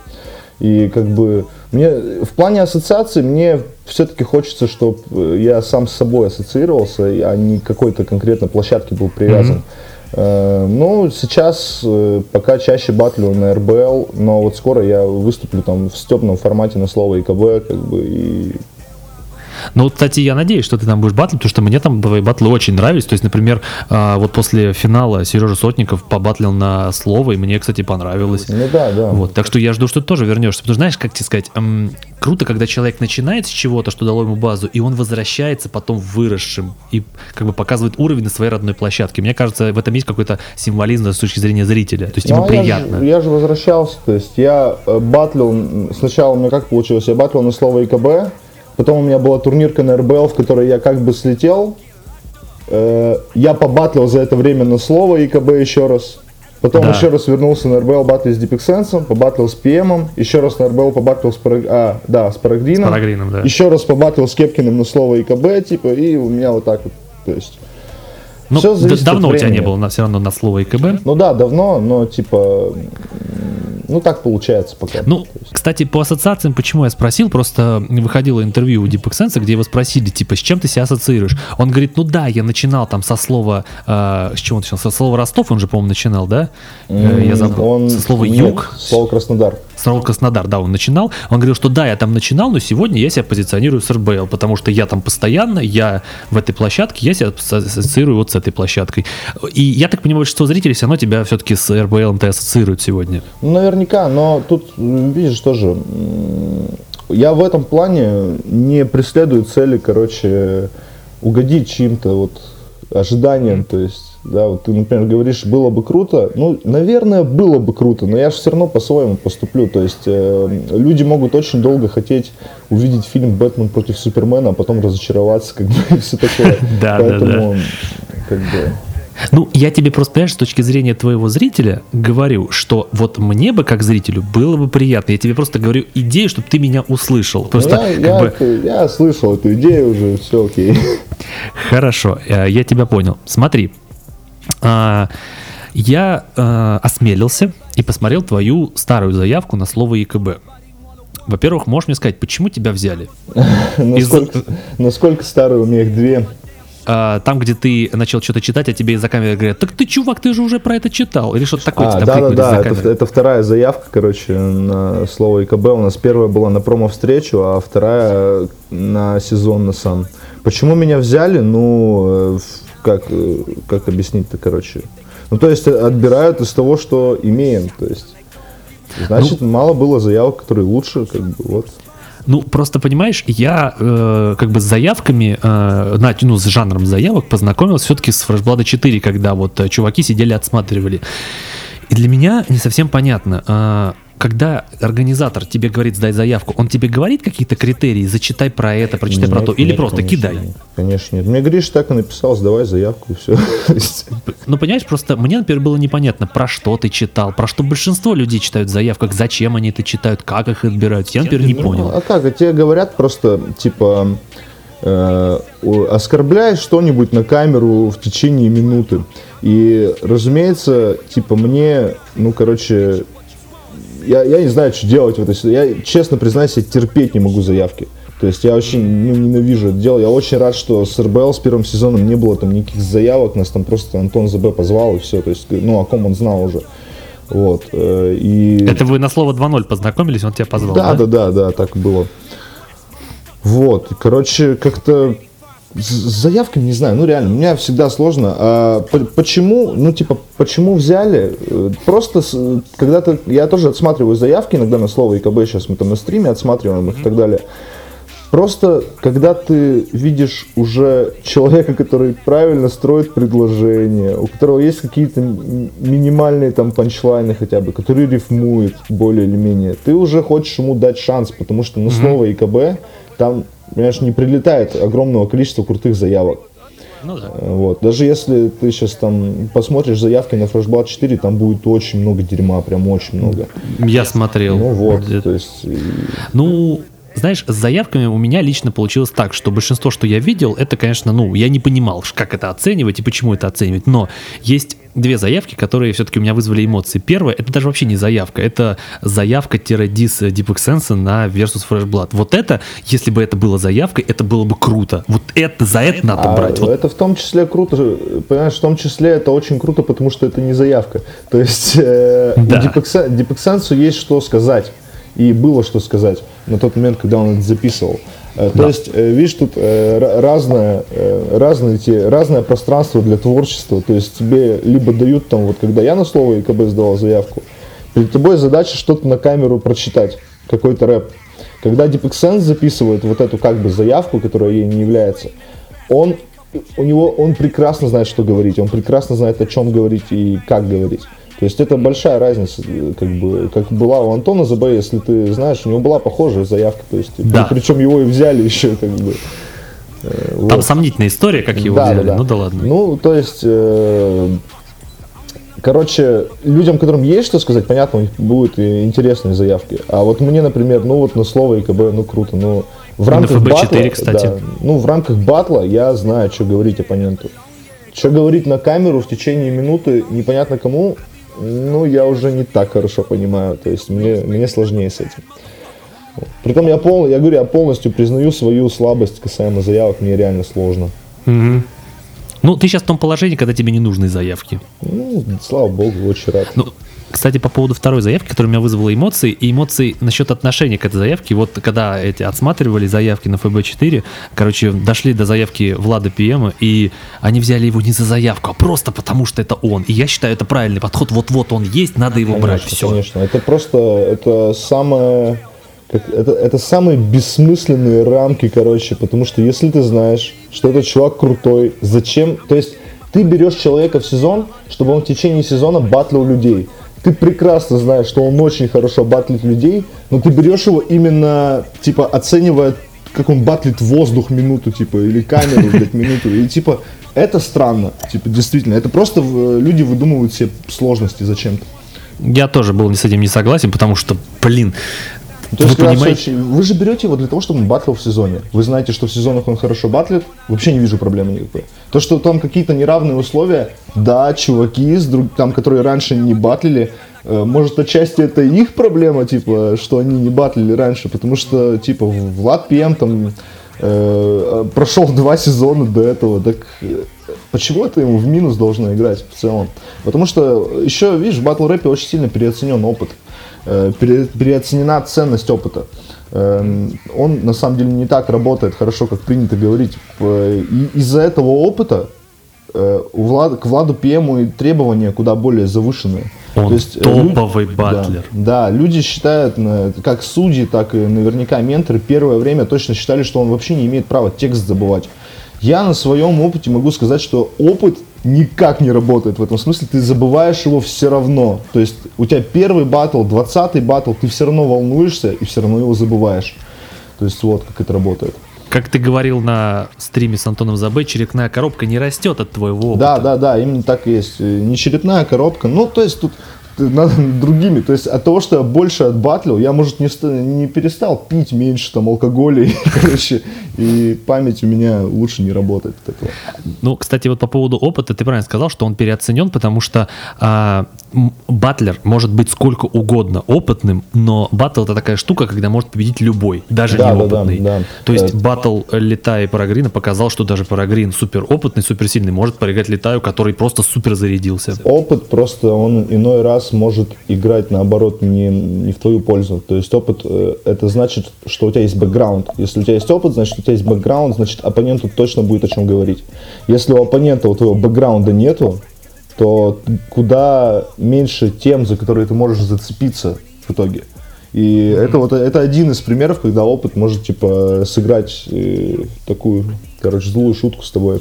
И как бы мне в плане ассоциации мне все-таки хочется, чтобы я сам с собой ассоциировался, а не к какой-то конкретной площадке был привязан. Mm-hmm. Ну, сейчас пока чаще батлю на эр бэ эл, но вот скоро я выступлю там в стёбном формате на слово и ка бэ, как бы, и... Ну, вот, кстати, я надеюсь, что ты там будешь батлить, потому что мне там твои батлы очень нравились. То есть, например, вот после финала Сережа Сотников побатлил на слово, и мне, кстати, понравилось. Ну да, да. Вот, так что я жду, что ты тоже вернешься. Потому что, знаешь, как тебе сказать, эм, круто, когда человек начинает с чего-то, что дало ему базу, и он возвращается потом выросшим и как бы показывает уровень на своей родной площадке. Мне кажется, в этом есть какой-то символизм с точки зрения зрителя. То есть, ему ну, приятно. Я же, я же возвращался, то есть я батлил, сначала у меня как получилось, я батлил на слово и ка бэ. Потом у меня была турнирка на эр бэ эл, в которой я как бы слетел. Э, я побатлил за это время на слово и ка бэ еще раз. Потом да. еще раз вернулся на эр бэ эл, батлил с Дипексенсом, побатлил с пи эм. Еще раз на эр бэ эл побатлил с, Параг... а, да, с Парагрином. С Парагрином, да. Еще раз побатлил с Кепкиным на слово и ка бэ, типа, и у меня вот так вот. То есть, ну, давно у тебя не было на, все равно на слово и ка бэ? Ну да, давно, но типа... ну, так получается пока. Ну, кстати, по ассоциациям, почему я спросил, просто выходило интервью у Дипэксенса, где его спросили, типа, с чем ты себя ассоциируешь? Он говорит, ну да, я начинал там со слова, э, с чего он начинал? Со слова Ростов, он же, по-моему, начинал, да? Mm, я забыл. Он... Со слова Нет, Юг. слово Краснодар. Слово Краснодар, да, он начинал. Он говорил, что да, я там начинал, но сегодня я себя позиционирую с эр бэ эл, потому что я там постоянно, я в этой площадке, я себя ассоциирую вот с этой площадкой. И я так понимаю, что зрители все равно тебя все-таки с эр бэ эл-то ассоциируют сегодня. Ну, наверняка, но тут, видишь, тоже, я в этом плане не преследую цели, короче, угодить чьим-то вот ожиданиям, то есть, да, вот ты, например, говоришь, было бы круто, ну, наверное, было бы круто, но я же все равно по-своему поступлю, то есть, э, люди могут очень долго хотеть увидеть фильм «Бэтмен против Супермена», а потом разочароваться, как бы, и все такое, поэтому, как бы... Ну, я тебе просто, понимаешь, с точки зрения твоего зрителя говорю, что вот мне бы, как зрителю, было бы приятно. Я тебе просто говорю идею, чтобы ты меня услышал. Просто, я, как я, бы... это, я слышал эту идею уже, все окей. Хорошо, я тебя понял. Смотри, я осмелился и посмотрел твою старую заявку на слово е ка бэ. Во-первых, можешь мне сказать, почему тебя взяли? Насколько, насколько старые, у меня их две. Там, где ты начал что-то читать, а тебе из-за камеры говорят, так ты, чувак, ты же уже про это читал. Или что-то такое. А, да-да-да, это, это вторая заявка, короче, на слово е ка бэ. У нас первая была на промо-встречу, а вторая на сезон на сам. Почему меня взяли? Ну, как, как объяснить-то, короче. Ну, то есть, отбирают из того, что имеем, то есть. Значит, ну, мало было заявок, которые лучше, как бы, вот. Ну, просто, понимаешь, я э, как бы с заявками, э, на, ну, с жанром заявок познакомился все-таки с Fresh Blood четыре, когда вот э, чуваки сидели, отсматривали. И для меня не совсем понятно, э, когда организатор тебе говорит сдай заявку, он тебе говорит какие-то критерии, зачитай про это, прочитай нет, про то, или нет, просто конечно, кидай? Нет. Конечно нет. Мне Гриш так и написал, сдавай заявку и все. Ну, понимаешь, просто мне, например, было непонятно, про что ты читал, про что большинство людей читают в заявках, зачем они это читают, как их отбирают. Я, например, не ну, понял. А как? А тебе говорят просто, типа, э, оскорбляй что-нибудь на камеру в течение минуты. И, разумеется, типа, мне, ну, короче... Я, я не знаю, что делать в этой ситуации. Я, честно признаюсь, я терпеть не могу заявки. То есть я очень ну, ненавижу это дело. Я очень рад, что с эр бэ эл с первым сезоном не было там никаких заявок. Нас там просто Антон зе бэ позвал и все. То есть, ну, о ком он знал уже. Вот. И... Это вы на слово два ноль познакомились, он тебя позвал, да? Да, да, да, да, так было. Вот. Короче, как-то... С заявками, не знаю, ну реально, у меня всегда сложно. А почему, ну типа, почему взяли? Просто, когда-то, я тоже отсматриваю заявки иногда на слово е ка бэ, сейчас мы там на стриме отсматриваем их и так далее. Просто, когда ты видишь уже человека, который правильно строит предложение, у которого есть какие-то минимальные там панчлайны хотя бы, который рифмует более или менее, ты уже хочешь ему дать шанс, потому что на слово е ка бэ там, понимаешь, не прилетает огромного количества крутых заявок. Ну да. Вот. Даже если ты сейчас там посмотришь заявки на Fresh Blood четыре, там будет очень много дерьма, прям очень много. Я смотрел. Ну вот, то есть... Ну... Знаешь, с заявками у меня лично получилось так, что большинство, что я видел, это, конечно, ну, я не понимал, как это оценивать и почему это оценивать, но есть две заявки, которые все-таки у меня вызвали эмоции. Первая, это даже вообще не заявка, это заявка-дис Дипэксенса на Versus Fresh Blood. Вот это, если бы это было заявкой, это было бы круто. Вот это, за это надо а брать. Вот. Это в том числе круто, понимаешь, в том числе это очень круто, потому что это не заявка. То есть э, да. Дипэксенсу есть что сказать. И было что сказать на тот момент, когда он это записывал. То да. есть, видишь, тут разное, разные те, разное пространство для творчества. То есть тебе либо дают там, вот когда я на слово е ка бэ сдавал заявку, перед тобой задача что-то на камеру прочитать, какой-то рэп. Когда Дипэксенс записывает вот эту как бы заявку, которая ей не является, он, у него, он прекрасно знает, что говорить, он прекрасно знает, о чем говорить и как говорить. То есть это большая разница, как бы, как была у Антона зе бэ, если ты знаешь, у него была похожая заявка, то есть, да. причем его и взяли еще, как бы. Там вот. Сомнительная история, как его да, взяли, да, да. ну да ладно. Ну, то есть, э, короче, людям, которым есть что сказать, понятно, у них будут интересные заявки. А вот мне, например, ну вот на слово е ка бэ, ну круто, ну в рамках батла, кстати. Да, ну в рамках батла я знаю, что говорить оппоненту. Что говорить на камеру в течение минуты, непонятно кому, ну, я уже не так хорошо понимаю, то есть мне, мне сложнее с этим. Притом я, пол, я говорю, я полностью признаю свою слабость касаемо заявок, мне реально сложно. Угу. Ну, ты сейчас в том положении, когда тебе не нужны заявки. Ну, слава богу, очень рад. Ну, кстати, по поводу второй заявки, которая у меня вызвала эмоции, и эмоции насчет отношения к этой заявке. Вот когда эти отсматривали заявки на эф бэ четыре, короче, дошли до заявки Влада Пиэма, и они взяли его не за заявку, а просто потому, что это он. И я считаю, это правильный подход. Вот-вот он есть, надо его конечно, брать. Все. Конечно, это просто, это самое... Как, это, это самые бессмысленные рамки, короче, потому что если ты знаешь, что этот чувак крутой, зачем, то есть ты берешь человека в сезон, чтобы он в течение сезона батлил людей. Ты прекрасно знаешь, что он очень хорошо батлит людей, но ты берешь его именно, типа, оценивая, как он батлит воздух минуту, типа, или камеру, блядь, минуту, и типа, это странно, типа, действительно, это просто люди выдумывают себе сложности зачем-то. Я тоже был с этим не согласен, потому что, блин, То есть, вы понимаете... Сочи, вы же берете его для того, чтобы он батлил в сезоне. Вы знаете, что в сезонах он хорошо батлит, вообще не вижу проблемы никакой. То, что там какие-то неравные условия, да, чуваки, там, которые раньше не батлили, э, может, отчасти это их проблема, типа, что они не батлили раньше, потому что, типа, Влад Пиэм там э, прошел два сезона до этого, так э, почему это ему в минус должно играть в целом? Потому что еще, видишь, в батл-рэпе очень сильно переоценен опыт. Переоценена ценность опыта. Он на самом деле не так работает хорошо, как принято говорить. И из-за этого опыта у Влада, к Владу Пиэму и требования куда более завышенные. Он То есть, топовый люди, батлер. Да, да, люди считают, как судьи, так и наверняка менторы, первое время точно считали, что он вообще не имеет права текст забывать. Я на своем опыте могу сказать, что опыт никак не работает в этом смысле, ты забываешь его все равно. То есть у тебя первый баттл, двадцатый баттл, ты все равно волнуешься и все равно его забываешь. То есть вот как это работает. Как ты говорил на стриме с Антоном Забэ, черепная коробка не растет от твоего опыта. Да, да, да, именно так и есть. Не черепная коробка, ну то есть тут надо другими, то есть от того, что я больше отбатлил, я, может, не, не перестал пить меньше там алкоголя, и, короче, и память у меня лучше не работает от этого. Ну, кстати, вот по поводу опыта, ты правильно сказал, что он переоценен, потому что а, батлер может быть сколько угодно опытным, но батл — это такая штука, когда может победить любой, даже да, неопытный. Да, да, да. То есть да. батл Летая и Парагрина показал, что даже Парагрин суперопытный, суперсильный может проиграть Летаю, который просто супер зарядился. Опыт просто, он иной раз может играть, наоборот, не, не в твою пользу. То есть опыт, это значит, что у тебя есть бэкграунд. Если у тебя есть опыт, значит, у тебя есть бэкграунд, значит, оппоненту точно будет о чем говорить. Если у оппонента у твоего бэкграунда нету, то куда меньше тем, за которые ты можешь зацепиться в итоге. И mm-hmm. это вот это один из примеров, когда опыт может, типа, сыграть э, такую, короче, злую шутку с тобой.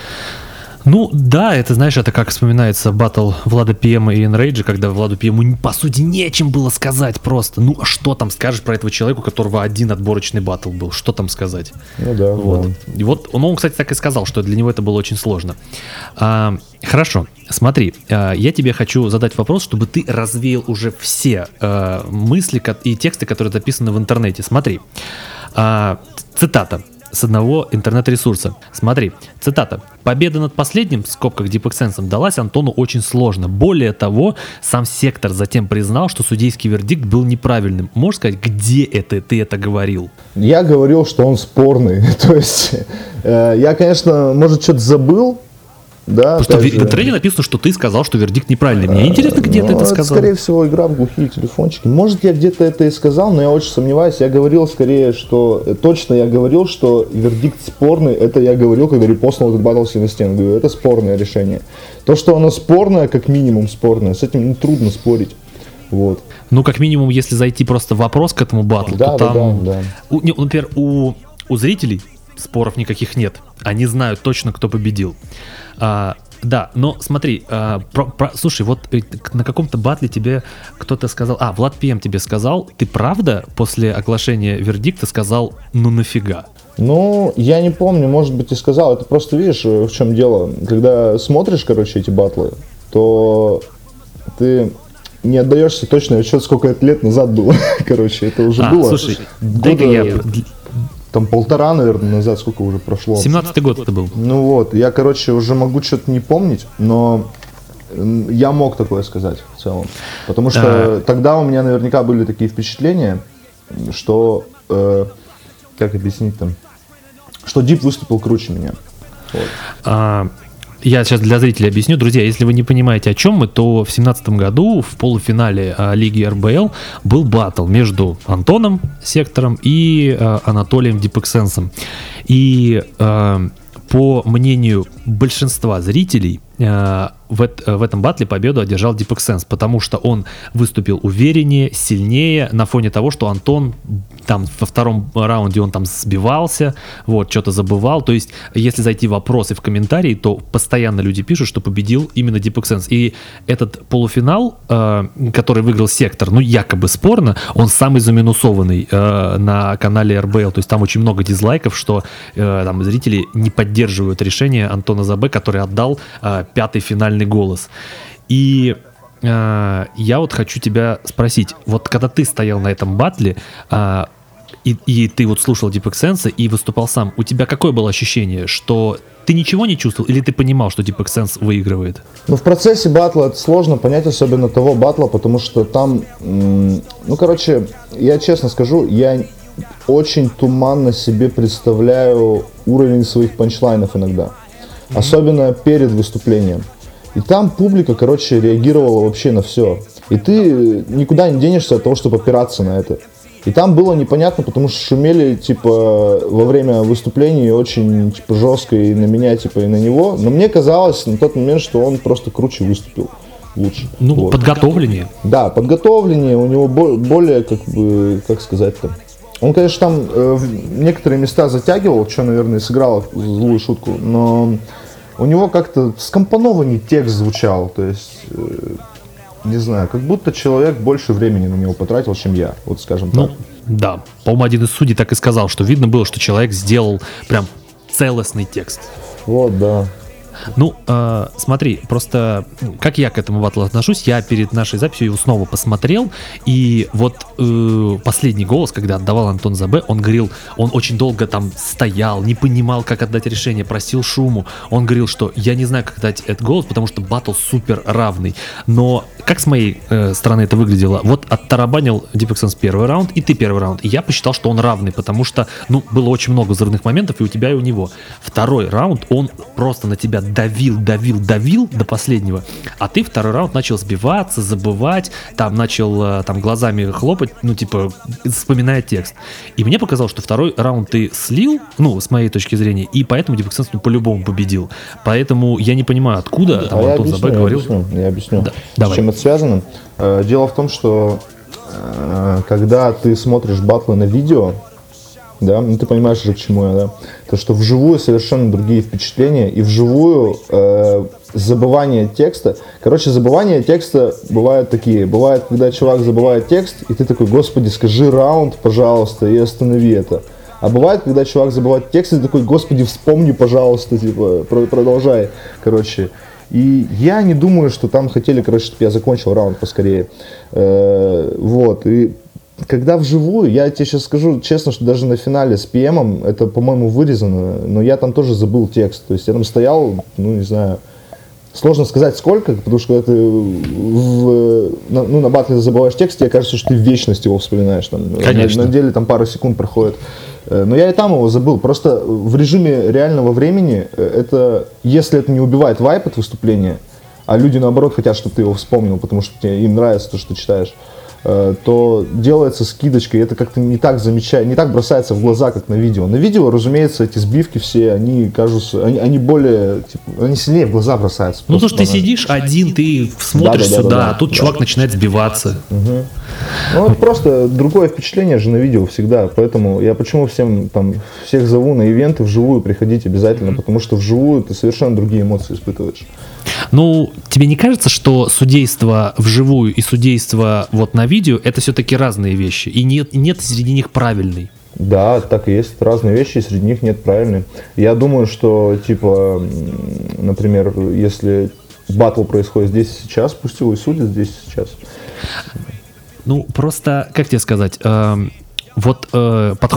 Ну да, это, знаешь, это как вспоминается баттл Влада Пиэма и Энрейджа, когда Владу Пиэму, по сути, нечем было сказать просто. Ну, а что там скажешь про этого человека, у которого один отборочный баттл был? Что там сказать? Ну да, вот. да. И вот он, он, кстати, так и сказал, что для него это было очень сложно. А, хорошо, смотри, а, я тебе хочу задать вопрос, чтобы ты развеял уже все а, мысли и тексты, которые записаны в интернете. Смотри, а, цитата с одного интернет-ресурса. Смотри, цитата. «Победа над последним, в скобках DeepXSense, далась Антону очень сложно. Более того, сам сектор затем признал, что судейский вердикт был неправильным». Можешь сказать, где это ты это говорил? Я говорил, что он спорный. То есть, э, я, конечно, может, что-то забыл. Да, Потому что в, в интернете написано, что ты сказал, что вердикт неправильный. Мне интересно, где ну, ты это это, сказал. Скорее всего, игра в глухие телефончики. Может, я где-то это и сказал, но я очень сомневаюсь. Я говорил скорее, что... Точно я говорил, что вердикт спорный. Это я говорил, когда репостнул этот батл все на стену. Говорю, это спорное решение. То, что оно спорное, как минимум спорное, с этим ну, трудно спорить. Вот. Ну, как минимум, если зайти просто в вопрос к этому батлу, да, то да, там... Да, да. У, не, например, у, у зрителей споров никаких нет. Они знают точно, кто победил. А, да, но смотри, а, про, про, слушай, вот на каком-то батле тебе кто-то сказал, а, Влад Пиэм тебе сказал, ты правда после оглашения вердикта сказал, ну нафига? Ну, я не помню, может быть, и сказал. Это просто, видишь, в чем дело. Когда смотришь, короче, эти батлы, то ты не отдаешься точно отчет, сколько это лет назад было. Короче, это уже а, было. Слушай, дай-ка я... Там полтора, наверное, назад, сколько уже прошло. семнадцатый год это был. Ну вот, я, короче, уже могу что-то не помнить, но я мог такое сказать в целом. Потому что а... тогда у меня наверняка были такие впечатления, что, э, как объяснить там, что Дип выступил круче меня. Вот. А... Я сейчас для зрителей объясню. Друзья, если вы не понимаете, о чем мы, то в две тысячи семнадцатом году в полуфинале а, Лиги эр бэ эл был баттл между Антоном Сектором и а, Анатолием Дипэксенсом. И а, по мнению большинства зрителей, а, в, в этом баттле победу одержал Дипэксенс, потому что он выступил увереннее, сильнее, на фоне того, что Антон там во втором раунде он там сбивался, вот, что-то забывал. То есть, если зайти в вопросы в комментарии, то постоянно люди пишут, что победил именно Дипэксенс. И этот полуфинал, э, который выиграл Сектор, ну, якобы спорно, он самый заминусованный э, на канале эр бэ эл. То есть, там очень много дизлайков, что э, там зрители не поддерживают решение Антона Забе, который отдал э, пятый финальный голос. И э, я вот хочу тебя спросить, вот когда ты стоял на этом баттле, э, и, и ты вот слушал Дипэксенса и выступал сам, у тебя какое было ощущение, что ты ничего не чувствовал или ты понимал, что Дипэксенс выигрывает? Ну, в процессе батла это сложно понять, особенно того батла, потому что там, ну, короче, я честно скажу, я очень туманно себе представляю уровень своих панчлайнов иногда, mm-hmm. особенно перед выступлением. И там публика, короче, реагировала вообще на все. И ты никуда не денешься от того, чтобы опираться на это. И там было непонятно, потому что шумели, типа, во время выступлений очень, типа, жестко и на меня, типа, и на него. Но мне казалось на тот момент, что он просто круче выступил, лучше. Ну, вот. Подготовленнее. Да, подготовленнее, у него более, как бы, как сказать-то. Он, конечно, там э, некоторые места затягивал, что, наверное, сыграло злую шутку, но у него как-то скомпонованный текст звучал, то есть... Э, не знаю, как будто человек больше времени на него потратил, чем я, вот скажем так. Ну, да, по-моему, один из судей так и сказал, что видно было, что человек сделал прям целостный текст. Вот, да. Ну, э, смотри, просто как я к этому баттлу отношусь, я перед нашей записью его снова посмотрел, и вот э, последний голос, когда отдавал Антон Забе, он говорил, он очень долго там стоял, не понимал, как отдать решение, просил шуму, он говорил, что я не знаю, как дать этот голос, потому что баттл супер равный, но как с моей э, стороны это выглядело, вот оттарабанил Дипэксенс первый раунд, и ты первый раунд, и я посчитал, что он равный, потому что, ну, было очень много взрывных моментов, и у тебя, и у него. Второй раунд, он просто на тебя давил, давил, давил до последнего, а ты второй раунд начал сбиваться, забывать, там начал там глазами хлопать, ну типа вспоминая текст. И мне показалось, что второй раунд ты слил, ну с моей точки зрения, и поэтому Дипэксенс ну, по-любому победил. Поэтому я не понимаю, откуда там а Антон Забе говорил. Я объясню, я объясню. Да, с давай. чем это связано. Дело в том, что когда ты смотришь батлы на видео, да, ну ты понимаешь уже к чему я, да, то что вживую совершенно другие впечатления, и вживую э, забывание текста, короче, забывание текста бывают такие, бывает, когда чувак забывает текст, и ты такой, господи, скажи раунд, пожалуйста, и останови это, а бывает, когда чувак забывает текст, и ты такой, господи, вспомни, пожалуйста, типа, продолжай, короче. И я не думаю, что там хотели, короче, чтобы я закончил раунд поскорее, э, вот, и когда вживую, я тебе сейчас скажу честно, что даже на финале с пи эм это, по-моему, вырезано, но я там тоже забыл текст, то есть я там стоял, ну, не знаю, сложно сказать сколько, потому что когда ты в, на, ну, на батле забываешь текст, тебе кажется, что ты в вечность его вспоминаешь, там, конечно. На, на деле там пару секунд проходит, но я и там его забыл, просто в режиме реального времени, это, если это не убивает вайп от выступления, а люди, наоборот, хотят, чтобы ты его вспомнил, потому что тебе, им нравится то, что ты читаешь, то делается скидочка, и это как-то не так замечает, не так бросается в глаза, как на видео. На видео, разумеется, эти сбивки все, они кажутся, они, они более, типа, они сильнее в глаза бросаются. Ну, потому что ты сидишь один, ты смотришь да, да, сюда, да, да, а тут да, чувак да. начинает сбиваться. Угу. Ну, это просто другое впечатление же на видео всегда, поэтому я почему всем, там, всех зову на ивенты вживую приходить обязательно, mm-hmm. потому что вживую ты совершенно другие эмоции испытываешь. Ну, тебе не кажется, что судейство вживую и судейство вот на видео это все-таки разные вещи, и нет, нет среди них правильной? Да, так и есть, разные вещи, и среди них нет правильной. Я думаю, что, типа, например, если баттл происходит здесь и сейчас, пусть его и судят здесь и сейчас. Ну, просто, как тебе сказать, э, вот э, подход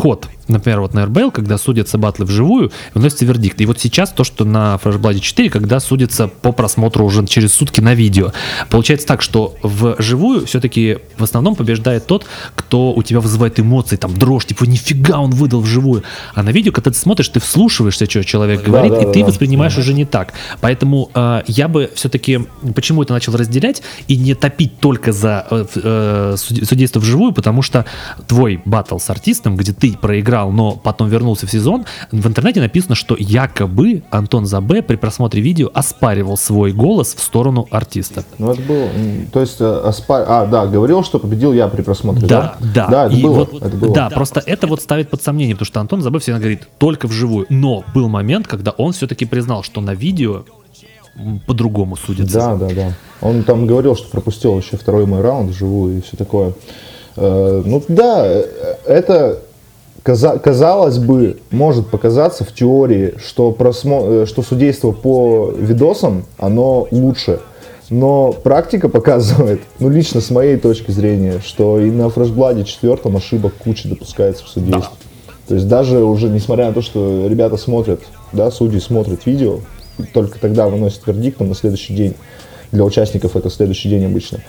например, вот на эр би эл, когда судятся батлы вживую, выносится вердикт. И вот сейчас то, что на Fresh Blood четыре, когда судятся по просмотру уже через сутки на видео. Получается так, что вживую все-таки в основном побеждает тот, кто у тебя вызывает эмоции, там дрожь, типа нифига он выдал вживую. А на видео, когда ты смотришь, ты вслушиваешься, что человек говорит, да, да, и ты да, воспринимаешь да. уже не так. Поэтому э, я бы все-таки, почему это начал разделять и не топить только за э, э, судейство вживую, потому что твой баттл с артистом, где ты проиграл, но потом вернулся в сезон, в интернете написано, что якобы Антон Забе при просмотре видео оспаривал свой голос в сторону артиста. Ну это было, то есть оспар... а, да, говорил, что победил я при просмотре, да? Да, да. Да, это, и было, вот, это было. Да, просто это вот ставит под сомнение, потому что Антон Забе всегда говорит только вживую. Но был момент, когда он все-таки признал, что на видео по-другому судится. Да, да, да. Он там говорил, что пропустил еще второй мой раунд вживую и все такое. Э, ну да, это каза- казалось бы, может показаться в теории, что, просмо- что судейство по видосам, оно лучше. Но практика показывает, ну лично с моей точки зрения, что и на Fresh Blood четыре ошибок куча допускается в судействе. Да. То есть даже уже несмотря на то, что ребята смотрят, да, судьи смотрят видео, только тогда выносят вердикт на следующий день. Для участников это следующий день обычно.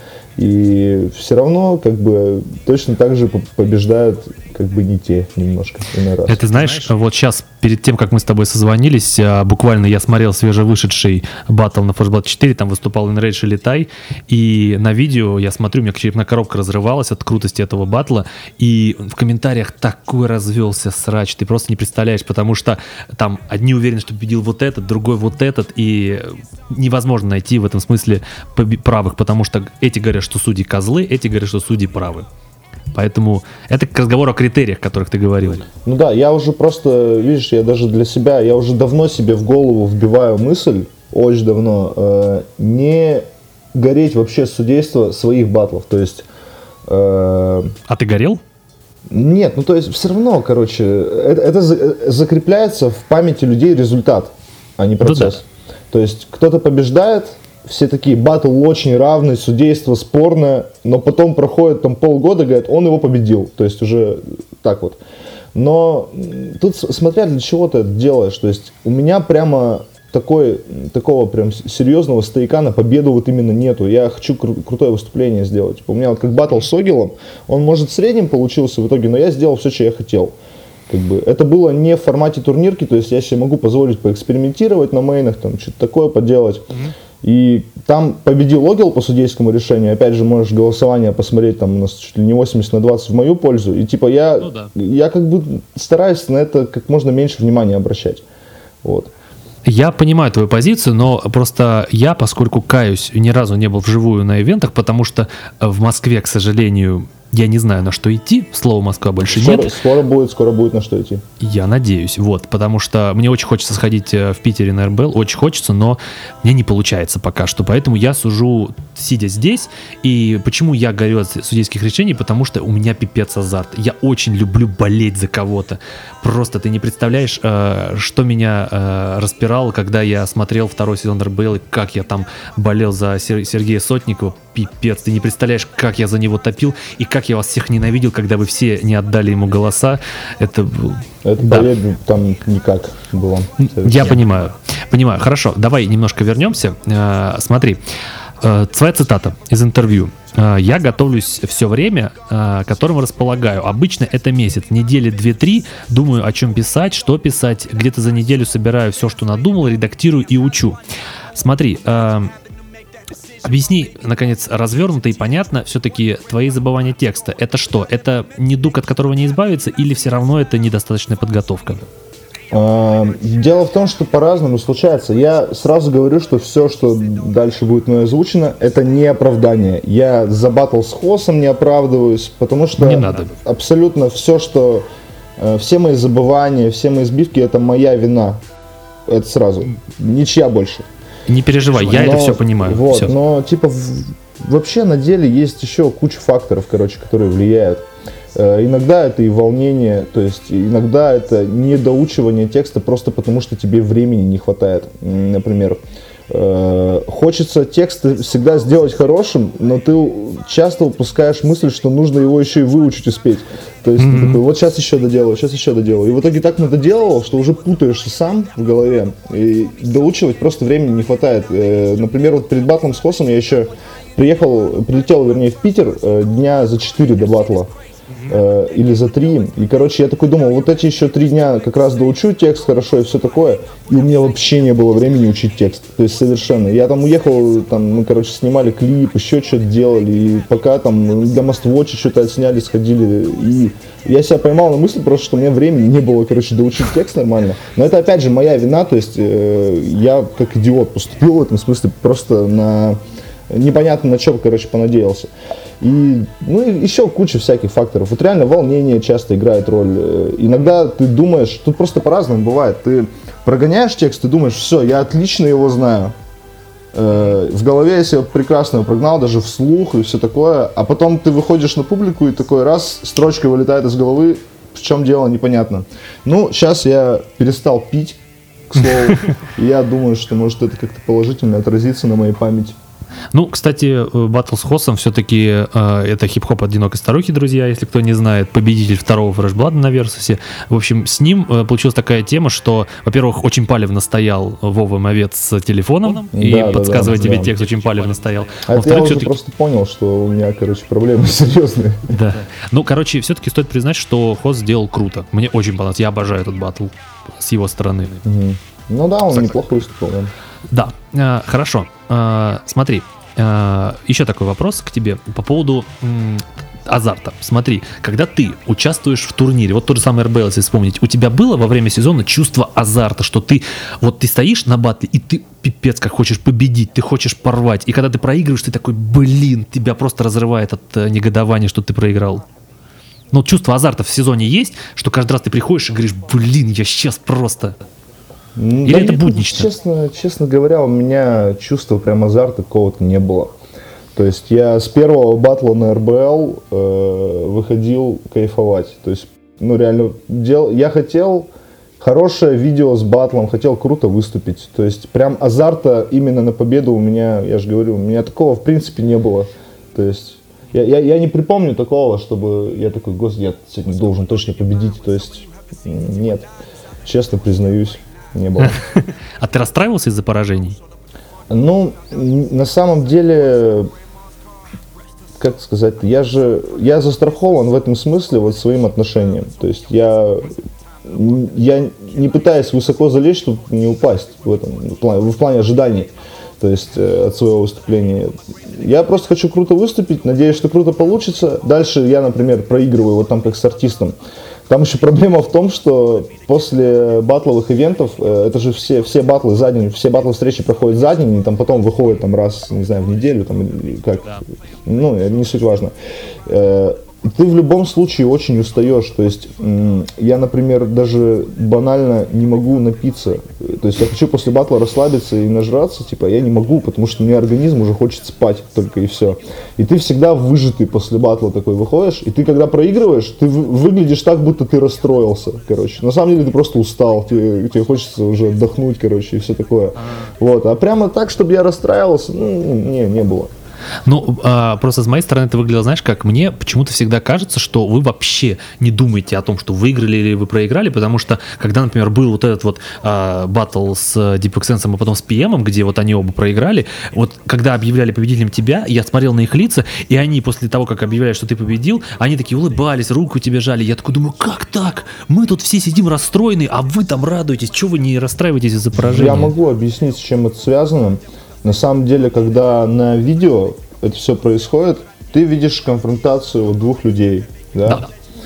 И все равно как бы точно так же побеждают как бы не те немножко. Раз. Это знаешь, вот сейчас перед тем, как мы с тобой созвонились, буквально я смотрел свежевышедший баттл на Fresh Blood четыре, там выступал Enrage и Летай, и на видео я смотрю, у меня черепная коробка разрывалась от крутости этого баттла, и в комментариях такой развелся срач, ты просто не представляешь, потому что там одни уверены, что победил вот этот, другой вот этот, и невозможно найти в этом смысле правых, потому что эти говорят, что судьи козлы, эти говорят, что судьи правы. Поэтому это к разговору о критериях, о которых ты говорил. Ну да, я уже просто, видишь, я даже для себя, я уже давно себе в голову вбиваю мысль, очень давно, э, не гореть вообще с судейства своих баттлов, то есть... Э, а ты горел? Нет, ну то есть все равно, короче, это, это закрепляется в памяти людей результат, а не процесс. Да-да. То есть кто-то побеждает, все такие, баттл очень равный, судейство спорное, но потом проходит там полгода, говорят, он его победил. То есть уже так вот. Но тут смотря для чего ты это делаешь. То есть у меня прямо такой, такого прям серьезного стояка на победу вот именно нету. Я хочу кру- крутое выступление сделать. Типа, у меня вот как баттл с Огилом, он может средним получился в итоге, но я сделал все, что я хотел. Как бы, это было не в формате турнирки, то есть я себе могу позволить поэкспериментировать на мейнах, там что-то такое поделать. Mm-hmm. И там победил Огил по судейскому решению. Опять же, можешь голосование посмотреть, там у нас чуть ли не восемьдесят на двадцать в мою пользу. И типа я, ну, да. я как бы стараюсь на это как можно меньше внимания обращать. Вот. Я понимаю твою позицию, но просто я, поскольку каюсь, ни разу не был вживую на ивентах, потому что в Москве, к сожалению, я не знаю, на что идти. Слово Москва больше скоро, нет. Скоро будет, скоро будет на что идти. Я надеюсь, вот, потому что мне очень хочется сходить в Питере на эр би эл, очень хочется, но мне не получается пока что, поэтому я сужу, сидя здесь. И почему я горю от судейских решений? Потому что у меня пипец азарт. Я очень люблю болеть за кого-то. Просто ты не представляешь, что меня распирало, когда я смотрел второй сезон эр би эл, и как я там болел за Сергея Сотникова. Пипец, ты не представляешь, как я за него топил, и как я вас всех ненавидел, когда вы все не отдали ему голоса. Это, это да. Поверь, там никак было. Я понимаю. Понимаю. Хорошо, давай немножко вернемся. Э, смотри, э, твоя цитата из интервью. Э, «Я готовлюсь все время, э, которым располагаю. Обычно это месяц, недели две-три. Думаю, о чем писать, что писать. Где-то за неделю собираю все, что надумал, редактирую и учу». Смотри, э, объясни, наконец, развернуто и понятно, все-таки твои забывания текста. Это что? Это недуг, от которого не избавиться, или все равно это недостаточная подготовка? Дело в том, что по-разному случается. Я сразу говорю, что все, что дальше будет мной озвучено, это не оправдание. Я за баттл с Хосом не оправдываюсь, потому что не надо. Абсолютно все, что... Все мои забывания, все мои сбивки, это моя вина. Это сразу. Ничья больше. Не переживай, я но, это все понимаю. Вот, все. Но типа в, вообще на деле есть еще куча факторов, короче, которые влияют. Э, иногда это и волнение, то есть иногда это недоучивание текста просто потому, что тебе времени не хватает. Например, э, хочется текст всегда сделать хорошим, но ты часто упускаешь мысль, что нужно его еще и выучить, успеть. То есть mm-hmm. ты такой, вот сейчас еще доделаю, сейчас еще доделаю. И в итоге так надоделал, что уже путаешься сам в голове, и доучивать просто времени не хватает. Э, например, вот перед батлом с Хосом я еще приехал, прилетел, вернее, в Питер э, дня за четыре до батла. Э, или за три. И, короче, я такой думал, вот эти еще три дня как раз доучу текст хорошо и все такое. И у меня вообще не было времени учить текст. То есть совершенно. Я там уехал, там, мы, короче, снимали клип, еще что-то делали. И пока там для Mostwatch что-то отсняли, сходили. И я себя поймал на мысли просто, что у меня времени не было, короче, доучить текст нормально. Но это, опять же, моя вина. То есть э, я как идиот поступил в этом смысле просто на... непонятно на чем, короче, понадеялся. И, ну, и еще куча всяких факторов. Вот реально волнение часто играет роль. Иногда ты думаешь, тут просто по-разному бывает. Ты прогоняешь текст, ты думаешь, все, я отлично его знаю. В голове я себе прекрасно его прогнал, даже вслух и все такое. А потом ты выходишь на публику и такой раз, строчка вылетает из головы, в чем дело, непонятно. Ну, сейчас я перестал пить, к слову. И я думаю, что может это как-то положительно отразится на моей памяти. Ну, кстати, батл с Хосом все-таки э, это хип-хоп одинокой старухи, друзья, если кто не знает, победитель второго фрешблада на Версусе. В общем, с ним э, получилась такая тема, что, во-первых, очень палевно стоял Вова Мовец с телефоном, да, и да, подсказывать да, тебе да. текст очень палевно стоял. А это я уже просто понял, что у меня, короче, проблемы серьезные. Да. Ну, короче, все-таки стоит признать, что Хос сделал круто. Мне очень понравилось, я обожаю этот батл с его стороны. Угу. Ну да, он неплохо выступил. Да, да. Э, хорошо. Uh, смотри, uh, еще такой вопрос к тебе по поводу м, азарта. Смотри, когда ты участвуешь в турнире, вот тот же самый эр би эл, если вспомнить, у тебя было во время сезона чувство азарта, что ты, вот ты стоишь на батле, и ты пипец как хочешь победить, ты хочешь порвать, и когда ты проигрываешь, ты такой, блин, тебя просто разрывает от uh, негодования, что ты проиграл. Ну, чувство азарта в сезоне есть, что каждый раз ты приходишь и говоришь, блин, я сейчас просто... Или да это буднично? Честно, честно говоря, у меня чувства прям азарта какого-то не было. То есть я с первого батла на эр би эл э, выходил кайфовать. То есть, ну реально, дел... я хотел хорошее видео с батлом, хотел круто выступить. То есть прям азарта именно на победу у меня, я же говорю, у меня такого в принципе не было. То есть я, я, я не припомню такого, чтобы я такой, господи, я сегодня должен точно победить. То есть нет, честно признаюсь. Не было. А ты расстраивался из-за поражений? Ну, на самом деле, как сказать, я же, я застрахован в этом смысле вот своим отношением. То есть я, я не пытаюсь высоко залезть, чтобы не упасть в этом, в плане, в плане ожиданий. То есть э, от своего выступления. Я просто хочу круто выступить, надеюсь, что круто получится. Дальше я, например, проигрываю вот там как с артистом. Там еще проблема в том, что после батловых ивентов, э, это же все, все батлы за день, все батлы встречи проходят за день, и там потом выходят там раз, не знаю, в неделю, там, как, да. Ну, не суть важно. Э, ты в любом случае очень устаешь. То есть м- я, например, даже банально не могу напиться. То есть я хочу после батла расслабиться и нажраться, типа, я не могу, потому что мне организм уже хочет спать только и все. И ты всегда выжатый после батла такой выходишь, и ты когда проигрываешь, ты выглядишь так, будто ты расстроился, короче. На самом деле ты просто устал, тебе, тебе хочется уже отдохнуть, короче, и все такое. Вот. А прямо так, чтобы я расстраивался, ну, не, не было. Ну, а, просто с моей стороны это выглядело, знаешь, как мне почему-то всегда кажется, что вы вообще не думаете о том, что выиграли или вы проиграли, потому что, когда, например, был вот этот вот а, баттл с Deep X Sense, а потом с пи эм, где вот они оба проиграли, вот когда объявляли победителем тебя, я смотрел на их лица, и они после того, как объявляли, что ты победил, они такие улыбались, руку тебе жали, я такой думаю, как так? Мы тут все сидим расстроены, а вы там радуетесь, чего вы не расстраиваетесь из-за поражения? Я могу объяснить, с чем это связано. На самом деле, когда на видео это все происходит, ты видишь конфронтацию двух людей, да? Да.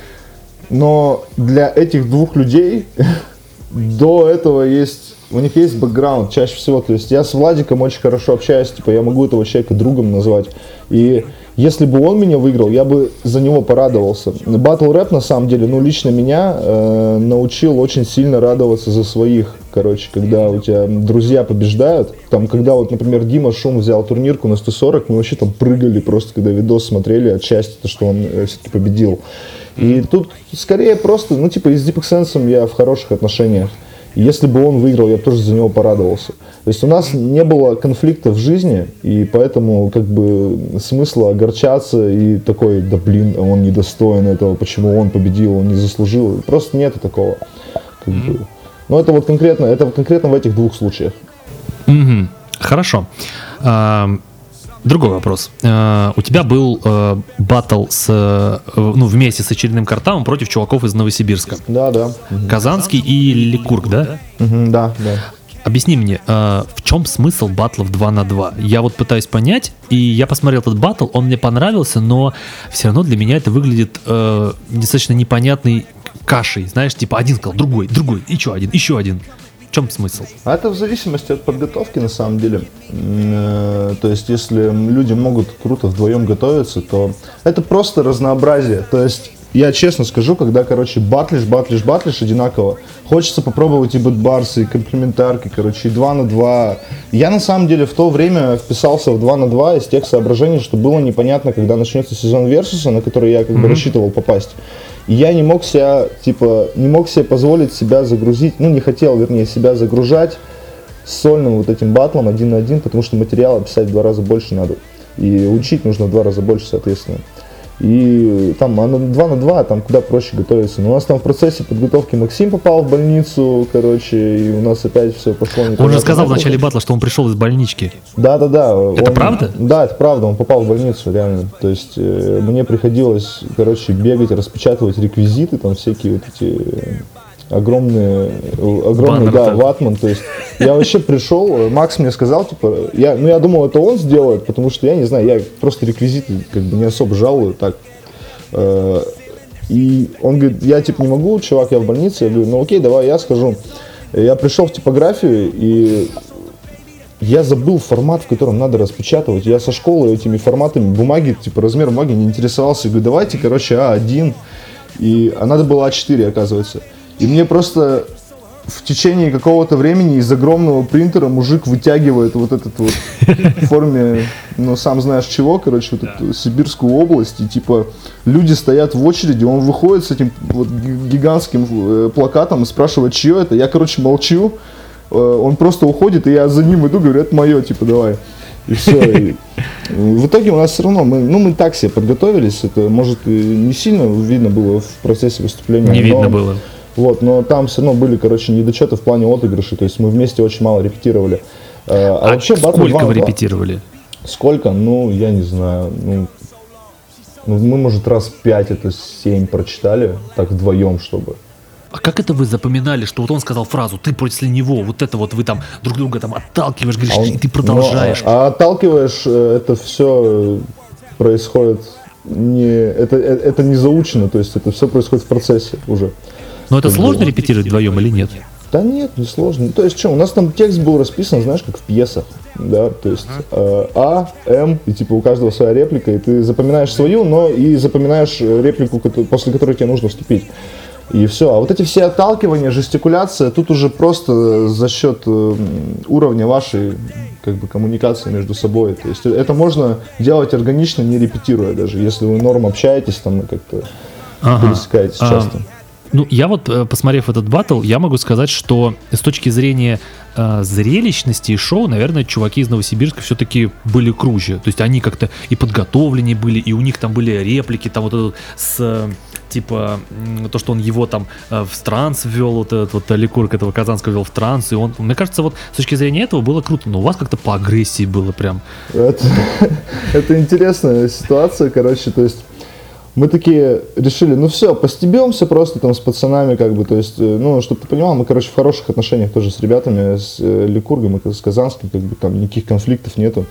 Но для этих двух людей до этого есть, у них есть бэкграунд чаще всего. То есть я с Владиком очень хорошо общаюсь, типа я могу этого человека другом назвать. И если бы он меня выиграл, я бы за него порадовался. Батл рэп, на самом деле, ну лично меня э, научил очень сильно радоваться за своих. Короче, когда у тебя друзья побеждают, там, когда вот, например, Дима Шум взял турнирку на сто сорок, мы вообще там прыгали просто, когда видос смотрели от счастья, то, что он э, все-таки победил. И тут скорее просто, ну типа и с Deep X Sense я в хороших отношениях. И если бы он выиграл, я бы тоже за него порадовался. То есть у нас не было конфликта в жизни, и поэтому как бы смысла огорчаться и такой, да блин, он недостоин этого, почему он победил, он не заслужил. Просто нету такого. Как бы. Но это вот конкретно, это конкретно в этих двух случаях. Mm-hmm. Хорошо. А, другой вопрос. А, у тебя был а, баттл с, а, ну, вместе с очередным Картавом против чуваков из Новосибирска. Да, да. Казанский и Ликург, да? Угу, да, да. Объясни мне, а, в чем смысл баттлов два на два? Я вот пытаюсь понять, и я посмотрел этот баттл, он мне понравился, но все равно для меня это выглядит а, достаточно непонятной кашей. Знаешь, типа один сказал, другой, другой, еще один, еще один. В чем смысл? А это в зависимости от подготовки, на самом деле. То есть, если люди могут круто вдвоем готовиться, то это просто разнообразие. То есть, я честно скажу, когда, короче, батлишь, батлишь, батлишь одинаково, хочется попробовать и бэтбарсы, и комплементарки, короче, и два на два. Я, на самом деле, в то время вписался в два на два из тех соображений, что было непонятно, когда начнется сезон Версуса, на который я как бы mm-hmm. рассчитывал попасть. И я не мог себя, типа, не мог себе позволить себя загрузить, ну, не хотел, вернее, себя загружать сольным вот этим батлом один на один, потому что материала писать в два раза больше надо. И учить нужно в два раза больше, соответственно. И там два на два, там куда проще готовиться. Но у нас там в процессе подготовки Максим попал в больницу, короче, и у нас опять все пошло не Он же сказал в начале батла, что он пришел из больнички. Да-да-да. Это он, правда? Да, это правда, он попал в больницу, реально. То есть э, мне приходилось, короче, бегать, распечатывать реквизиты, там всякие вот эти огромные, огромный, да, так. ватман. То есть я вообще пришел, Макс мне сказал, типа, я, ну я думал, это он сделает, потому что я не знаю, я просто реквизиты как бы не особо жалую, так. И он говорит, я типа не могу, чувак, я в больнице. Я говорю, ну окей, давай я скажу. Я пришел в типографию, и я забыл формат, в котором надо распечатывать. Я со школы этими форматами бумаги, типа размер бумаги не интересовался. Я говорю, давайте, короче, а один. И, а надо было а четыре, оказывается. И мне просто в течение какого-то времени из огромного принтера мужик вытягивает вот этот вот в форме, ну, сам знаешь чего, короче, вот эту Сибирскую область, и типа люди стоят в очереди, он выходит с этим вот гигантским плакатом и спрашивает, чье это, я, короче, молчу, он просто уходит, и я за ним иду, говорю, это мое, типа, давай. И все. И в итоге у нас все равно, мы, ну, мы так себе подготовились, это, может, и не сильно видно было в процессе выступления. Не видно было. Вот, но там все равно были, короче, недочеты в плане отыгрышей, то есть мы вместе очень мало репетировали. А, а вообще, сколько вы репетировали? Сколько? Ну, я не знаю. Ну, мы, может, раз пять, это семь прочитали, так вдвоем, чтобы. А как это вы запоминали, что вот он сказал фразу, ты после него, вот это вот вы там друг друга там отталкиваешь, говоришь, а он, и ты продолжаешь. Ну, а, а отталкиваешь, это все происходит не, это, это не заучено, то есть это все происходит в процессе уже. Но это сложно репетировать вдвоем или нет? Да нет, не сложно. То есть что, у нас там текст был расписан, знаешь, как в пьесах, да, то есть э, А, М, и типа у каждого своя реплика, и ты запоминаешь свою, но и запоминаешь реплику, после которой тебе нужно вступить. И все. А вот эти все отталкивания, жестикуляция, тут уже просто за счет э, уровня вашей как бы коммуникации между собой. То есть это можно делать органично, не репетируя даже, если вы норм общаетесь там и как-то ага. пересекаетесь а, часто. Ну, я вот, посмотрев этот баттл, я могу сказать, что с точки зрения э, зрелищности и шоу, наверное, чуваки из Новосибирска все-таки были круче. То есть они как-то и подготовленнее были, и у них там были реплики, там вот этот с... Типа, то, что он его там э, в транс ввел, вот этот вот Ликург этого Казанского ввел в транс, и он, мне кажется, вот с точки зрения этого было круто, но у вас как-то по агрессии было прям. Это, это интересная ситуация, короче, то есть мы такие решили, ну все, постебемся просто там с пацанами, как бы, то есть, ну, чтобы ты понимал, мы, короче, в хороших отношениях тоже с ребятами, с э, Ликургом и с Казанским, как бы, там никаких конфликтов нету,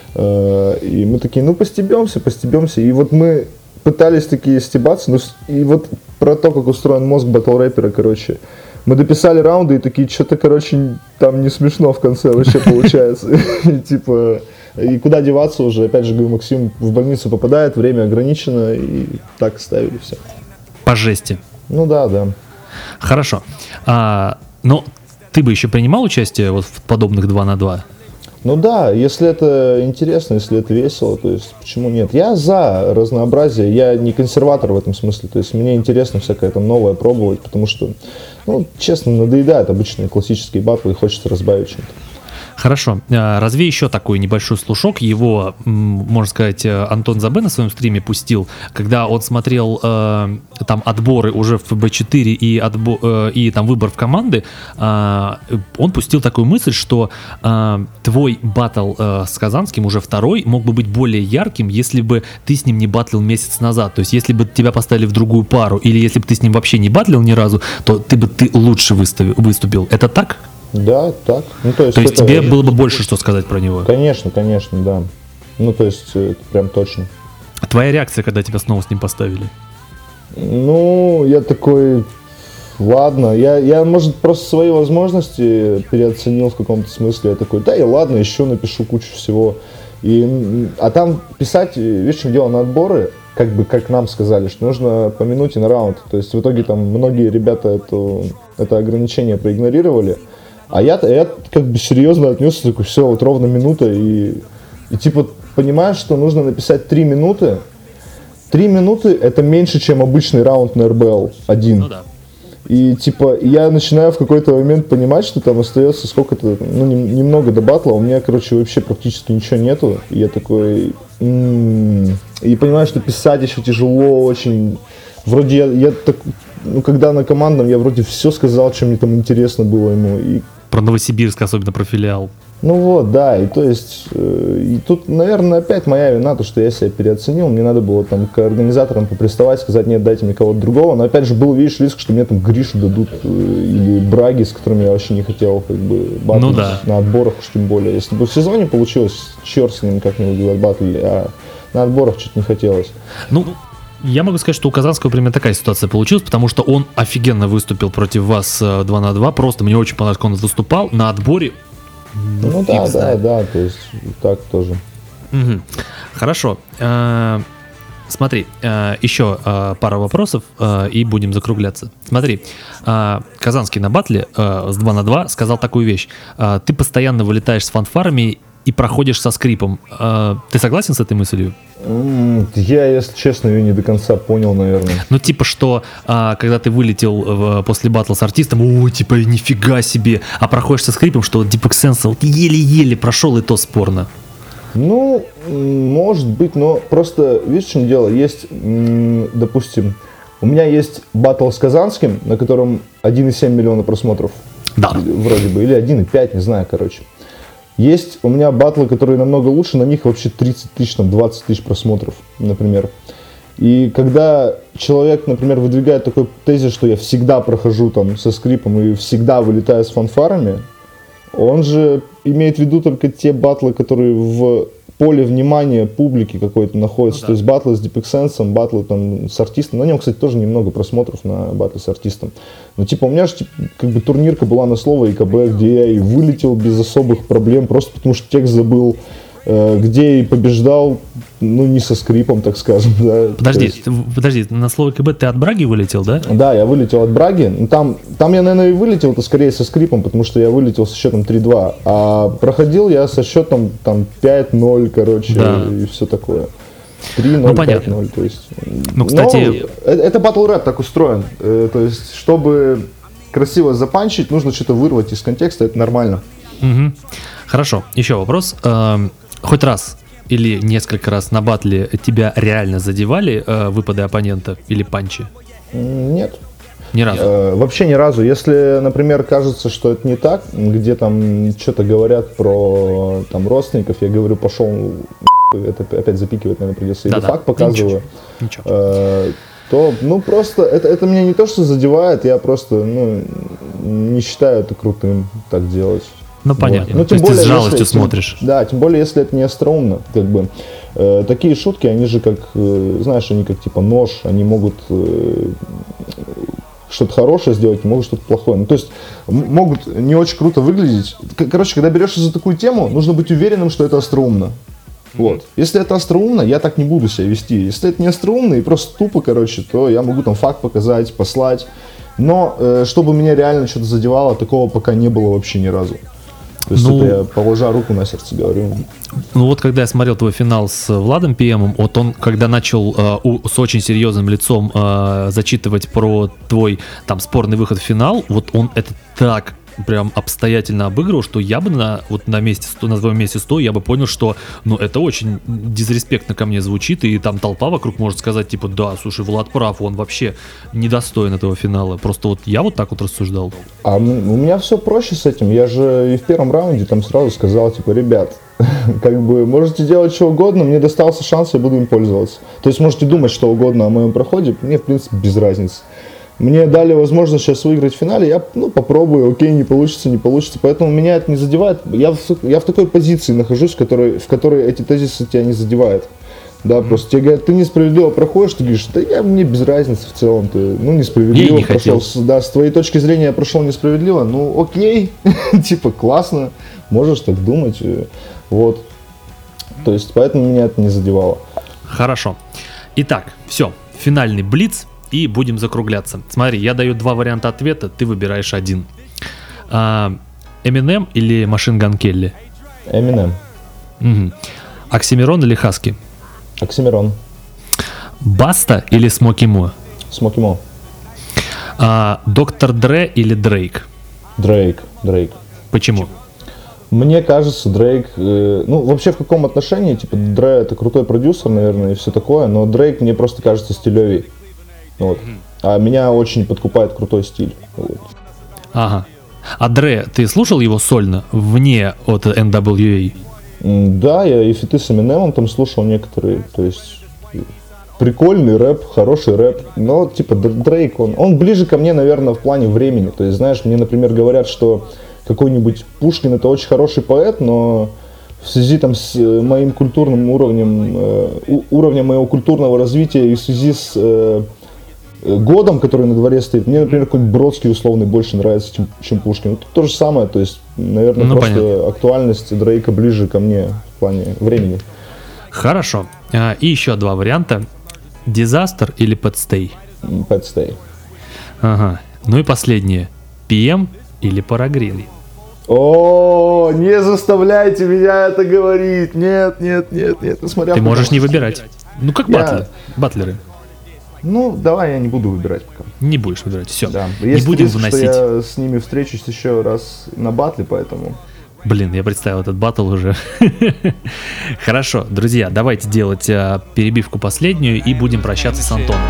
э, и мы такие, ну, постебемся, постебемся, и вот мы пытались такие стебаться, ну, и вот про то, как устроен мозг батл-рэпера, короче. Мы дописали раунды и такие, что-то, короче, там не смешно в конце вообще получается. И типа, и куда деваться уже, опять же, говорю, Максим в больницу попадает, время ограничено, и так ставили все. По жести. Ну да, да. Хорошо. А, но ты бы еще принимал участие вот в подобных два на два? Ну да, если это интересно, если это весело, то есть почему нет? Я за разнообразие, я не консерватор в этом смысле, то есть мне интересно всякое там новое пробовать, потому что, ну, честно, надоедают обычные классические батлы и хочется разбавить чем-то. Хорошо. Разве еще такой небольшой слушок. Его, можно сказать, Антон Забе на своем стриме пустил, когда он смотрел э, там отборы уже в бэ четыре и, отбо, э, и там выбор в команды. Э, он пустил такую мысль, что э, твой баттл э, с Казанским, уже второй, мог бы быть более ярким, если бы ты с ним не батлил месяц назад. То есть, если бы тебя поставили в другую пару, или если бы ты с ним вообще не батлил ни разу, то ты бы ты лучше выставил, выступил. Это так? Да, так. Ну, то есть, то есть это... тебе было бы больше что сказать про него? Конечно, конечно, да. Ну, то есть, это прям точно. Твоя реакция, когда тебя снова с ним поставили? Ну, я такой, ладно, я, я, может, просто свои возможности переоценил в каком-то смысле. Я такой, да и ладно, еще напишу кучу всего. И, а там писать, видишь, в чем дело, на отборы, как бы, как нам сказали, что нужно по минуте на раунд. То есть, в итоге там многие ребята это, это ограничение проигнорировали. А я, я как бы серьезно отнесся, такой, все, вот ровно минута, и, и типа понимаешь, что нужно написать три минуты. Три минуты это меньше, чем обычный раунд на эр бэ эл один. Ну да. И типа я начинаю в какой-то момент понимать, что там остается сколько-то, ну не, немного до батла, у меня, короче, вообще практически ничего нету. И я такой, м-м-м. И понимаю, что писать еще тяжело очень. Вроде я, я так, ну когда на командном, я вроде все сказал, что мне там интересно было ему. И про Новосибирск, особенно про филиал. Ну вот, да, и то есть, э, и тут, наверное, опять моя вина, то, что я себя переоценил, мне надо было там к организаторам поприставать, сказать, нет, дайте мне кого-то другого, но опять же был, видишь, риск, что мне там Гришу дадут, э, или Браги, с которыми я вообще не хотел, как бы, батлить ну, да. на отборах, уж тем более. Если бы в сезоне получилось, черт с ним как-нибудь батлили, а на отборах что-то не хотелось. Ну, я могу сказать, что у Казанского примерно такая ситуация получилась, потому что он офигенно выступил против вас два на два. Просто мне очень понравилось, как он выступал на отборе. Ну, ну да, да, да, то есть так тоже. Угу. Хорошо. Э-э- смотри, э- еще э- пара вопросов, э- и будем закругляться. Смотри, э- Казанский на батле э- с два на два сказал такую вещь. Э- ты постоянно вылетаешь с фанфарами и проходишь со скрипом. Э, ты согласен с этой мыслью? Я, если честно, ее не до конца понял, наверное. Ну, типа, что а, когда ты вылетел в, после батла с артистом, о, типа, нифига себе, а проходишь со скрипом, что Deep X Sense вот еле-еле прошел, и то спорно. Ну, может быть, но просто, видишь, в чем дело? Есть, допустим, у меня есть батл с Казанским, на котором один и семь миллиона просмотров. Да. Вроде бы, или один и пять, не знаю, короче. Есть у меня батлы, которые намного лучше, на них вообще тридцать тысяч, там, двадцать тысяч просмотров, например. И когда человек, например, выдвигает такой тезис, что я всегда прохожу там со скрипом и всегда вылетаю с фанфарами, он же имеет в виду только те батлы, которые в поле внимания публики какой-то находятся. Ну, да. То есть батлы с Deep X Sense, батлы там с артистом. На нем, кстати, тоже немного просмотров на батлы с артистом. Но типа у меня же типа, как бы турнирка была на слово ИКБ, где я и вылетел без особых проблем, просто потому что текст забыл, э, где и побеждал, ну не со скрипом, так скажем. Да. Подожди, есть... подожди, на слово ИКБ ты от Браги вылетел, да? Да, я вылетел от Браги. Там, там я, наверное, и вылетел-то скорее со скрипом, потому что я вылетел со счетом три-два. А проходил я со счетом там пять-ноль, короче, да. И все такое. три-ноль, ну, пять-ноль, то есть. Ну, кстати... Но это батл рэп так устроен. То есть, чтобы красиво запанчить, нужно что-то вырвать из контекста, это нормально. Угу. Хорошо, еще вопрос. Хоть раз или несколько раз на батле тебя реально задевали э, выпады оппонента или панчи? Нет. Ни разу? Э, вообще ни разу. Если, например, кажется, что это не так, где там что-то говорят про там, родственников, я говорю, пошел, это опять запикивать, наверное, придется, или да, факт да. показываю, ничего. Ничего. Э, то, ну, просто, это, это меня не то, что задевает, я просто, ну, не считаю это крутым так делать. Ну, понятно. Вот. Ну, то есть более, ты с жалостью если, смотришь. Да, тем более, если это не остроумно, как бы. Э, такие шутки, они же как, э, знаешь, они как типа нож, они могут э, что-то хорошее сделать, могут что-то плохое. Ну, то есть м- могут не очень круто выглядеть. Короче, когда берешься за такую тему, нужно быть уверенным, что это остроумно. Вот. Если это остроумно, я так не буду себя вести. Если это не остроумно и просто тупо, короче, то я могу там факт показать, послать. Но э, чтобы меня реально что-то задевало, такого пока не было вообще ни разу. То есть Ну, это я, положа руку на сердце, говорю. Ну вот когда я смотрел твой финал с Владом Пиемом, вот он, когда начал э, у, с очень серьезным лицом э, зачитывать про твой там спорный выход в финал, вот он это так прям обстоятельно обыгрывал, что я бы на, вот на, месте, на твоем месте сто, я бы понял, что ну это очень дизреспектно ко мне звучит, и там толпа вокруг может сказать, типа, да, слушай, Влад прав, он вообще недостоин этого финала. Просто вот я вот так вот рассуждал. А у меня все проще с этим. Я же и в первом раунде там сразу сказал, типа, ребят, как бы можете делать что угодно, мне достался шанс, я буду им пользоваться. То есть можете думать что угодно о моем проходе, мне в принципе без разницы. Мне дали возможность сейчас выиграть в финале, я ну, попробую, окей, не получится, не получится. Поэтому меня это не задевает. Я в, я в такой позиции нахожусь, в которой, в которой эти тезисы тебя не задевают. Да, mm-hmm. Просто тебе говорят, ты несправедливо проходишь, ты говоришь, да я, мне без разницы в целом, ты ну, несправедливо не прошел. С, да, с твоей точки зрения я прошел несправедливо, ну окей, типа классно, можешь так думать. Вот. То есть поэтому меня это не задевало. Хорошо. Итак, все, финальный блиц. И будем закругляться. Смотри, я даю два варианта ответа, ты выбираешь один. Эминем или Машин Ган Келли? Эминем. Угу. Оксимирон или Хаски? Оксимирон. Баста или Смоки Мо? Смоки Мо. А, Доктор Дре или Дрейк? Дрейк. Дрейк. Почему? Мне кажется, Дрейк, э, ну вообще в каком отношении, типа Дре это крутой продюсер, наверное, и все такое, но Дрейк мне просто кажется стилевей. Вот. А меня очень подкупает крутой стиль. Вот. Ага. А Дре, ты слушал его сольно, вне от эн дабл ю эй? Да, я и фиты с Эминемом там слушал некоторые. То есть прикольный рэп, хороший рэп. Но типа Дрейк, он, он ближе ко мне, наверное, в плане времени. То есть, знаешь, мне, например, говорят, что какой-нибудь Пушкин это очень хороший поэт, но в связи там с моим культурным уровнем, э, уровнем моего культурного развития и в связи с э, годом, который на дворе стоит, мне, например, какой-нибудь Бродский условный больше нравится, чем, чем Пушкин. Тут то же самое, то есть, наверное, ну, просто понятно. Актуальность Дрейка ближе ко мне в плане времени. Хорошо. А, и еще два варианта. Disaster или Pet Stay? Pet Stay. Ага. Ну и последнее. пи эм или Парагрин? О, не заставляйте меня это говорить. Нет, нет, нет, нет. Ну, смотря Ты можешь не выбирать. Ну как я... батлы, батлеры. Ну, давай я не буду выбирать пока. Не будешь выбирать, все. Да. Не Есть будем риск, выносить. Что я с ними встречусь еще раз на батле, поэтому... Блин, я представил этот батл уже. Хорошо, друзья, давайте делать а, перебивку последнюю и будем прощаться с Антоном.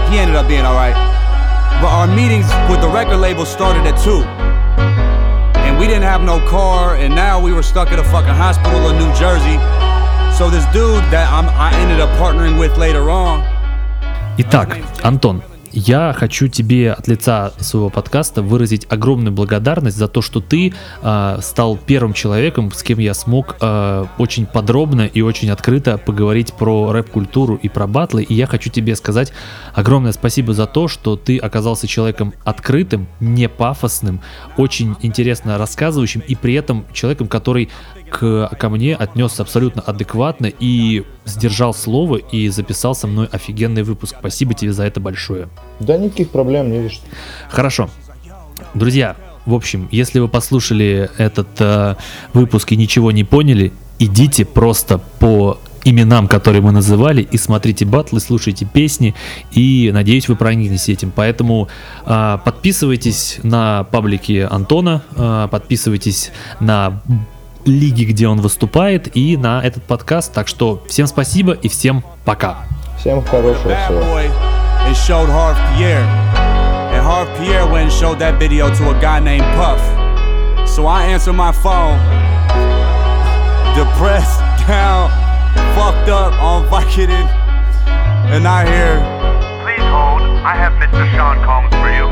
We didn't have no car, and now we were stuck at a fucking hospital in New Jersey. So this dude that I'm, I ended up partnering with later on. Итак, Антон, я хочу тебе от лица своего подкаста выразить огромную благодарность за то, что ты э, стал первым человеком, с кем я смог э, очень подробно и очень открыто поговорить про рэп-культуру и про батлы. И я хочу тебе сказать огромное спасибо за то, что ты оказался человеком открытым, не пафосным, очень интересно рассказывающим и при этом человеком, который к, ко мне отнесся абсолютно адекватно и сдержал слово и записал со мной офигенный выпуск. Спасибо тебе за это большое. Да никаких проблем, не вижу. Хорошо. Друзья, в общем, если вы послушали этот э, выпуск и ничего не поняли, идите просто по именам, которые мы называли, и смотрите батлы, слушайте песни, и надеюсь, вы проникнетесь этим. Поэтому э, подписывайтесь на паблики Антона, э, подписывайтесь на лиги, где он выступает, и на этот подкаст. Так что всем спасибо и всем пока. Всем хорошего всего. And showed Harv Pierre, and Harv Pierre went and showed that video to a guy named Puff. So I answer my phone, depressed, down, fucked up on Vicodin, and I hear, please hold, I have Mister Sean Combs for you.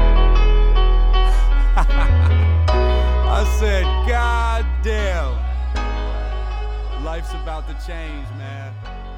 I said, God damn, life's about to change, man.